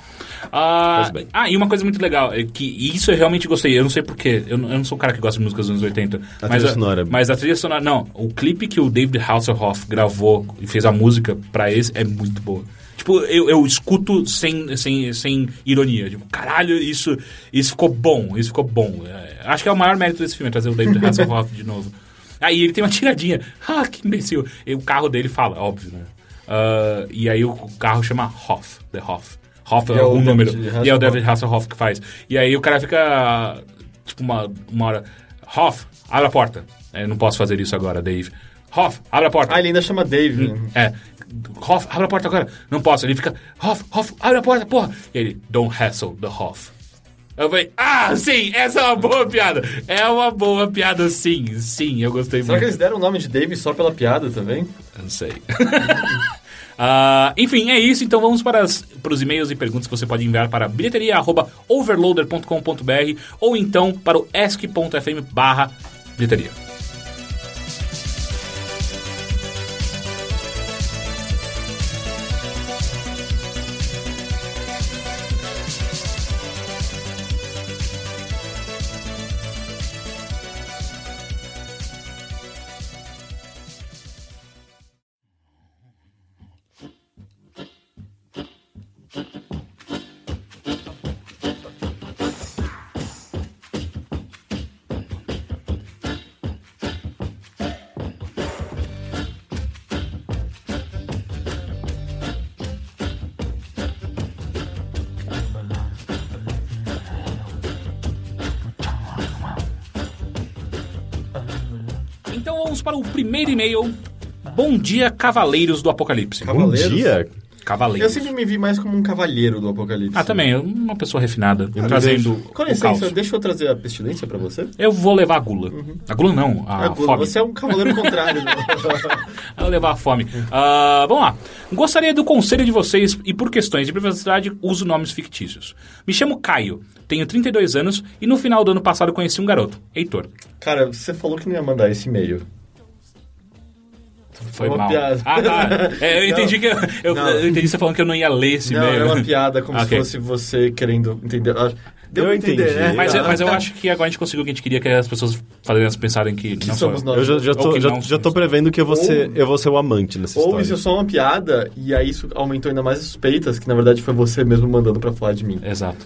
E uma coisa muito legal, é que isso eu realmente gostei. Eu não sei porquê, eu não sou um cara que gosta de músicas dos anos 80. Mas a trilha sonora... Não, o clipe que o David Hasselhoff gravou e fez a música pra esse é muito boa. Tipo, eu escuto sem ironia. Tipo, caralho, isso ficou bom. Acho que é o maior mérito desse filme, é trazer o David Hasselhoff de novo. Aí ele tem uma tiradinha. Que imbecil. E o carro dele fala, óbvio, né? E aí o carro chama Hoff, The Hoff. Hoff é algum número. E é o David Hasselhoff que faz. E aí o cara fica, tipo, uma hora... Hoff, abre a porta. Eu não posso fazer isso agora, Dave. Hoff, abre a porta. Ele ainda chama Dave. Hoff, abre a porta agora. Não posso. Ele fica, Hoff, abre a porta, porra. E ele, don't hassle the Hoff. Eu falei, sim, essa é uma boa piada. É uma boa piada, sim, eu gostei muito. Será que eles deram o nome de Dave só pela piada também? Eu não sei. Enfim, é isso. Então vamos para os e-mails e perguntas que você pode enviar para bilheteria@overloader.com.br ou então para o ask.fm/bilheteria. Então vamos para o primeiro e-mail. Bom dia, cavaleiros do Apocalipse. Bom dia. Cavaleiros. Eu sempre me vi mais como um cavalheiro do Apocalipse. Também. Uma pessoa refinada. Trazendo Com licença, deixa eu trazer a pestilência pra você. Eu vou levar a gula. A gula não, a fome. Você é um cavaleiro contrário. Eu vou levar a fome. Vamos lá. Gostaria do conselho de vocês e por questões de privacidade uso nomes fictícios. Me chamo Caio, tenho 32 anos e no final do ano passado conheci um garoto, Heitor. Cara, você falou que não ia mandar esse e-mail. Foi mal. Piada. Tá. Eu entendi que eu entendi você falando que eu não ia ler esse e-mail. Não, é uma piada, como se fosse você querendo entender. Deu eu entendi. Né? Mas eu acho que agora a gente conseguiu o que a gente queria, que as pessoas pensarem que não somos nós. Eu já tô prevendo que eu vou ser o amante nessa história. Ou isso é só uma piada, e aí isso aumentou ainda mais as suspeitas, que na verdade foi você mesmo mandando pra falar de mim. Exato.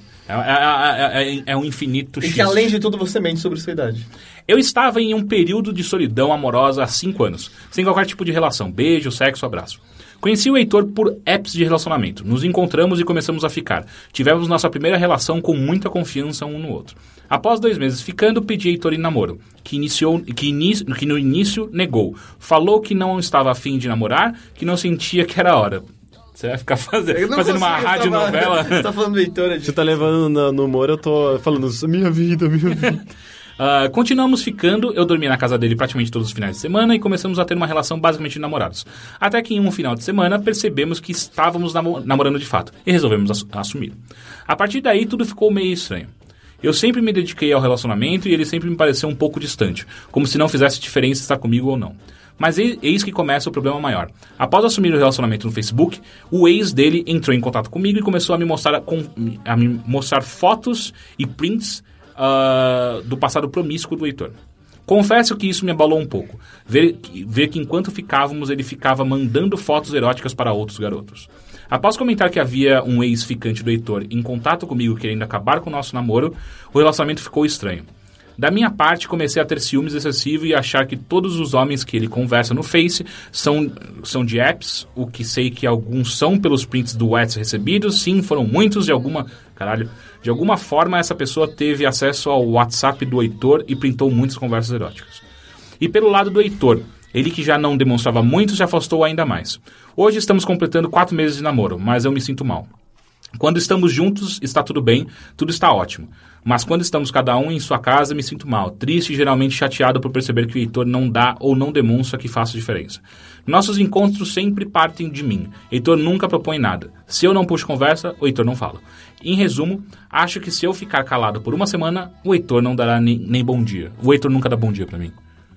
É um infinito X. E que além de tudo você mente sobre sua idade. Eu estava em um período de solidão amorosa há 5 anos, sem qualquer tipo de relação, beijo, sexo, abraço. Conheci o Heitor por apps de relacionamento. Nos encontramos e começamos a ficar. Tivemos nossa primeira relação com muita confiança um no outro. Após 2 meses ficando, pedi a Heitor em namoro, que no início negou. Falou que não estava afim de namorar, que não sentia que era a hora. Você vai ficar fazendo uma radionovela? Você tá falando do Heitor? Você tá levando no humor, eu tô falando minha vida. Continuamos ficando, eu dormia na casa dele praticamente todos os finais de semana e começamos a ter uma relação basicamente de namorados. Até que em um final de semana percebemos que estávamos namorando de fato e resolvemos assumir. A partir daí tudo ficou meio estranho. Eu sempre me dediquei ao relacionamento e ele sempre me pareceu um pouco distante, como se não fizesse diferença estar comigo ou não. Mas eis que começa o problema maior. Após assumir o relacionamento no Facebook, o ex dele entrou em contato comigo e começou a me mostrar fotos e prints do passado promíscuo do Heitor. Confesso que isso me abalou um pouco. Ver que enquanto ficávamos, ele ficava mandando fotos eróticas para outros garotos. Após comentar que havia um ex-ficante do Heitor em contato comigo querendo acabar com o nosso namoro, o relacionamento ficou estranho. Da minha parte, comecei a ter ciúmes excessivos e achar que todos os homens que ele conversa no Face são de apps, o que sei que alguns são pelos prints do WhatsApp recebidos, sim, foram muitos, de alguma forma essa pessoa teve acesso ao WhatsApp do Heitor e printou muitas conversas eróticas. E pelo lado do Heitor, ele que já não demonstrava muito se afastou ainda mais. Hoje estamos completando 4 meses de namoro, mas eu me sinto mal. Quando estamos juntos, está tudo bem, tudo está ótimo. Mas quando estamos cada um em sua casa, me sinto mal, triste e geralmente chateado por perceber que o Heitor não dá ou não demonstra que faça diferença. Nossos encontros sempre partem de mim. Heitor nunca propõe nada. Se eu não puxo conversa, o Heitor não fala. Em resumo, acho que se eu ficar calado por 1 semana, o Heitor não dará nem bom dia. O Heitor nunca dá bom dia pra mim.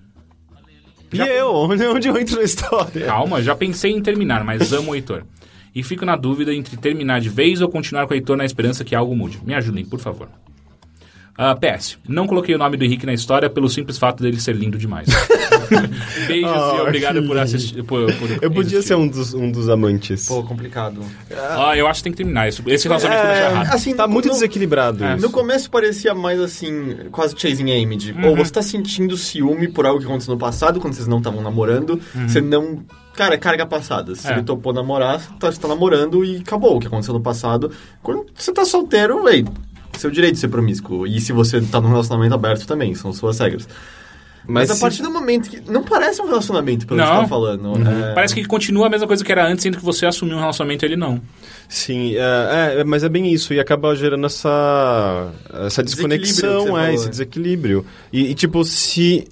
E onde eu entro na história? Calma, já pensei em terminar, mas amo o Heitor. E fico na dúvida entre terminar de vez ou continuar com o Heitor na esperança que algo mude. Me ajudem, por favor. PS, não coloquei o nome do Henrique na história pelo simples fato dele ser lindo demais. Beijos e obrigado por assistir. Eu podia ser um dos amantes. Pô, complicado. Eu acho que tem que terminar. Esse relacionamento começou errado. Assim, tá muito desequilibrado. No começo parecia mais assim, quase chasing Amy. Ou você tá sentindo ciúme por algo que aconteceu no passado, quando vocês não estavam namorando. Você não... Cara, carga passada. Se ele topou namorar, você tá namorando e acabou o que aconteceu no passado. Quando você tá solteiro, seu direito de ser promíscuo. E se você tá num relacionamento aberto também, são suas regras. Mas a partir do momento que... Não parece um relacionamento, pelo que você tá falando. Parece que continua a mesma coisa que era antes, sendo que você assumiu um relacionamento e ele não. Sim, mas é bem isso. E acaba gerando essa desconexão, esse desequilíbrio. E tipo, se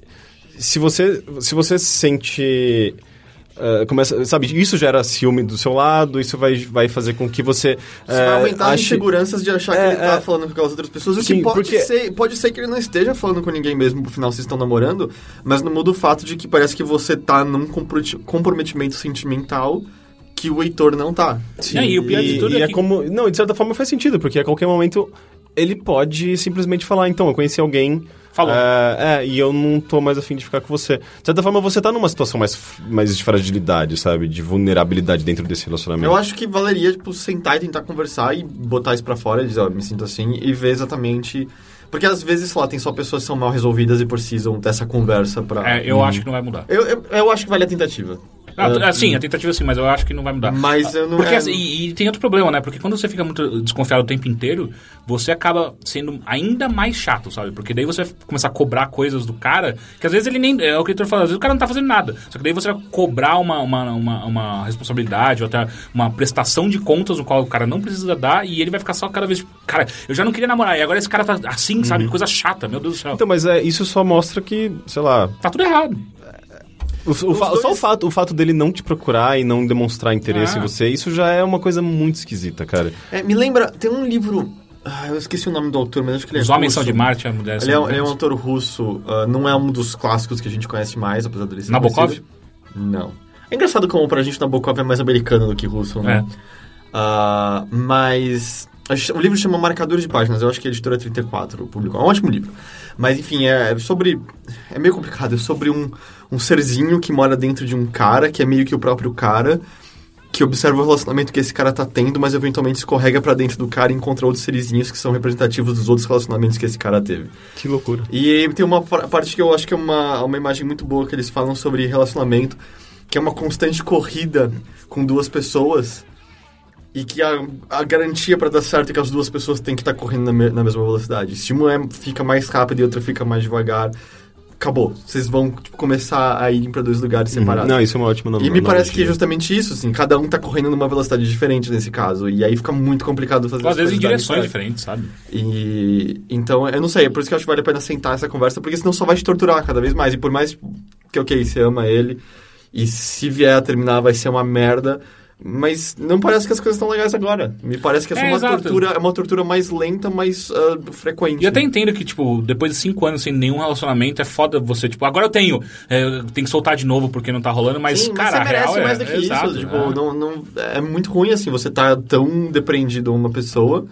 você sente... começa, sabe, isso gera ciúme do seu lado, isso vai fazer com que você... vai aumentar as inseguranças de achar que ele tá falando com aquelas outras pessoas, o que pode ser que ele não esteja falando com ninguém mesmo, no final vocês estão namorando, mas não muda o fato de que parece que você tá num comprometimento sentimental que o Heitor não tá. Sim, e o pior de tudo é que... como... Não, de certa forma faz sentido, porque a qualquer momento ele pode simplesmente falar, então, eu conheci alguém... Falou. E eu não tô mais afim de ficar com você. De certa forma, você tá numa situação mais de fragilidade, sabe? De vulnerabilidade dentro desse relacionamento. Eu acho que valeria, sentar e tentar conversar e botar isso pra fora e dizer, me sinto assim, e ver exatamente... Porque às vezes, sei lá, tem só pessoas que são mal resolvidas e precisam dessa conversa pra... Eu acho que não vai mudar. Eu acho que vale a tentativa. Sim, a tentativa sim, mas eu acho que não vai mudar. Mas eu não... Porque, e tem outro problema, né? Porque quando você fica muito desconfiado o tempo inteiro, você acaba sendo ainda mais chato, sabe? Porque daí você vai começar a cobrar coisas do cara, que às vezes ele nem... É o que o Heitor falou, às vezes o cara não tá fazendo nada. Só que daí você vai cobrar uma responsabilidade, ou até uma prestação de contas no qual o cara não precisa dar, e ele vai ficar só cada vez... Cara, eu já não queria namorar, e agora esse cara tá assim, sabe? Coisa chata, meu Deus do céu. Então, mas isso só mostra que, sei lá... Tá tudo errado. Só o fato dele não te procurar e não demonstrar interesse em você, isso já é uma coisa muito esquisita, cara. Me lembra, tem um livro... eu esqueci o nome do autor, mas acho que ele é russo. Os Homens São de Marte, a Mulher Ele é um autor russo, não é um dos clássicos que a gente conhece mais, apesar dele ser Nabokov? conhecido. Não. É engraçado como pra gente Nabokov é mais americano do que russo, né? Mas... O livro chama Marcadores de Páginas, eu acho que a editora 34 publicou. É um ótimo livro. Mas, enfim, é sobre... É meio complicado, é sobre um serzinho que mora dentro de um cara, que é meio que o próprio cara, que observa o relacionamento que esse cara tá tendo, mas eventualmente escorrega pra dentro do cara e encontra outros serzinhos que são representativos dos outros relacionamentos que esse cara teve. Que loucura. E tem uma parte que eu acho que é uma imagem muito boa, que eles falam sobre relacionamento, que é uma constante corrida com duas pessoas... E que a garantia para dar certo é que as duas pessoas têm que estar correndo na mesma velocidade. Se uma fica mais rápida e a outra fica mais devagar, acabou. Vocês vão começar a ir para dois lugares separados. Não, isso é uma ótima analogia. E me parece que é justamente isso, assim. Cada um tá correndo numa velocidade diferente nesse caso. E aí fica muito complicado fazer às vezes em direções diferentes, sabe? Então, eu não sei. É por isso que eu acho que vale a pena sentar essa conversa, porque senão só vai te torturar cada vez mais. E por mais que, você ama ele, e se vier a terminar vai ser uma merda... Mas não parece que as coisas estão legais agora. Me parece que é só uma tortura mais lenta, mais frequente. E eu até entendo que, tipo, depois de 5 anos sem nenhum relacionamento, é foda você, tipo, agora eu tenho que soltar de novo porque não tá rolando, mas, sim, cara, mas você merece mais do que isso. Exato, tipo, não, é muito ruim, assim, você tá tão depreendido a uma pessoa...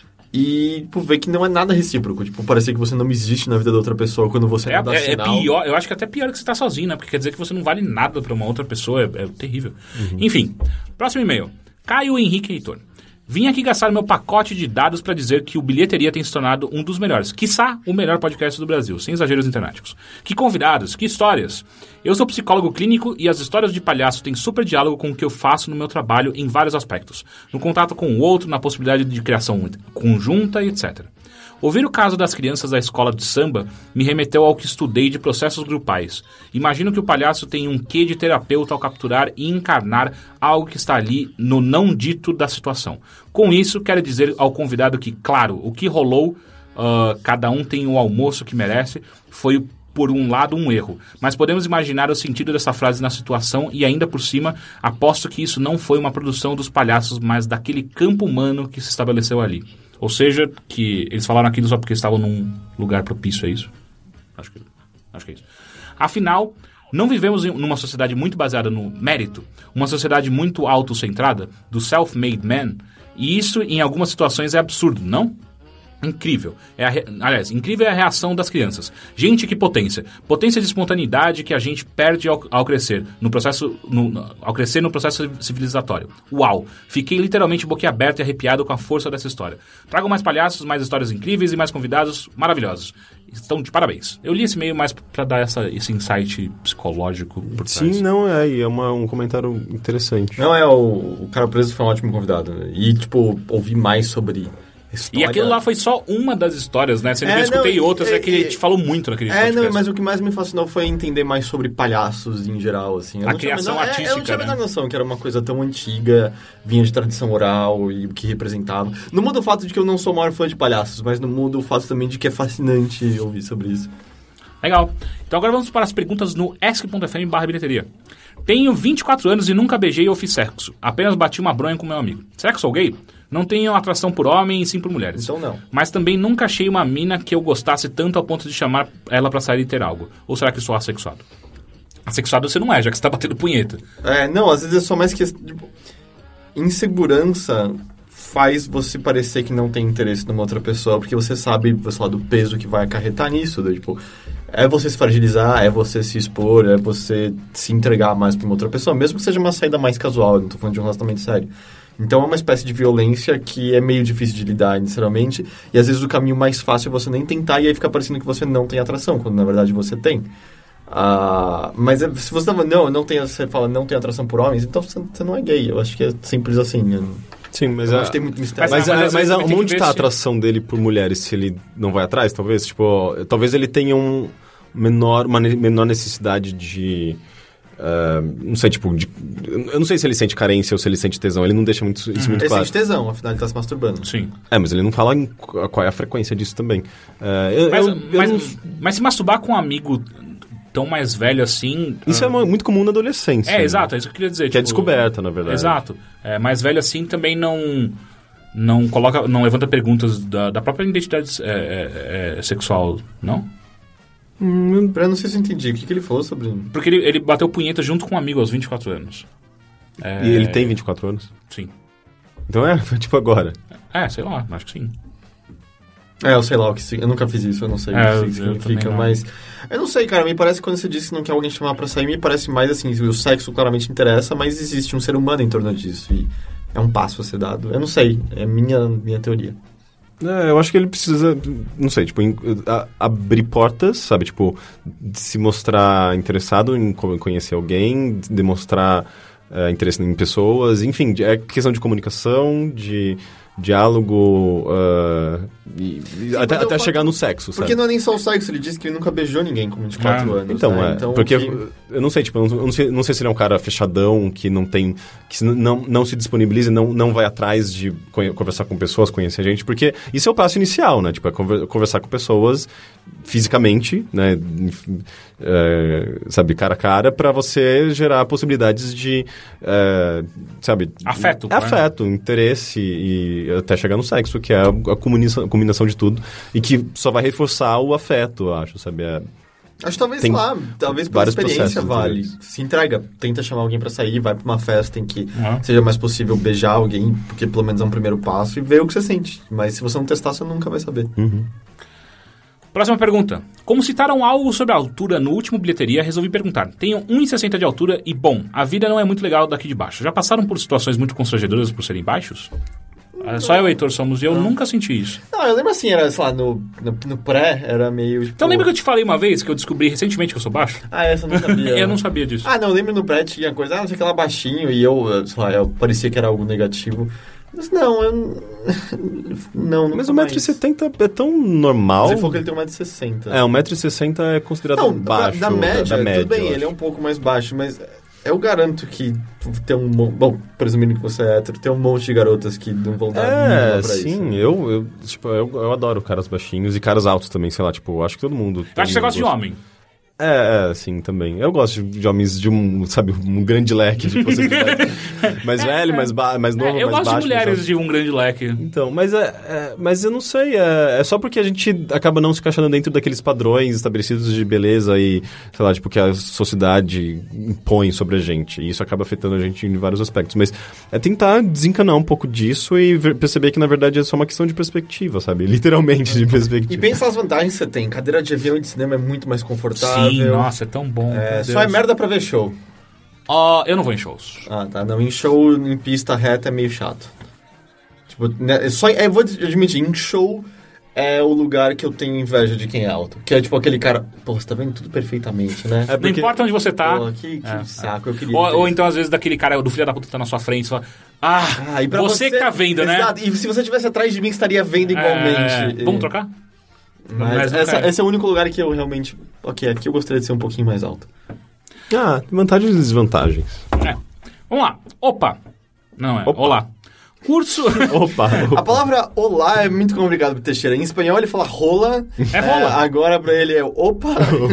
E, tipo, ver que não é nada recíproco. Tipo, parecer que você não existe na vida da outra pessoa quando você não dá sinal. Pior, eu acho que até pior que você tá sozinho, né? Porque quer dizer que você não vale nada pra uma outra pessoa. É terrível. Enfim, próximo e-mail. Caio Henrique Heitor. Vim aqui gastar meu pacote de dados para dizer que o Bilheteria tem se tornado um dos melhores, quiçá o melhor podcast do Brasil, sem exageros internéticos. Que convidados, que histórias! Eu sou psicólogo clínico e as histórias de palhaço têm super diálogo com o que eu faço no meu trabalho em vários aspectos. No contato com o outro, na possibilidade de criação conjunta e etc. Ouvir o caso das crianças da escola de samba me remeteu ao que estudei de processos grupais. Imagino que o palhaço tem um quê de terapeuta ao capturar e encarnar algo que está ali no não dito da situação. Com isso, quero dizer ao convidado que, claro, o que rolou, cada um tem o almoço que merece, foi por um lado um erro. Mas podemos imaginar o sentido dessa frase na situação e ainda por cima, aposto que isso não foi uma produção dos palhaços, mas daquele campo humano que se estabeleceu ali. Ou seja, que eles falaram aquilo só porque estavam num lugar propício, é isso? Acho que é isso. Afinal, não vivemos numa sociedade muito baseada no mérito, uma sociedade muito autocentrada, do self-made man, e isso em algumas situações é absurdo, não? Incrível. Incrível é a reação das crianças. Gente, que potência. Potência de espontaneidade que a gente perde ao crescer no processo civilizatório. Uau! Fiquei literalmente boquiaberto e arrepiado com a força dessa história. Tragam mais palhaços, mais histórias incríveis e mais convidados maravilhosos. Estão de parabéns. Eu li esse e-mail mais pra dar esse insight psicológico por trás. Sim, não, é um comentário interessante. Não, o cara preso foi um ótimo convidado. Né? E, tipo, ouvir mais sobre... História. E aquilo lá foi só uma das histórias, né? Eu escutei outras, que a gente falou muito naquele podcast. Não, mas o que mais me fascinou foi entender mais sobre palhaços em geral, assim. A criação artística, eu não tinha a menor noção que era uma coisa tão antiga, vinha de tradição oral e o que representava. Não muda o fato de que eu não sou o maior fã de palhaços, mas não muda o fato também de que é fascinante ouvir sobre isso. Legal. Então agora vamos para as perguntas no ask.fm/bilheteria. Tenho 24 anos e nunca beijei ou fiz sexo. Apenas bati uma bronha com meu amigo. Será que sou gay? Não tenho atração por homem e sim por mulheres. Então não. Mas também nunca achei uma mina que eu gostasse tanto ao ponto de chamar ela pra sair e ter algo. Ou será que sou assexuado? Assexuado você não é, já que você tá batendo punheta. Não, às vezes é só mais que... Tipo, insegurança faz você parecer que não tem interesse numa outra pessoa, porque você sabe, sei lá, do peso que vai acarretar nisso. Tipo, é você se fragilizar, é você se expor, é você se entregar mais pra uma outra pessoa, mesmo que seja uma saída mais casual, eu não tô falando de um relacionamento sério. Então é uma espécie de violência que é meio difícil de lidar inicialmente, e às vezes o caminho mais fácil é você nem tentar e aí fica parecendo que você não tem atração, quando na verdade você tem. Mas se você você fala não tem atração por homens, então você não é gay. Eu acho que é simples assim. Sim, mas eu acho que tem muito mistério. Mas onde está a atração dele por mulheres se ele não vai atrás, talvez? Tipo, talvez ele tenha uma menor necessidade de... não sei, tipo... eu não sei se ele sente carência ou se ele sente tesão. Ele não deixa isso muito claro. Ele sente tesão, afinal ele está se masturbando. Sim. Mas ele não fala qual é a frequência disso também. Mas se masturbar com um amigo... tão mais velho assim... Isso é muito comum na adolescência. Exato, é isso que eu queria dizer. Que é descoberta, na verdade. Exato. Mais velho assim também não levanta perguntas da própria identidade sexual, não? Eu não sei se eu entendi. O que ele falou sobre... Porque ele bateu punheta junto com um amigo aos 24 anos. E ele tem 24 anos? Sim. Então foi tipo agora? Sei lá, acho que sim. Eu sei lá o que eu nunca fiz isso, eu não sei o que significa, mas... Eu não sei, cara, me parece que quando você disse que não quer alguém te chamar pra sair, me parece mais assim, o sexo claramente interessa, mas existe um ser humano em torno disso, e é um passo a ser dado. Eu não sei, é minha teoria. Eu acho que ele precisa, não sei, tipo, abrir portas, sabe? Tipo, se mostrar interessado em conhecer alguém, demonstrar interesse em pessoas, enfim, é questão de comunicação, de diálogo até chegar no sexo, sabe? Porque não é nem só o sexo, ele disse que ele nunca beijou ninguém com 24 anos. Então, né? Então, porque eu não sei, tipo, eu não sei se ele é um cara fechadão, que não tem, que não se disponibiliza, não vai atrás de conversar com pessoas, conhecer gente, porque isso é o passo inicial, né? Tipo, é conversar com pessoas fisicamente, né? Sabe, cara a cara, pra você gerar possibilidades de, sabe... Afeto, interesse e até chegar no sexo, que é a combinação de tudo, e que só vai reforçar o afeto, eu acho, sabe? Acho que talvez pela experiência vale. Se entrega, tenta chamar alguém pra sair, vai pra uma festa em que seja mais possível beijar alguém, porque pelo menos é um primeiro passo, e ver o que você sente. Mas se você não testar, você nunca vai saber. Próxima pergunta. Como citaram algo sobre a altura no último bilheteria, resolvi perguntar. Tenho 1,60 de altura e, bom, a vida não é muito legal daqui de baixo. Já passaram por situações muito constrangedoras por serem baixos? Só eu e o Heitor somos, e eu nunca senti isso. Não, eu lembro assim, era, sei lá, no pré, era meio... Tipo... Então lembra que eu te falei uma vez que eu descobri recentemente que eu sou baixo? Essa eu não sabia. Eu não sabia disso. Não, eu lembro no pré tinha coisa, não sei que lá baixinho, e eu parecia que era algo negativo. Mas não, não. Mas 1,70m é tão normal. Você falou que ele tem 1,60m. 1,60m é considerado baixo. Da média, tudo bem, ele é um pouco mais baixo, mas eu garanto que tem bom, presumindo que você é hétero, tem um monte de garotas que não vão dar mínima pra isso. Sim, eu adoro caras baixinhos e caras altos também, sei lá, tipo, acho que todo mundo... Eu acho que você gosta de homem. Sim, também. Eu gosto de homens de um grande leque de possibilidades. Mais velho, mais novo, mais baixo. Eu gosto de mulheres de um grande leque. Então, mas eu não sei, é só porque a gente acaba não se encaixando dentro daqueles padrões estabelecidos de beleza e, sei lá, tipo, que a sociedade impõe sobre a gente. E isso acaba afetando a gente em vários aspectos. Mas é tentar desencanar um pouco disso e perceber que, na verdade, é só uma questão de perspectiva, sabe? Literalmente de perspectiva. E pensa nas vantagens que você tem. Cadeira de avião e de cinema é muito mais confortável. Sim, nossa, é tão bom. Só é merda pra ver show. Eu não vou em shows. Tá. Não, em show, em pista reta é meio chato. Tipo, né, eu vou admitir, em show é o lugar que eu tenho inveja de quem é alto. Que é tipo aquele cara, você tá vendo tudo perfeitamente, né? Não importa onde você tá. Que saco, eu queria ou então, às vezes, daquele cara do filho da puta que tá na sua frente, você fala, e pra você que tá vendo, né? Exato, e se você estivesse atrás de mim, estaria vendo igualmente. Vamos trocar? Mas esse é o único lugar que eu realmente... aqui eu gostaria de ser um pouquinho mais alto. Vantagens e desvantagens. Vamos lá. Opa. Não é. Opa. Olá. Curso... Opa. A palavra olá é muito complicado pro Teixeira. Em espanhol ele fala rola. Rola. Agora pra ele é opa.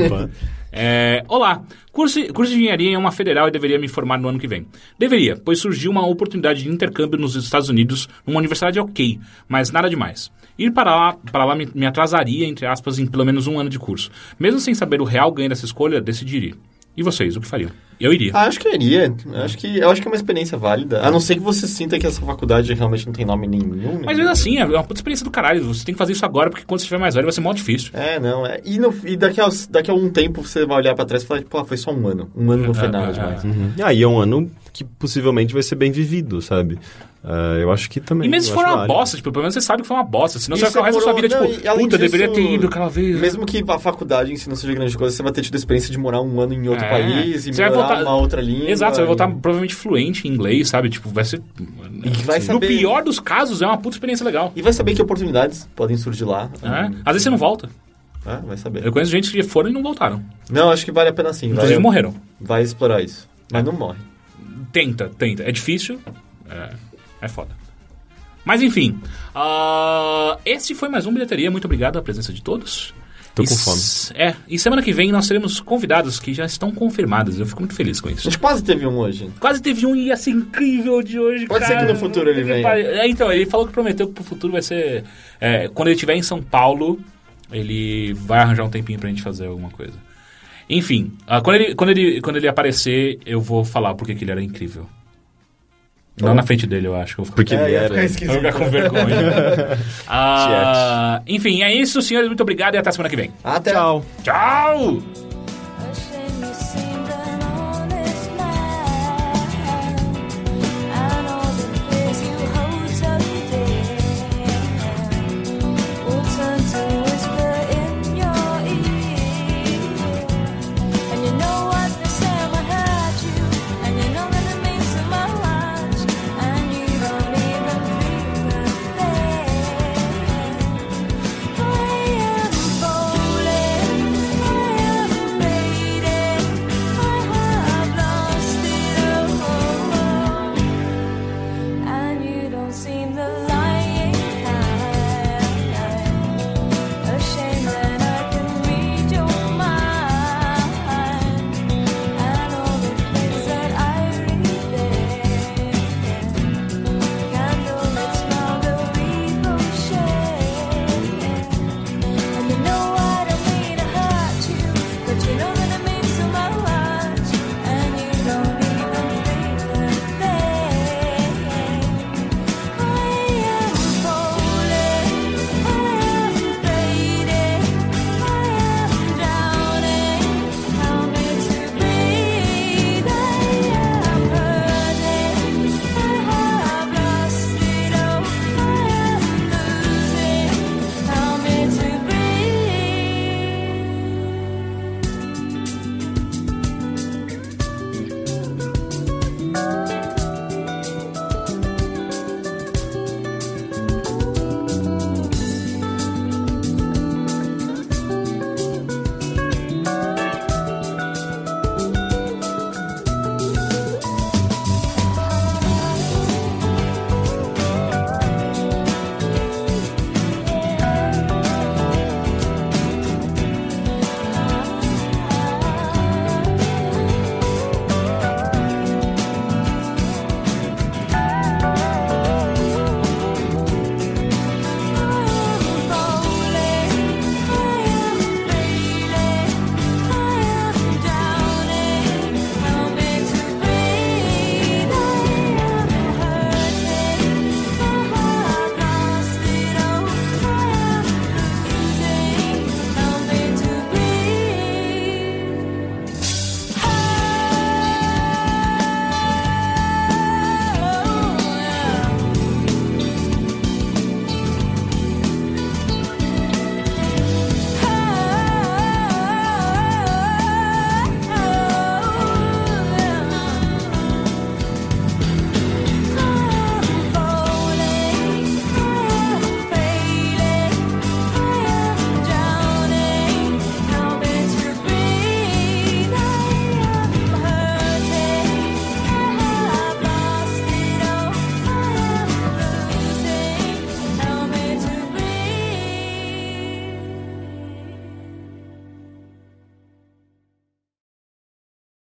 Olá. Curso de engenharia em uma federal e deveria me formar no ano que vem. Deveria, pois surgiu uma oportunidade de intercâmbio nos Estados Unidos numa universidade ok, mas nada demais. Ir para lá me atrasaria, entre aspas, em pelo menos um ano de curso. Mesmo sem saber o real ganho dessa escolha, decidi ir. E vocês, o que fariam? Eu iria. Acho que eu iria. Eu acho que é uma experiência válida. A não ser que você sinta que essa faculdade realmente não tem nome nenhum. Mas mesmo assim, é uma puta experiência do caralho. Você tem que fazer isso agora, porque quando você estiver mais velho vai ser mó difícil. E daqui a um tempo você vai olhar pra trás e falar, foi só um ano. Um ano não foi nada demais. E é um ano que possivelmente vai ser bem vivido, sabe? Eu acho que também. E mesmo se for uma bosta, tipo, pelo menos você sabe que foi uma bosta. Senão você vai ficar o resto da sua vida, tipo, puta, deveria ter ido aquela vez. Mesmo que a faculdade em si não seja grande coisa, você vai ter tido a experiência de morar um ano em outro país e melhorar uma outra língua. Exato, você vai voltar provavelmente fluente em inglês, sabe? Tipo, vai ser... No pior dos casos, é uma puta experiência legal. E vai saber que oportunidades podem surgir lá. Às vezes você não volta. Vai saber. Eu conheço gente que foram e não voltaram. Não, acho que vale a pena sim. Inclusive morreram. Vai explorar isso. Mas não morre. Tenta. É difícil. É foda. Mas enfim, esse foi mais um Bilheteria. Muito obrigado pela presença de todos. Tô com fome. E semana que vem nós teremos convidados que já estão confirmados. Eu fico muito feliz com isso. A gente quase teve um hoje. Quase teve um e ia ser incrível de hoje, Pode ser que no futuro ele venha. Então, ele falou que prometeu que pro futuro vai ser... quando ele estiver em São Paulo, ele vai arranjar um tempinho pra gente fazer alguma coisa. Enfim, quando ele aparecer, eu vou falar porque que ele era incrível. Não na frente dele, eu acho. Porque ele era. Vou ficar com vergonha. Enfim, é isso, senhores. Muito obrigado e até semana que vem. Até. Tchau. Tchau!